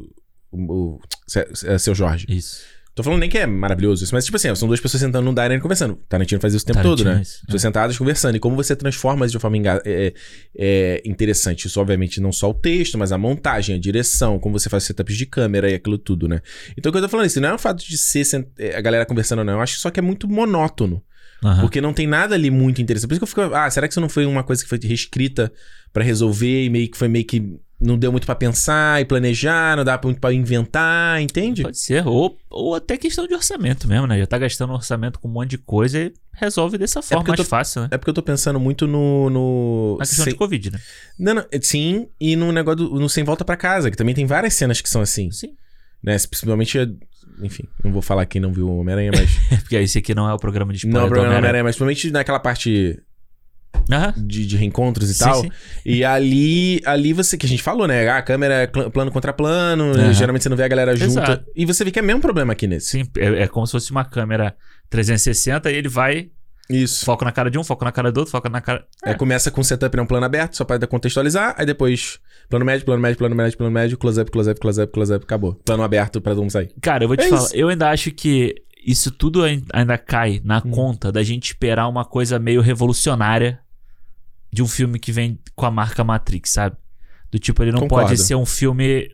o Seu Jorge. Isso. Tô falando nem que é maravilhoso isso, mas tipo assim, são duas pessoas sentando num diner e conversando. Tarantino faz isso o tempo todo, né? Pessoas sentadas conversando. E como você transforma isso de uma forma interessante. Isso, obviamente, não só o texto, mas a montagem, a direção, como você faz setups de câmera e aquilo tudo, né? Então o que eu tô falando isso não é o fato de ser a galera conversando, não. Eu acho só que é muito monótono. Porque não tem nada ali muito interessante. Por isso que eu fico... será que isso não foi uma coisa que foi reescrita pra resolver e meio que não deu muito pra pensar e planejar, não dá muito pra inventar, entende? Pode ser. Ou até questão de orçamento mesmo, né? Já tá gastando orçamento com um monte de coisa e resolve dessa forma mais fácil, né? É porque eu tô pensando muito na questão de Covid, né? Não, sim, e no negócio no Sem Volta Pra Casa, que também tem várias cenas que são assim. Sim. Né? Principalmente... Enfim, não vou falar quem não viu o Homem-Aranha, mas... Porque esse aqui não é o programa de spoiler. Não é o programa do Homem-Aranha, mas principalmente naquela parte de reencontros e tal. Sim. E ali você, que a gente falou, né? A câmera é plano contra plano, geralmente você não vê a galera junta. Exato. E você vê que é o mesmo problema aqui nesse. Sim, é como se fosse uma câmera 360 e ele vai... Isso. Foco na cara de um, foco na cara do outro, foco na cara... Aí começa com o setup, né? Um plano aberto, só pra contextualizar. Aí depois, plano médio, close-up, acabou. Plano aberto pra todo mundo sair. Cara, eu vou te falar, eu ainda acho que isso tudo ainda cai na conta da gente esperar uma coisa meio revolucionária de um filme que vem com a marca Matrix, sabe? Do tipo, ele não pode ser um filme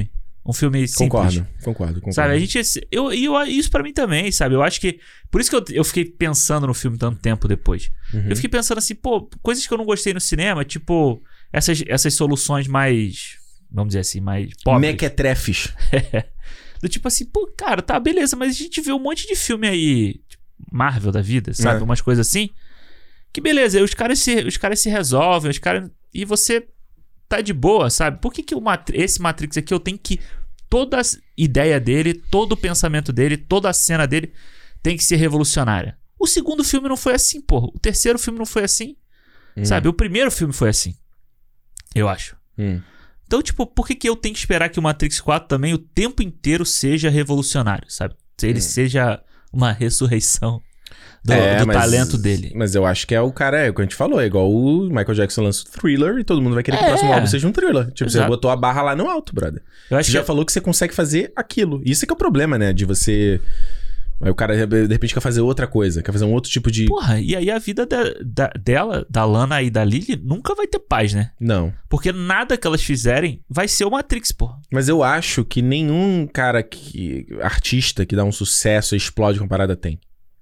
simples. Concordo. Sabe, a gente... isso pra mim também, sabe? Eu acho que... Por isso que eu fiquei pensando no filme tanto tempo depois. Eu fiquei pensando assim, coisas que eu não gostei no cinema, tipo... Essas soluções mais... Vamos dizer assim, mais pobres. Mequetrefes. Do tipo assim, cara, tá, beleza, mas a gente vê um monte de filme aí... Tipo, Marvel da vida, sabe? Umas coisas assim. Que beleza, aí os caras se resolvem, e você... tá de boa, sabe? Por que esse Matrix aqui eu tenho que... Toda a ideia dele, todo o pensamento dele, toda a cena dele tem que ser revolucionária. O segundo filme não foi assim, porra. O terceiro filme não foi assim. Sabe? O primeiro filme foi assim. Eu acho. Então, tipo, por que eu tenho que esperar que o Matrix 4 também o tempo inteiro seja revolucionário, sabe? Ele seja uma ressurreição do talento dele. Mas eu acho que é o cara, é o que a gente falou, é igual o Michael Jackson lança o Thriller e todo mundo vai querer que o próximo álbum seja um Thriller. Tipo, Exato. Você botou a barra lá no alto, brother. Você já falou que você consegue fazer aquilo. Isso é que é o problema, né? De você... Aí o cara, de repente, quer fazer outra coisa, quer fazer um outro tipo de... Porra, e aí a vida dela, da Lana e da Lily, nunca vai ter paz, né? Não. Porque nada que elas fizerem vai ser o Matrix, porra. Mas eu acho que nenhum artista que dá um sucesso e explode com a parada tem.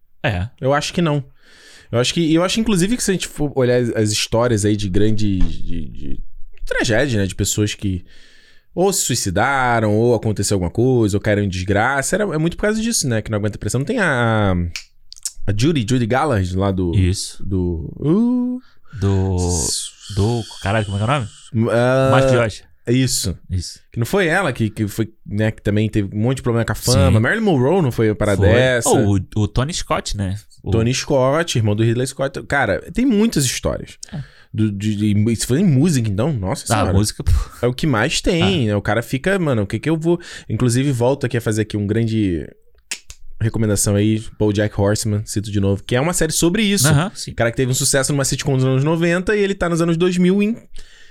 Eu acho que não. Eu acho inclusive que se a gente for olhar as histórias aí de grande de tragédia, né? De pessoas que ou se suicidaram, ou aconteceu alguma coisa, ou caíram em desgraça. É muito por causa disso, né? Que não aguenta pressão. Não tem a Judy Garland lá do... Isso. Do... Caralho, como é que é o nome? Mark Josh. Isso. Que não foi ela que foi, né? Que também teve um monte de problema com a fama. Sim. Marilyn Monroe não foi para dessa. O Tony Scott, né? Tony Scott, irmão do Ridley Scott. Cara, tem muitas histórias. Se for em música, então, nossa senhora. A música, pô. É o que mais tem, né? O cara fica, mano, o que eu vou... Inclusive, volto aqui a fazer aqui um grande... recomendação aí, BoJack Horseman, cito de novo, que é uma série sobre isso. Sim. O cara que teve um sucesso numa sitcom dos anos 90 e ele tá nos anos 2000 em...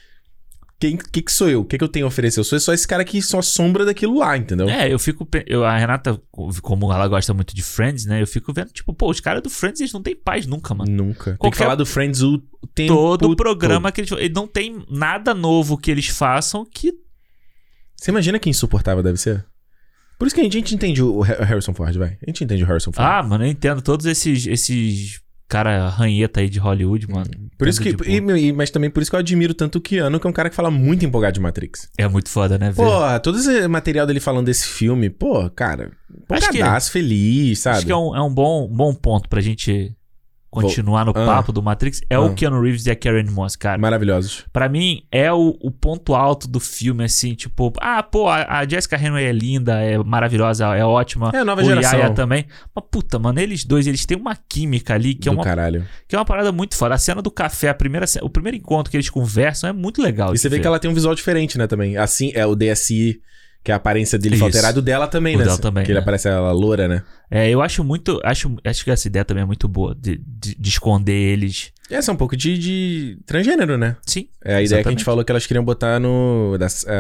Que sou eu? O que eu tenho a oferecer? Eu sou só esse cara que só sombra daquilo lá, entendeu? A Renata, como ela gosta muito de Friends, né? Eu fico vendo, tipo, os caras do Friends, eles não têm paz nunca, mano. Nunca. Tem que falar do Friends o tempo todo o programa que eles não tem nada novo que eles façam que... Você imagina que insuportável deve ser? Por isso que a gente entende o Harrison Ford, vai. A gente entende o Harrison Ford. Mano, eu entendo todos esses cara ranheta aí de Hollywood, mano. Por isso que... Mas também por isso que eu admiro tanto o Keanu, que é um cara que fala muito empolgado de Matrix. É muito foda, né, velho? Porra, todo esse material dele falando desse filme, cara... Empolgadaço, feliz, sabe? Acho que é um bom ponto pra gente... continuar no papo do Matrix, o Keanu Reeves e a Carrie-Anne Moss, cara. Maravilhosos. Pra mim, é o ponto alto do filme, assim, tipo... a Jessica Henwick é linda, é maravilhosa, é ótima. É a nova geração. O Yaya também. Mas, puta, mano, eles dois, eles têm uma química ali que caralho. Que é uma parada muito foda. A cena do café, o primeiro encontro que eles conversam é muito legal. E você vê que ela tem um visual diferente, né, também. Assim, é o DSI... Que a aparência dele foi alterada, o dela também, né? Dela também, que ele aparece ela loura, né? Eu acho muito... Acho que essa ideia também é muito boa. De esconder eles. Essa é um pouco de transgênero, né? Sim. É a ideia que a gente falou que elas queriam botar no...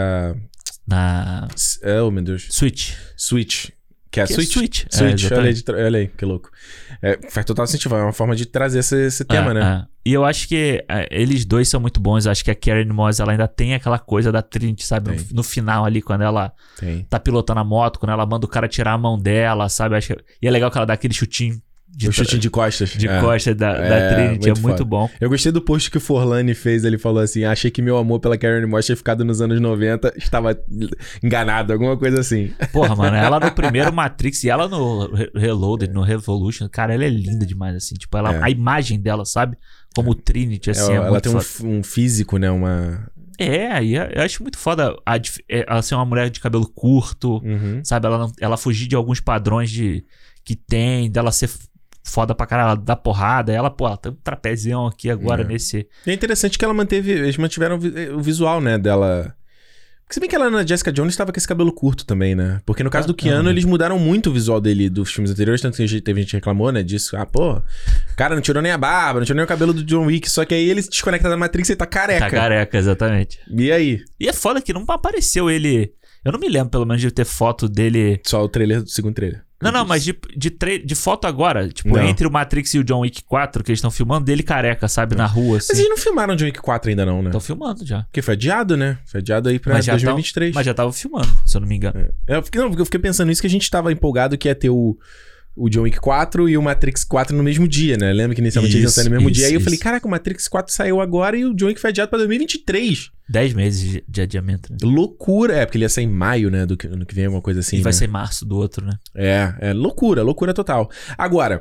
Oh, meu Deus. Switch. Que é a Switch. Olha aí, que louco. Faz total sentido. É uma forma de trazer esse tema, né? E eu acho que eles dois são muito bons. Eu acho que a Carrie-Anne Moss, ela ainda tem aquela coisa da Trinity, sabe? No final ali, quando ela tá pilotando a moto, quando ela manda o cara tirar a mão dela, sabe? E é legal que ela dá aquele chutinho. Chutinho de costas. De costas da Trinity, é muito bom. Eu gostei do post que o Forlani fez, ele falou assim, achei que meu amor pela Carrie-Anne Moss tinha ficado nos anos 90, estava enganado, alguma coisa assim. Porra, mano, ela no primeiro Matrix e ela no Reloaded, no Revolution, cara, ela é linda demais, assim, tipo, a imagem dela, sabe? Como Trinity, assim, ela tem um físico, né, e eu acho muito foda ela ser uma mulher de cabelo curto, sabe? Ela fugir de alguns padrões que tem, dela ser foda pra caralho, ela dá porrada. Ela tem um trapezião aqui agora nesse... E é interessante que eles mantiveram o visual, né, dela... Se bem que ela na Jessica Jones tava com esse cabelo curto também, né? Porque no caso do Keanu, eles mudaram muito o visual dele dos filmes anteriores, tanto que teve gente que reclamou, né, disso. Pô, cara, não tirou nem a barba, não tirou nem o cabelo do John Wick, só que aí ele se desconecta da Matrix e tá careca. Tá careca, exatamente. E aí? E é foda que não apareceu ele... Eu não me lembro, pelo menos, de ter foto dele... Só o trailer do segundo trailer. Não, mas de foto agora. Tipo, entre o Matrix e o John Wick 4, que eles estão filmando, dele careca, sabe? Na rua, assim. Mas eles não filmaram o John Wick 4 ainda não, né? Estão filmando já. Porque foi adiado, né? Foi adiado aí pra 2023. Mas já tava filmando, se eu não me engano. Eu fiquei pensando nisso, que a gente tava empolgado que ia ter o John Wick 4 e o Matrix 4 no mesmo dia, né? Lembra que inicialmente eles iam sair no mesmo dia? Aí eu falei, caraca, o Matrix 4 saiu agora e o John Wick foi adiado pra 2023. 10 meses de adiamento, né? Loucura. Porque ele ia sair em maio, né? Do ano que vem, alguma coisa assim, e vai ser em março do outro, né? É loucura total. Agora,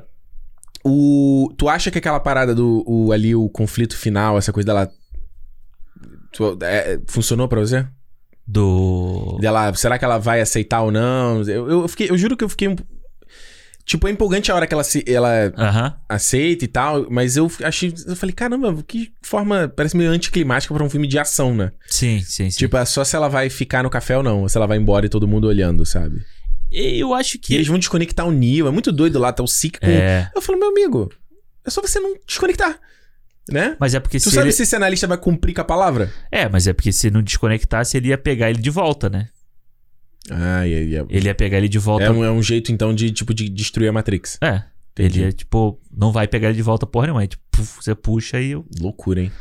tu acha que aquela parada ali, o conflito final, essa coisa dela... funcionou pra você? Será que ela vai aceitar ou não? Eu juro que eu fiquei... Tipo, é empolgante a hora que ela aceita e tal, mas eu falei, caramba, que forma, parece meio anticlimática pra um filme de ação, né? Sim. Tipo, é só se ela vai ficar no café ou não, ou se ela vai embora e todo mundo olhando, sabe? Eu acho que... E eles vão desconectar o Neo, é muito doido lá, tá o Sik com... Eu falo, meu amigo, é só você não desconectar, né? Mas é porque tu sabe se esse analista vai cumprir com a palavra? Mas é porque se não desconectasse, ele ia pegar ele de volta, né? Ele ia pegar ele de volta. É um jeito, então, de destruir a Matrix. Entendi. Ele ia, tipo, não vai pegar ele de volta porra nenhuma. Tipo, você puxa e... Loucura, hein?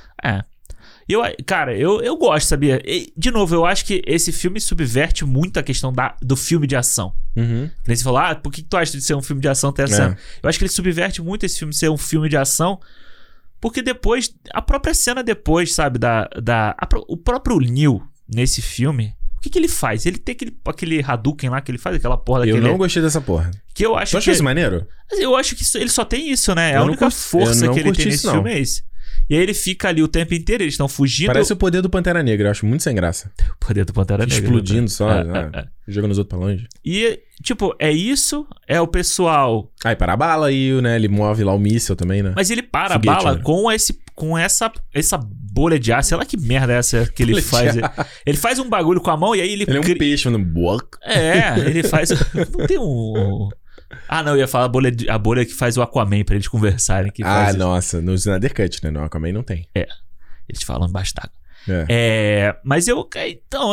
Cara, eu gosto, sabia? De novo, eu acho que esse filme subverte muito a questão do filme de ação. Uhum. Você falou, por que tu acha de ser um filme de ação ter essa... Eu acho que ele subverte muito esse filme de ser um filme de ação, porque depois, a própria cena depois, sabe, o próprio Neo nesse filme... O que ele faz? Ele tem aquele Hadouken lá que ele faz, aquela porra daquele... Eu não gostei dessa porra. Que eu acho tu achou isso maneiro? Eu acho que ele só tem isso, né? A única força que ele tem nesse filme é esse. E aí ele fica ali o tempo inteiro, eles estão fugindo... Parece o poder do Pantera Negra, eu acho muito sem graça. O poder do Pantera Negra. Explodindo só, jogando os outros pra longe. E, tipo, é isso, é o pessoal... Aí para a bala aí, né? Ele move lá o míssil também, né? Mas ele para a bala, né? com essa bolha de ar, sei lá que merda é essa que ele faz. Ele faz um bagulho com a mão e aí ele... Ele é um peixe, mano. Ele faz... Não tem um... não, eu ia falar a bolha que faz o Aquaman pra eles conversarem. Nossa, no Snyder Cut, né? No Aquaman não tem. Eles falam embaixo d'água. Mas eu... Então,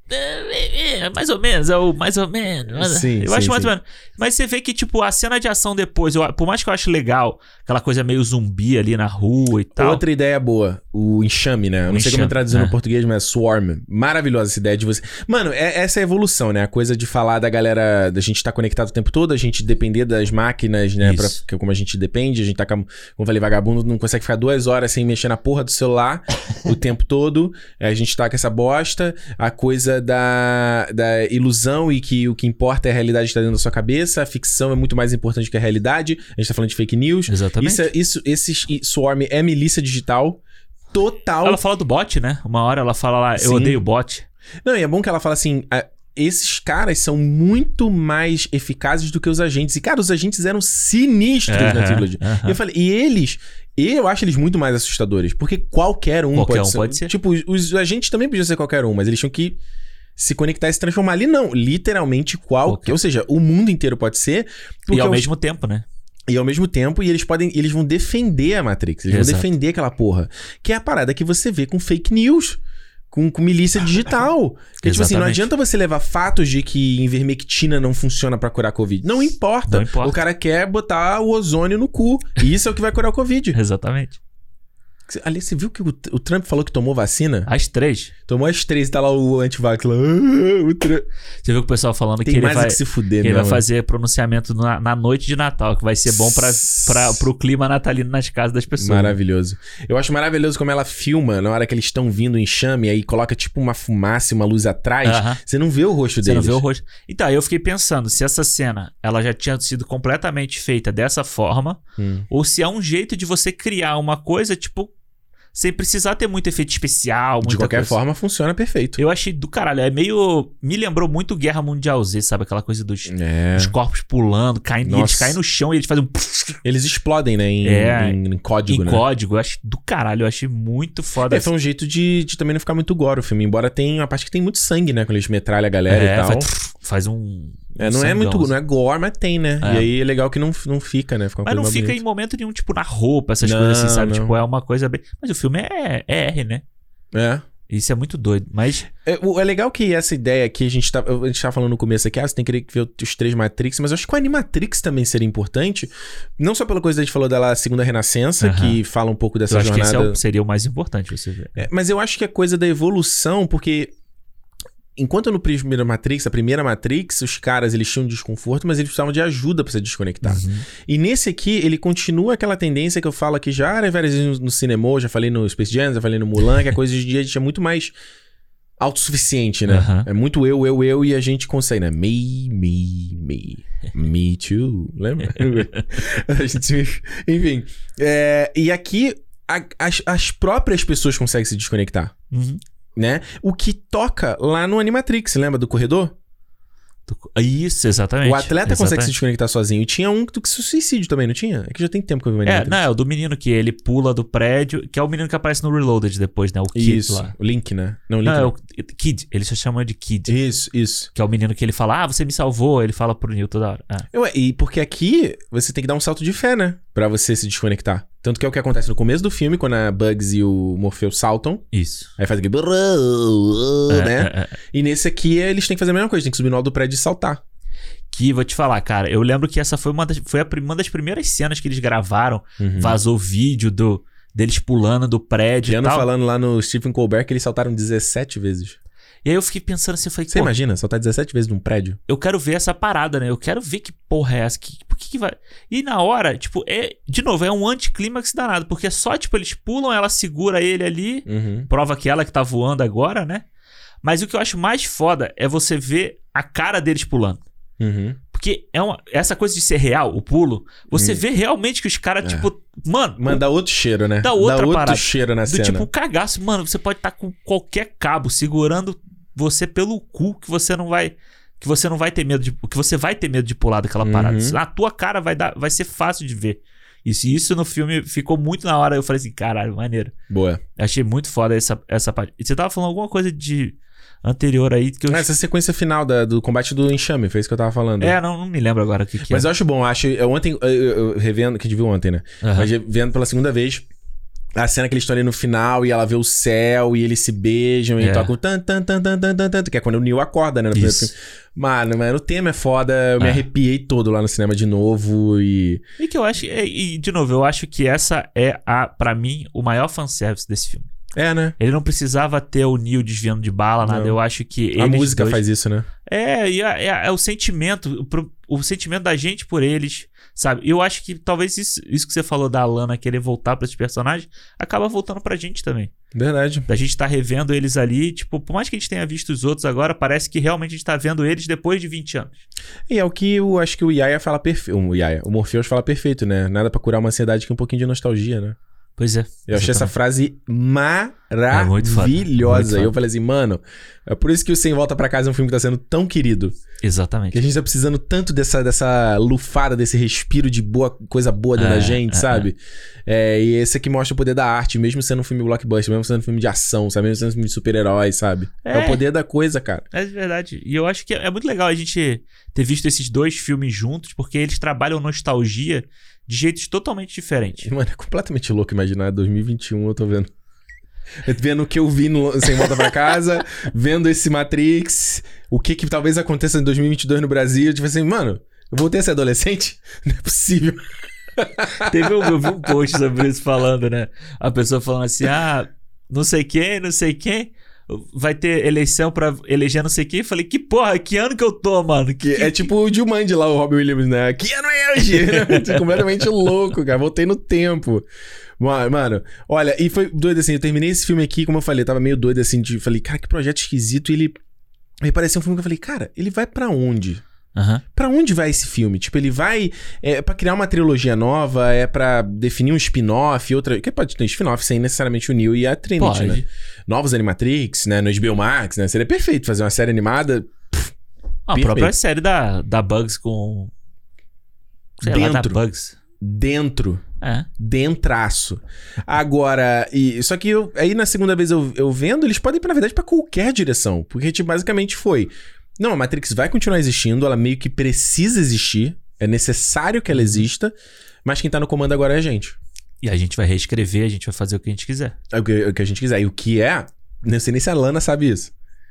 mais ou menos, mais ou menos. Sim, eu acho mais ou menos. Mas você vê que, tipo, a cena de ação depois, por mais que eu ache legal, aquela coisa meio zumbi ali na rua e tal. Outra ideia boa, o enxame, né? Eu não sei como traduzir no português, mas Swarm. Maravilhosa essa ideia de você... Mano, essa é a evolução, né? A coisa de falar da galera, da gente estar conectado o tempo todo, a gente depender das máquinas, né? Como a gente depende, a gente tá, como eu falei, vagabundo não consegue ficar 2 horas sem mexer na porra do celular o tempo todo. A gente tá com essa bosta, a coisa da ilusão e que o que importa é a realidade que está dentro da sua cabeça, a ficção é muito mais importante que a realidade. A gente tá falando de fake news. Exatamente. Esse Swarm é milícia digital total. Ela fala do bot, né? Uma hora ela fala lá, eu odeio bot. Não, e é bom que ela fala assim, esses caras são muito mais eficazes do que os agentes. E, cara, os agentes eram sinistros na trilogia. E eu falei, eu acho eles muito mais assustadores, porque qualquer um pode ser. Tipo, os agentes também podiam ser qualquer um, mas eles tinham que se conectar e se transformar ali. Não, literalmente qualquer. Ou seja, o mundo inteiro pode ser. E ao mesmo tempo, né? E ao mesmo tempo, eles vão defender a Matrix. Eles vão defender aquela porra. Que é a parada que você vê com fake news. Com milícia digital. Que, tipo assim, não adianta você levar fatos de que ivermectina não funciona pra curar Covid. Não importa. O cara quer botar o ozônio no cu. E isso é o que vai curar o Covid. Exatamente. Ali, você viu que o Trump falou que tomou vacina? As 3. Tomou as 3 e tá lá o antivax lá. Você viu que o pessoal falando que ele vai... se fuder, que ele vai fazer pronunciamento na noite de Natal, que vai ser bom pro clima natalino nas casas das pessoas. Maravilhoso. Eu acho maravilhoso como ela filma na hora que eles estão vindo em enxame, aí coloca tipo uma fumaça e uma luz atrás. Você não vê o rosto deles. Você não vê o rosto. Então, eu fiquei pensando, se essa cena ela já tinha sido completamente feita dessa forma, ou se é um jeito de você criar uma coisa, tipo... sem precisar ter muito efeito especial, muita De qualquer coisa. forma, funciona perfeito. Eu achei do caralho. É meio... Me lembrou muito Guerra Mundial Z, sabe? Aquela coisa dos corpos pulando, caindo. E eles caem no chão e eles fazem um... Eles explodem, né? Em código, em né? código. Eu achei do caralho. Eu achei muito foda. Foi um jeito de também não ficar muito gore o filme. Embora tenha uma parte que tem muito sangue, né? Quando eles metralham a galera e tal. Faz um... não é muito... Não é gore, mas tem, né? E aí é legal que não fica, né? Fica uma mas não fica em momento nenhum, tipo, na roupa, essas coisas assim, sabe? Não. Tipo, é uma coisa bem... Mas o filme é R, né? Isso é muito doido, mas... É legal que essa ideia aqui, a gente tá falando no começo aqui, você tem que ver os 3 Matrix, mas eu acho que o Animatrix também seria importante, não só pela coisa que a gente falou dela Segunda Renascença, que fala um pouco dessa jornada... Eu acho que esse seria o mais importante, você ver. Mas eu acho que a coisa da evolução, porque... Enquanto no primeiro Matrix, a primeira Matrix, os caras, eles tinham desconforto, mas eles precisavam de ajuda pra se desconectar. E nesse aqui, ele continua aquela tendência que eu falo aqui já várias vezes no cinema, já falei no Space Jam, já falei no Mulan, que a coisa de dia a gente é muito mais autossuficiente, né? É muito eu, e a gente consegue, né? Me too. Lembra? A gente... Enfim. E aqui, as próprias pessoas conseguem se desconectar. Né? O que toca lá no Animatrix, lembra do corredor? Isso, exatamente. O atleta consegue se desconectar sozinho. E tinha um que se suicídio também, não tinha? É que já tem tempo que eu vi o Animatrix. É o do menino que ele pula do prédio, que é o menino que aparece no Reloaded depois, né? O Kid lá. O Link, né? Não, o Link não. É o Kid. Ele se chama de Kid. Isso. Que é o menino que ele fala, você me salvou. Ele fala pro Neo toda hora. E porque aqui você tem que dar um salto de fé, né? Pra você se desconectar. Tanto que é o que acontece no começo do filme, quando a Bugs e o Morpheus saltam. Isso. Aí faz aquele... né? E nesse aqui, eles têm que fazer a mesma coisa. Tem que subir no alto do prédio e saltar. Que, vou te falar, cara, eu lembro que essa foi uma das primeiras cenas que eles gravaram. Vazou vídeo deles pulando do prédio e tal. Falando lá no Stephen Colbert que eles saltaram 17 vezes. E aí eu fiquei pensando assim, você imagina, saltar 17 vezes num prédio? Eu quero ver essa parada, né? Eu quero ver que porra é essa, por que vai... E na hora, tipo, de novo, é um anticlímax danado, porque é só, tipo, eles pulam, ela segura ele ali, prova que ela que tá voando agora, né? Mas o que eu acho mais foda é você ver a cara deles pulando. Porque essa coisa de ser real, o pulo, você vê realmente que os caras, tipo, mano... Manda outro cheiro, né? Dá outro parada, cheiro na cena. Tipo, um cagaço. Mano, você pode estar com qualquer cabo segurando você pelo cu que você não vai ter medo que você vai ter medo de pular daquela parada. Na tua cara vai ser fácil de ver. Isso no filme ficou muito na hora. Eu falei assim, caralho, maneiro. Boa. Achei muito foda essa parte. E você tava falando alguma coisa de... anterior aí que eu... Essa sequência final do combate do enxame, foi isso que eu tava falando. Não me lembro agora o que Mas eu acho bom, ontem, eu revendo, que a gente viu ontem, né? Mas vendo pela segunda vez, a cena que eles estão ali no final e ela vê o céu e eles se beijam e tocam tan, que é quando o Neo acorda, né? No primeiro filme. Mano, o tema é foda, eu me arrepiei todo lá no cinema de novo e que eu acho, de novo, eu acho que essa é pra mim, o maior fanservice desse filme. Né? Ele não precisava ter o Neo desviando de bala, nada. Eu acho que a música faz isso, né? É o sentimento, o sentimento da gente por eles, sabe? Eu acho que talvez isso que você falou da Alana querer voltar pra esses personagens, acaba voltando pra gente também. Verdade. Da gente tá revendo eles ali, tipo, por mais que a gente tenha visto os outros agora, parece que realmente a gente tá vendo eles depois de 20 anos. E é o que eu acho que o Yaya fala perfeito. O Morpheus fala perfeito, né? Nada pra curar uma ansiedade que é um pouquinho de nostalgia, né? Pois é. Eu achei essa frase maravilhosa. E eu falei assim, mano, é por isso que o Sem Volta Pra Casa é um filme que tá sendo tão querido. Exatamente. Que a gente tá precisando tanto dessa lufada, desse respiro de coisa boa dentro da gente, sabe? E esse aqui mostra o poder da arte, mesmo sendo um filme blockbuster, mesmo sendo um filme de ação, sabe? Mesmo sendo um filme de super-heróis, sabe? É o poder da coisa, cara. É verdade. E eu acho que é muito legal a gente ter visto esses dois filmes juntos, porque eles trabalham nostalgia de jeitos totalmente diferentes. Mano, é completamente louco imaginar 2021, eu tô vendo. Vendo o que eu vi no Sem Volta Pra Casa, vendo esse Matrix, o que talvez aconteça em 2022 no Brasil. Tipo assim, mano, eu voltei a ser adolescente? Não é possível. Eu vi um post sobre isso falando, né? A pessoa falando assim, não sei quem, vai ter eleição pra eleger não sei quem. Eu falei, que porra, que ano que eu tô, mano? É tipo o Jumanji lá, o Robin Williams, né? Que ano é hoje? Tô completamente louco, cara. Voltei no tempo. Mano, olha, e foi doido assim, eu terminei esse filme aqui, como eu falei, eu tava meio doido assim, falei, cara, que projeto esquisito, e ele parecia um filme que eu falei, cara, ele vai pra onde? Pra onde vai esse filme? Tipo, ele vai... É pra criar uma trilogia nova? É pra definir um spin-off? Outra... Que pode ter spin-off sem necessariamente o Neo e a Trinity, né? Novos Animatrix, né? No HBO Max, né? Seria perfeito fazer uma série animada... A própria série da Bugs com... Sei lá, da Bugs. Dentro. Dentraço. Agora, só que aí na segunda vez eu vendo, eles podem ir, na verdade, pra qualquer direção. Porque, tipo, basicamente foi... Não, a Matrix vai continuar existindo, ela meio que precisa existir, é necessário que ela exista, mas quem tá no comando agora é a gente. E a gente vai reescrever, a gente vai fazer o que a gente quiser. O que a gente quiser. E o que é... Não sei nem se a Lana sabe isso.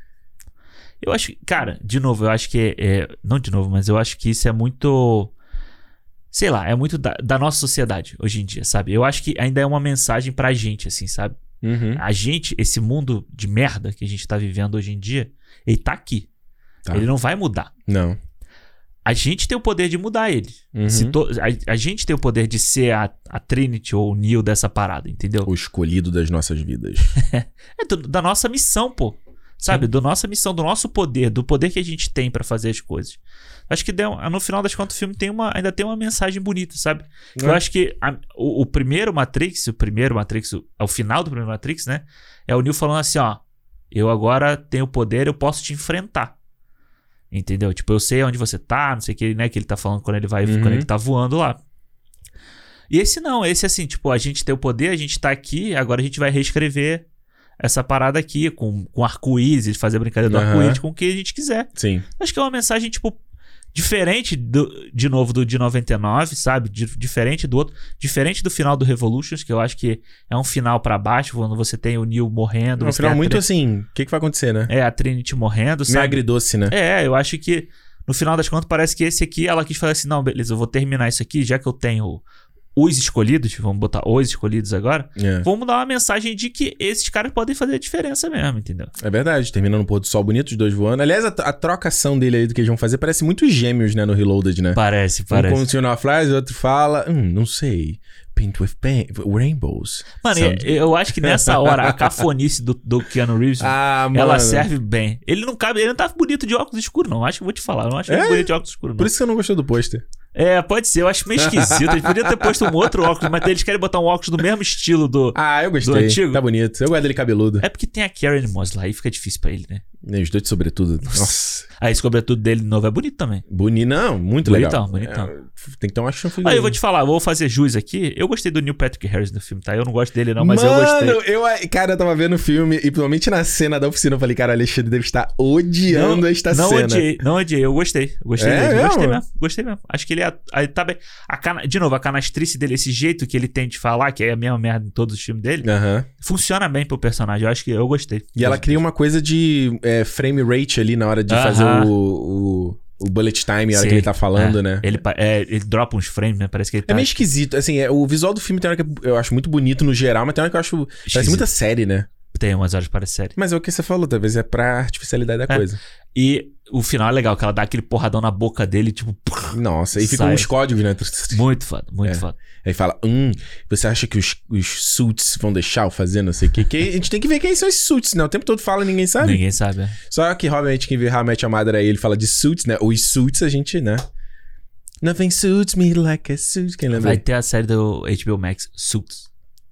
Eu acho... Cara, de novo, eu acho que não de novo, mas eu acho que isso é muito... Sei lá, é muito da nossa sociedade hoje em dia, sabe? Eu acho que ainda é uma mensagem pra gente, assim, sabe? A gente, esse mundo de merda que a gente tá vivendo hoje em dia, ele tá aqui. Tá. Ele não vai mudar. Não. A gente tem o poder de mudar ele. A gente tem o poder de ser a Trinity ou o Neo dessa parada, entendeu? O escolhido das nossas vidas. Da nossa missão, pô. Sabe? Da nossa missão, do nosso poder, do poder que a gente tem pra fazer as coisas. Acho que no final das contas o filme ainda tem uma mensagem bonita, sabe? Eu acho que o primeiro Matrix, ao final do primeiro Matrix, né? É o Neo falando assim, ó. Eu agora tenho poder, eu posso te enfrentar. Entendeu? Tipo, eu sei onde você tá, não sei o que, né? Que ele tá falando quando ele tá voando lá. E esse não, esse assim, tipo, a gente tem o poder, a gente tá aqui, agora a gente vai reescrever essa parada aqui com arco-íris, fazer brincadeira do arco-íris com o que a gente quiser. Sim. Acho que é uma mensagem, tipo, diferente de novo do de 99, sabe? Diferente do outro. Diferente do final do Revolutions, que eu acho que é um final pra baixo, quando você tem o Neo morrendo. É um final muito assim, o que vai acontecer, né? A Trinity morrendo, sabe? Meio agridoce, né? Eu acho que no final das contas parece que esse aqui, ela quis falar assim, não, beleza, eu vou terminar isso aqui, já que eu tenho os escolhidos, vamos botar os escolhidos agora, vamos dar uma mensagem de que esses caras podem fazer a diferença mesmo, entendeu? É verdade, terminando no pôr do sol bonito, os dois voando. Aliás, a trocação dele aí do que eles vão fazer parece muito Gêmeos, né, no Reloaded, né? Parece. Um continua a frase, o outro fala, não sei, paint with rainbows. Mano, eu acho que nessa hora, a cafonice do Keanu Reeves, ela serve bem. Ele não tá bonito de óculos escuros, não. Acho que vou te falar, eu não acho ele bonito de óculos escuros, não. Por isso que você não gostou do pôster. Pode ser, eu acho meio esquisito. Eles podiam ter posto um outro óculos, mas eles querem botar um óculos do mesmo estilo do eu gostei, do antigo. Tá bonito. Eu gosto dele cabeludo. É porque tem a Karen Moss lá, aí fica difícil pra ele, né? Os dois de sobretudo. Nossa. Esse sobretudo dele novo é bonito também. Bonito, não, muito legal. Bonitão. Tem que ter uma action figure. Eu vou te falar, vou fazer jus aqui. Eu gostei do Neil Patrick Harris no filme, tá? Eu não gosto dele não, mas eu gostei. Cara, eu tava vendo o filme e principalmente na cena da oficina eu falei, cara, o Alexandre deve estar odiando esta cena. Não odiei, eu gostei. Gostei mesmo. Acho que ele tá bem. De novo, a canastrice dele, esse jeito que ele tem de falar, que é a mesma merda em todos os filmes dele, funciona bem pro personagem. Eu acho que eu gostei. E ela cria uma coisa de frame rate ali na hora de fazer o bullet time, a hora que ele tá falando, né? Ele dropa uns frames, né? Parece que ele tá... É meio esquisito. Assim, o visual do filme tem hora que eu acho muito bonito no geral, mas tem hora que eu acho... Parece muita série, né? Tem umas horas que parece série. Mas é o que você falou, talvez é pra artificialidade da coisa. E o final é legal, que ela dá aquele porradão na boca dele, tipo... Nossa, e ficam uns códigos, né? Muito foda, muito foda. Aí fala, você acha que os suits vão deixar eu fazer não sei o que? A gente tem que ver quem são esses suits, né? O tempo todo fala e ninguém sabe. Ninguém sabe, Só que, obviamente, quem vê How I Met Your Mother aí, ele fala de suits, né? Os suits a gente, né? Nothing suits me like a suit. Quem lembra? Vai ter a série do HBO Max, Suits.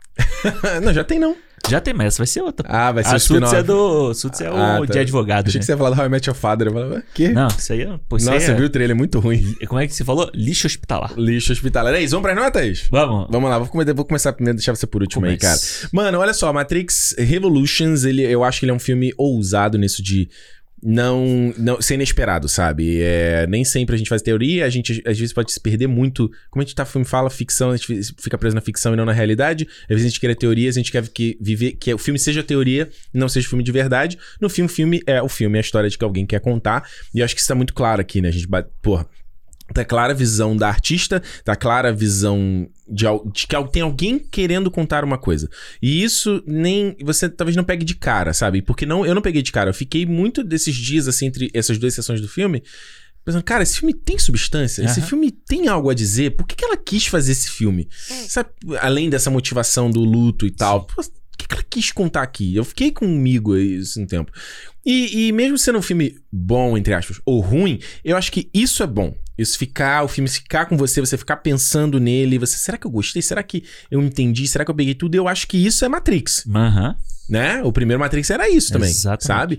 Não, já tem não. Já tem, mas essa vai ser outra. Vai ser o spin-off. Suits é o de advogado, Achei que você ia falar do How I Met Your Father. Eu falava, quê? Não, isso aí é... Nossa, viu o trailer? É muito ruim. Como é que você falou? Lixo hospitalar. Lixo hospitalar. É isso, vamos pras notas? Vamos lá, vou começar primeiro, deixar você por último aí, cara. Mano, olha só, Matrix Revolutions, eu acho que ele é um filme ousado nisso de... Não ser inesperado, sabe? Nem sempre a gente faz teoria, a gente às vezes pode se perder muito. Como a gente fala ficção, a gente fica preso na ficção e não na realidade. Às vezes a gente quer teorias, a gente quer viver que o filme seja teoria e não seja filme de verdade. No filme é a história de que alguém quer contar. E eu acho que isso tá muito claro aqui, né? A gente tá clara a visão da artista, tá clara a visão de que tem alguém querendo contar uma coisa. E isso você talvez não pegue de cara, sabe? Porque eu não peguei de cara. Eu fiquei muito desses dias, assim, entre essas duas sessões do filme, pensando, cara, esse filme tem substância? Esse filme tem algo a dizer? Por que ela quis fazer esse filme? Sabe? Além dessa motivação do luto e tal. Pô, que ela quis contar aqui? Eu fiquei comigo isso um tempo. E mesmo sendo um filme bom, entre aspas, ou ruim, eu acho que isso é bom. O filme ficar com você ficar pensando nele, será que eu gostei? Será que eu entendi? Será que eu peguei tudo? Eu acho que isso é Matrix. Né? O primeiro Matrix era isso também, sabe?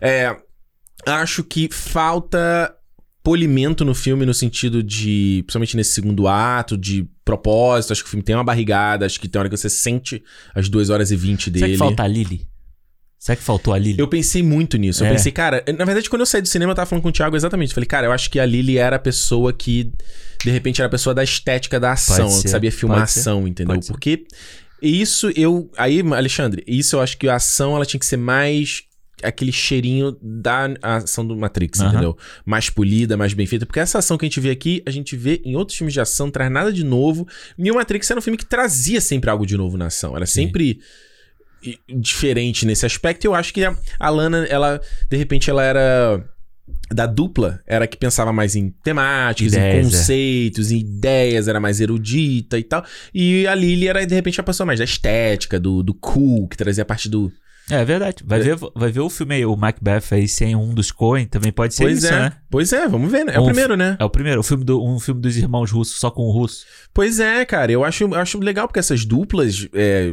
Acho que falta polimento no filme no sentido de, principalmente nesse segundo ato, de propósito. Acho que o filme tem uma barrigada, acho que tem hora que você sente as 2h20 dele. Será que falta a Lily? Será que faltou a Lily? Eu pensei muito nisso. Eu pensei, cara... Na verdade, quando eu saí do cinema, eu tava falando com o Thiago exatamente. Eu falei, cara, eu acho que a Lily era a pessoa que... De repente, era a pessoa da estética da ação. Que sabia filmar a ação, entendeu? Porque isso Aí, Alexandre, isso eu acho que a ação, ela tinha que ser mais... aquele cheirinho da ação do Matrix, entendeu? Mais polida, mais bem feita. Porque essa ação que a gente vê aqui, a gente vê em outros filmes de ação, não traz nada de novo. E o Matrix era um filme que trazia sempre algo de novo na ação. Era sempre... diferente nesse aspecto. Eu acho que a Lana, ela, de repente, ela era da dupla, era que pensava mais em temáticas, em conceitos, em ideias, era mais erudita e tal. E a Lily era, de repente, a pessoa mais da estética, do cool, que trazia a parte do... É verdade. Vai ver o filme aí, o Macbeth aí, sem um dos Coen, também pode ser isso, né? Pois é, vamos ver, né? É o primeiro, né? É o primeiro, um filme dos irmãos russos, só com o russo. Pois é, cara, eu acho legal, porque essas duplas...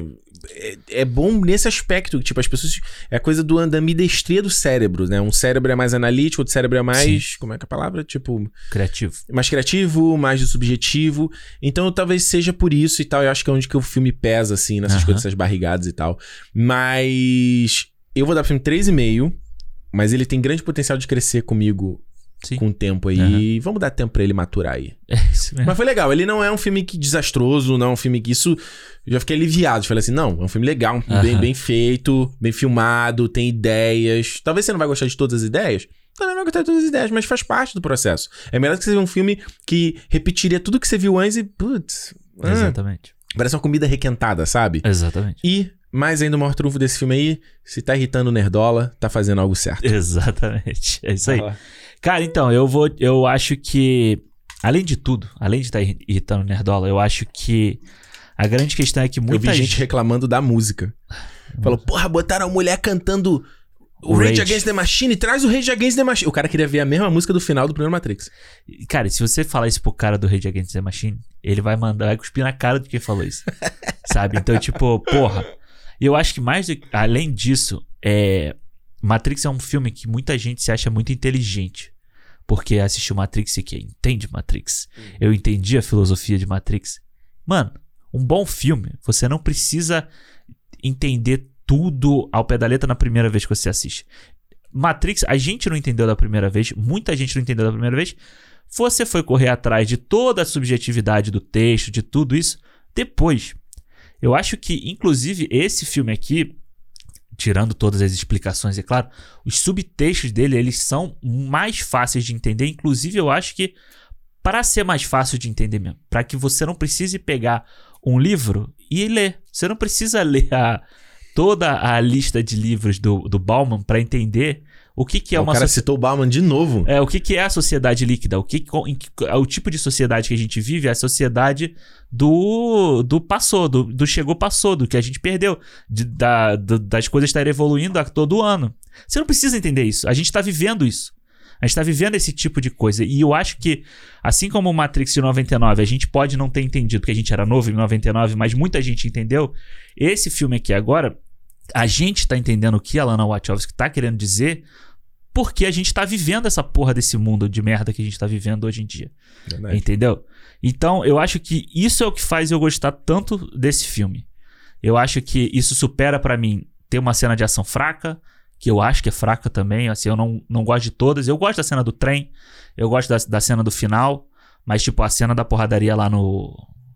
É bom nesse aspecto, tipo, as pessoas... É a coisa da ambidestria do cérebro, né? Um cérebro é mais analítico, outro cérebro é mais... Sim. Como é que é a palavra? Tipo... Criativo. Mais criativo, mais do subjetivo. Então, talvez seja por isso e tal. Eu acho que é onde que o filme pesa, assim, nessas coisas, essas barrigadas e tal. Mas... Eu vou dar pro filme 3,5. Mas ele tem grande potencial de crescer comigo... Sim. Com o tempo aí. Vamos dar tempo pra ele maturar aí. É isso mesmo. Mas foi legal. Ele não é um filme desastroso, não é um filme que isso... Eu já fiquei aliviado. Falei assim, não, é um filme legal, bem feito, bem filmado, tem ideias. Talvez você não vai gostar de todas as ideias. Também não vai gostar de todas as ideias, mas faz parte do processo. É melhor que você ver um filme que repetiria tudo que você viu antes e... Putz... Exatamente. Parece uma comida requentada, sabe? Exatamente. E... Mais ainda o maior trunfo desse filme aí, se tá irritando o Nerdola, tá fazendo algo certo. Exatamente. É isso aí. Cara, então, eu acho que, além de tudo, além de estar irritando o Nerdola, eu acho que a grande questão é que muita gente reclamando da música. Falou, porra, botaram a mulher cantando o Rage Against the Machine, traz o Rage Against the Machine. O cara queria ver a mesma música do final do primeiro Matrix. Cara, se você falar isso pro cara do Rage Against the Machine, ele vai cuspir na cara do que falou isso. Sabe? Então, tipo, porra... E eu acho que além disso, Matrix é um filme que muita gente se acha muito inteligente. Porque assistiu Matrix e que entende Matrix. Eu entendi a filosofia de Matrix. Mano, um bom filme, você não precisa entender tudo ao pé da letra na primeira vez que você assiste. Matrix, a gente não entendeu da primeira vez, muita gente não entendeu da primeira vez. Você foi correr atrás de toda a subjetividade do texto, de tudo isso, depois... Eu acho que, inclusive, esse filme aqui, tirando todas as explicações, é claro, os subtextos dele, eles são mais fáceis de entender. Inclusive, eu acho que, para ser mais fácil de entender mesmo, para que você não precise pegar um livro e ler. Você não precisa ler toda a lista de livros do Bauman para entender o que é uma... O cara citou o Bauman de novo. O que é a sociedade líquida? O tipo de sociedade que a gente vive é a sociedade do passou, do chegou, passou, do que a gente perdeu, das coisas estarem evoluindo a todo ano. Você não precisa entender isso. A gente tá vivendo isso. A gente tá vivendo esse tipo de coisa. E eu acho que, assim como o Matrix de 99, a gente pode não ter entendido, porque a gente era novo em 99, mas muita gente entendeu. Esse filme aqui agora, a gente tá entendendo o que a Lana Wachowski tá querendo dizer, porque a gente tá vivendo essa porra desse mundo de merda que a gente tá vivendo hoje em dia. Verdade. Entendeu? Então, eu acho que isso é o que faz eu gostar tanto desse filme. Eu acho que isso supera pra mim ter uma cena de ação fraca, que eu acho que é fraca também. Assim, eu não gosto de todas. Eu gosto da cena do trem, eu gosto da cena do final, mas tipo, a cena da porradaria lá no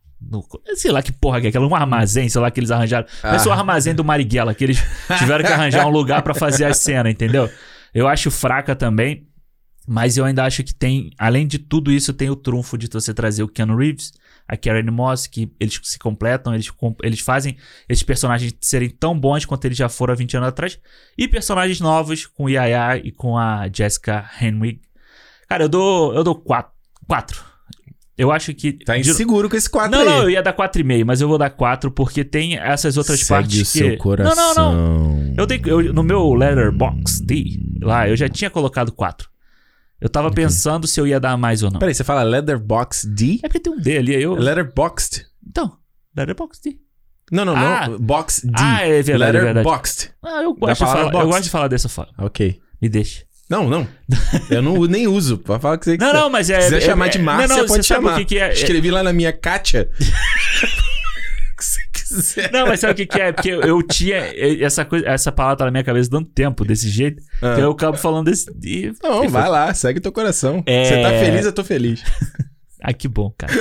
sei lá que porra que é aquela, um armazém, sei lá, que eles arranjaram. Parece o armazém do Marighella, que eles tiveram que arranjar um lugar pra fazer a cena, entendeu? Eu acho fraca também, mas eu ainda acho que tem, além de tudo isso, tem o trunfo de você trazer o Keanu Reeves, a Karen Moss, que eles se completam, eles fazem esses personagens serem tão bons quanto eles já foram há 20 anos atrás, e personagens novos com o Yahya e com a Jessica Henwick. Cara, eu dou 4. Eu acho que... Tá inseguro com esse 4 aí. Não, eu ia dar 4,5, mas eu vou dar 4 porque tem essas outras partes que... Segue o seu coração. Não. No meu Letterboxd, lá, eu já tinha colocado 4. Eu tava pensando se eu ia dar mais ou não. Peraí, você fala Letterboxd? É porque tem um D ali, aí eu... Letterboxd. Então, Letterboxd. Não. Box D. É verdade, Letterboxd. Eu gosto de falar dessa forma. Ok. Me deixa. Não. Eu nem uso. Pode falar o que você quiser. Não, mas é... Se quiser chamar de Márcia, não, pode chamar. O que é? Escrevi lá na minha Kátia. O que você quiser. Não, mas sabe o que é? Porque eu tinha essa palavra na minha cabeça tanto tempo, desse jeito, que eu acabo falando desse... Não, vai lá, segue teu coração. Você tá feliz, eu tô feliz. Ah, que bom, cara.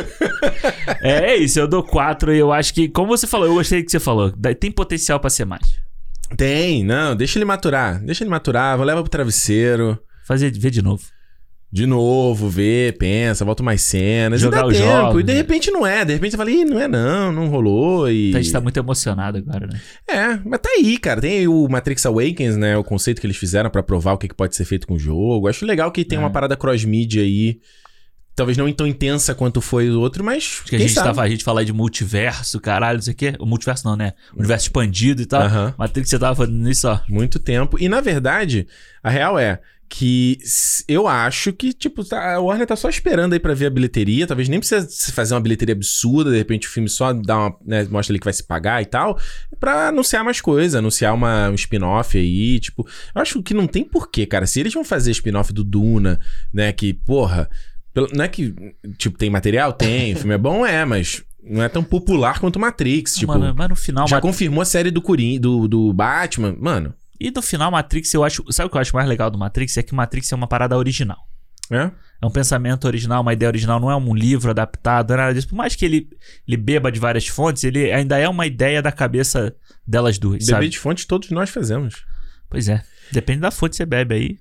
É isso, eu dou 4 e eu acho que, como você falou, eu gostei do que você falou, tem potencial pra ser mais. Tem, não, deixa ele maturar, leva pro travesseiro. Ver de novo. De novo, ver, pensa, volta mais cenas. Jogar o jogo. E de repente não é. De repente você fala, não rolou. E... A gente tá muito emocionado agora, né? Mas tá aí, cara. Tem aí o Matrix Awakens, né? O conceito que eles fizeram pra provar o que pode ser feito com o jogo. Acho legal que tem uma parada cross-mídia aí. Talvez não tão intensa quanto foi o outro, mas. Porque a gente fala de multiverso, caralho, não sei o quê. O multiverso não, né? Universo expandido e tal. Matrix, você tava fazendo isso, ó. Muito tempo. E na verdade, a real é que eu acho que, tipo, a Warner tá só esperando aí pra ver a bilheteria. Talvez nem precisa fazer uma bilheteria absurda. De repente o filme só dá uma, né, mostra ali que vai se pagar e tal. Pra anunciar mais coisa. Anunciar um spin-off aí. Tipo, eu acho que não tem porquê, cara. Se eles vão fazer spin-off do Duna, né? Que, porra... Não é que, tipo, tem material? Tem. O filme é bom? Mas não é tão popular quanto Matrix. Tipo, mano, mas no final... Já confirmou a série do Batman. Mano... E no final, Matrix, eu acho... Sabe o que eu acho mais legal do Matrix? É que Matrix é uma parada original. É um pensamento original, uma ideia original. Não é um livro adaptado, não é nada disso. Por mais que ele beba de várias fontes, ele ainda é uma ideia da cabeça delas duas, sabe? Beber de fonte todos nós fazemos. Pois é. Depende da fonte que você bebe aí.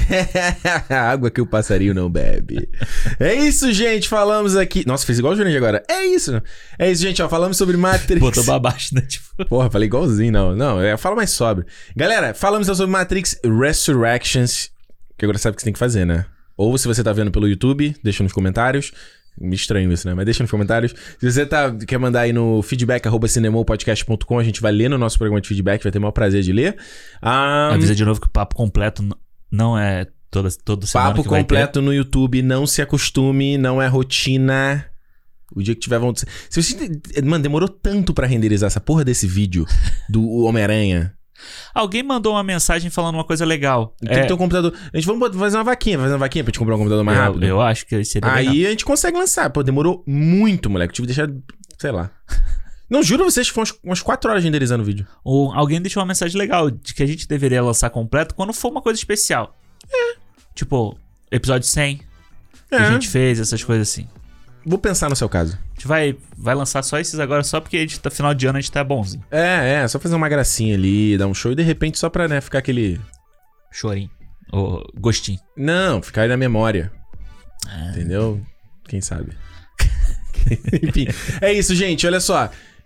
A água que o passarinho não bebe. É isso, gente. Falamos aqui... Nossa, fez igual o Jurandir agora. É isso, gente. Ó, falamos sobre Matrix. Botou pra baixo, né? Tipo... Porra, falei igualzinho, não. Fala mais sobre. Galera, falamos então sobre Matrix Resurrections. Que agora sabe o que você tem que fazer, né? Ou se você tá vendo pelo YouTube, deixa nos comentários. Me estranho isso, né? Mas deixa nos comentários. Se você quer mandar aí no feedback@cinemopodcast.com, a gente vai ler no nosso programa de feedback, vai ter o maior prazer de ler. Avisa de novo que o papo completo não é toda semana papo que vai completo ter. No YouTube, não se acostume, não é rotina. O dia que tiver vontade... Se você... Mano, demorou tanto pra renderizar essa porra desse vídeo do Homem-Aranha. Alguém mandou uma mensagem falando uma coisa legal. Tem que ter um computador. A gente vamos fazer uma vaquinha pra te comprar um computador mais rápido. Eu acho que seria legal. Aí a gente consegue lançar. Pô, demorou muito, moleque. Tive que deixar, sei lá. Não, juro vocês que foi umas 4 horas renderizando o vídeo. Alguém deixou uma mensagem legal de que a gente deveria lançar completo quando for uma coisa especial. Tipo, episódio 100. Que a gente fez, essas coisas assim. Vou pensar no seu caso. A gente vai lançar só esses agora, só porque final de ano a gente tá bonzinho. Só fazer uma gracinha ali, dar um show e de repente só pra, né, ficar aquele... Chorinho. Ou gostinho. Não, ficar aí na memória. Entendeu? Quem sabe? Enfim, é isso, gente. Olha só.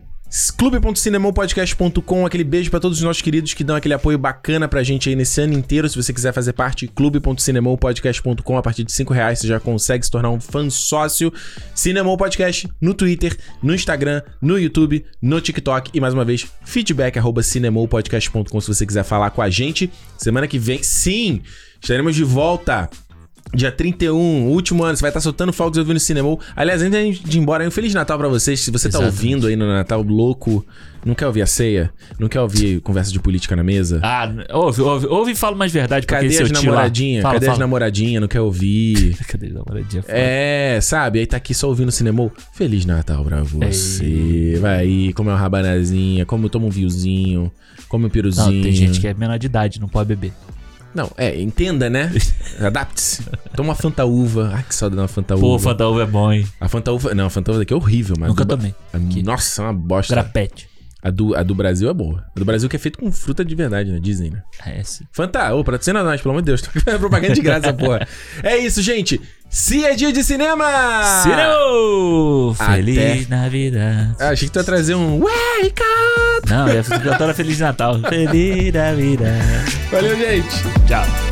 clube.cinemopodcast.com, aquele beijo pra todos os nossos queridos que dão aquele apoio bacana pra gente aí nesse ano inteiro. Se você quiser fazer parte, clube.cinemopodcast.com, a partir de R$5 você já consegue se tornar um fã sócio. Cinemol Podcast no Twitter, no Instagram, no YouTube, no TikTok e mais uma vez, feedback@cinemopodcast.com se você quiser falar com a gente. Semana que vem, sim, estaremos de volta. Dia 31, último ano, você vai estar soltando fogos ouvindo Cinemol. Aliás, antes de ir embora, um Feliz Natal pra vocês. Se você tá ouvindo aí no Natal louco, não quer ouvir a ceia? Não quer ouvir conversa de política na mesa? Ouve e fala mais verdade. Cadê as namoradinhas? Cadê as namoradinhas? Não quer ouvir? Cadê as namoradinhas? Sabe? Aí tá aqui só ouvindo Cinemol. Feliz Natal pra você. Vai aí, come uma rabanazinha, toma um vinhozinho, come um piruzinho. Não, tem gente que é menor de idade, não pode beber. Não, entenda, né? Adapte-se. Toma uma Fanta Uva. Ai, que saudade da Fanta Uva. Pô, Fanta Uva é bom, hein? A Fanta Uva... Não, a Fanta Uva daqui é horrível, mas... Nunca tomei. Nossa, é uma bosta. Grapete. A do Brasil é boa. A do Brasil que é feito com fruta de verdade, né? Dizem, né? Sim. Fanta, patrocina nós, pelo amor de Deus. Propaganda de graça, porra. É isso, gente. Se é dia de cinema! Cinema! Feliz Navidad. Achei que tu ia trazer um... Wake up! Não, eu ia cantar Feliz Natal. Feliz Navidad. Valeu, gente. Tchau.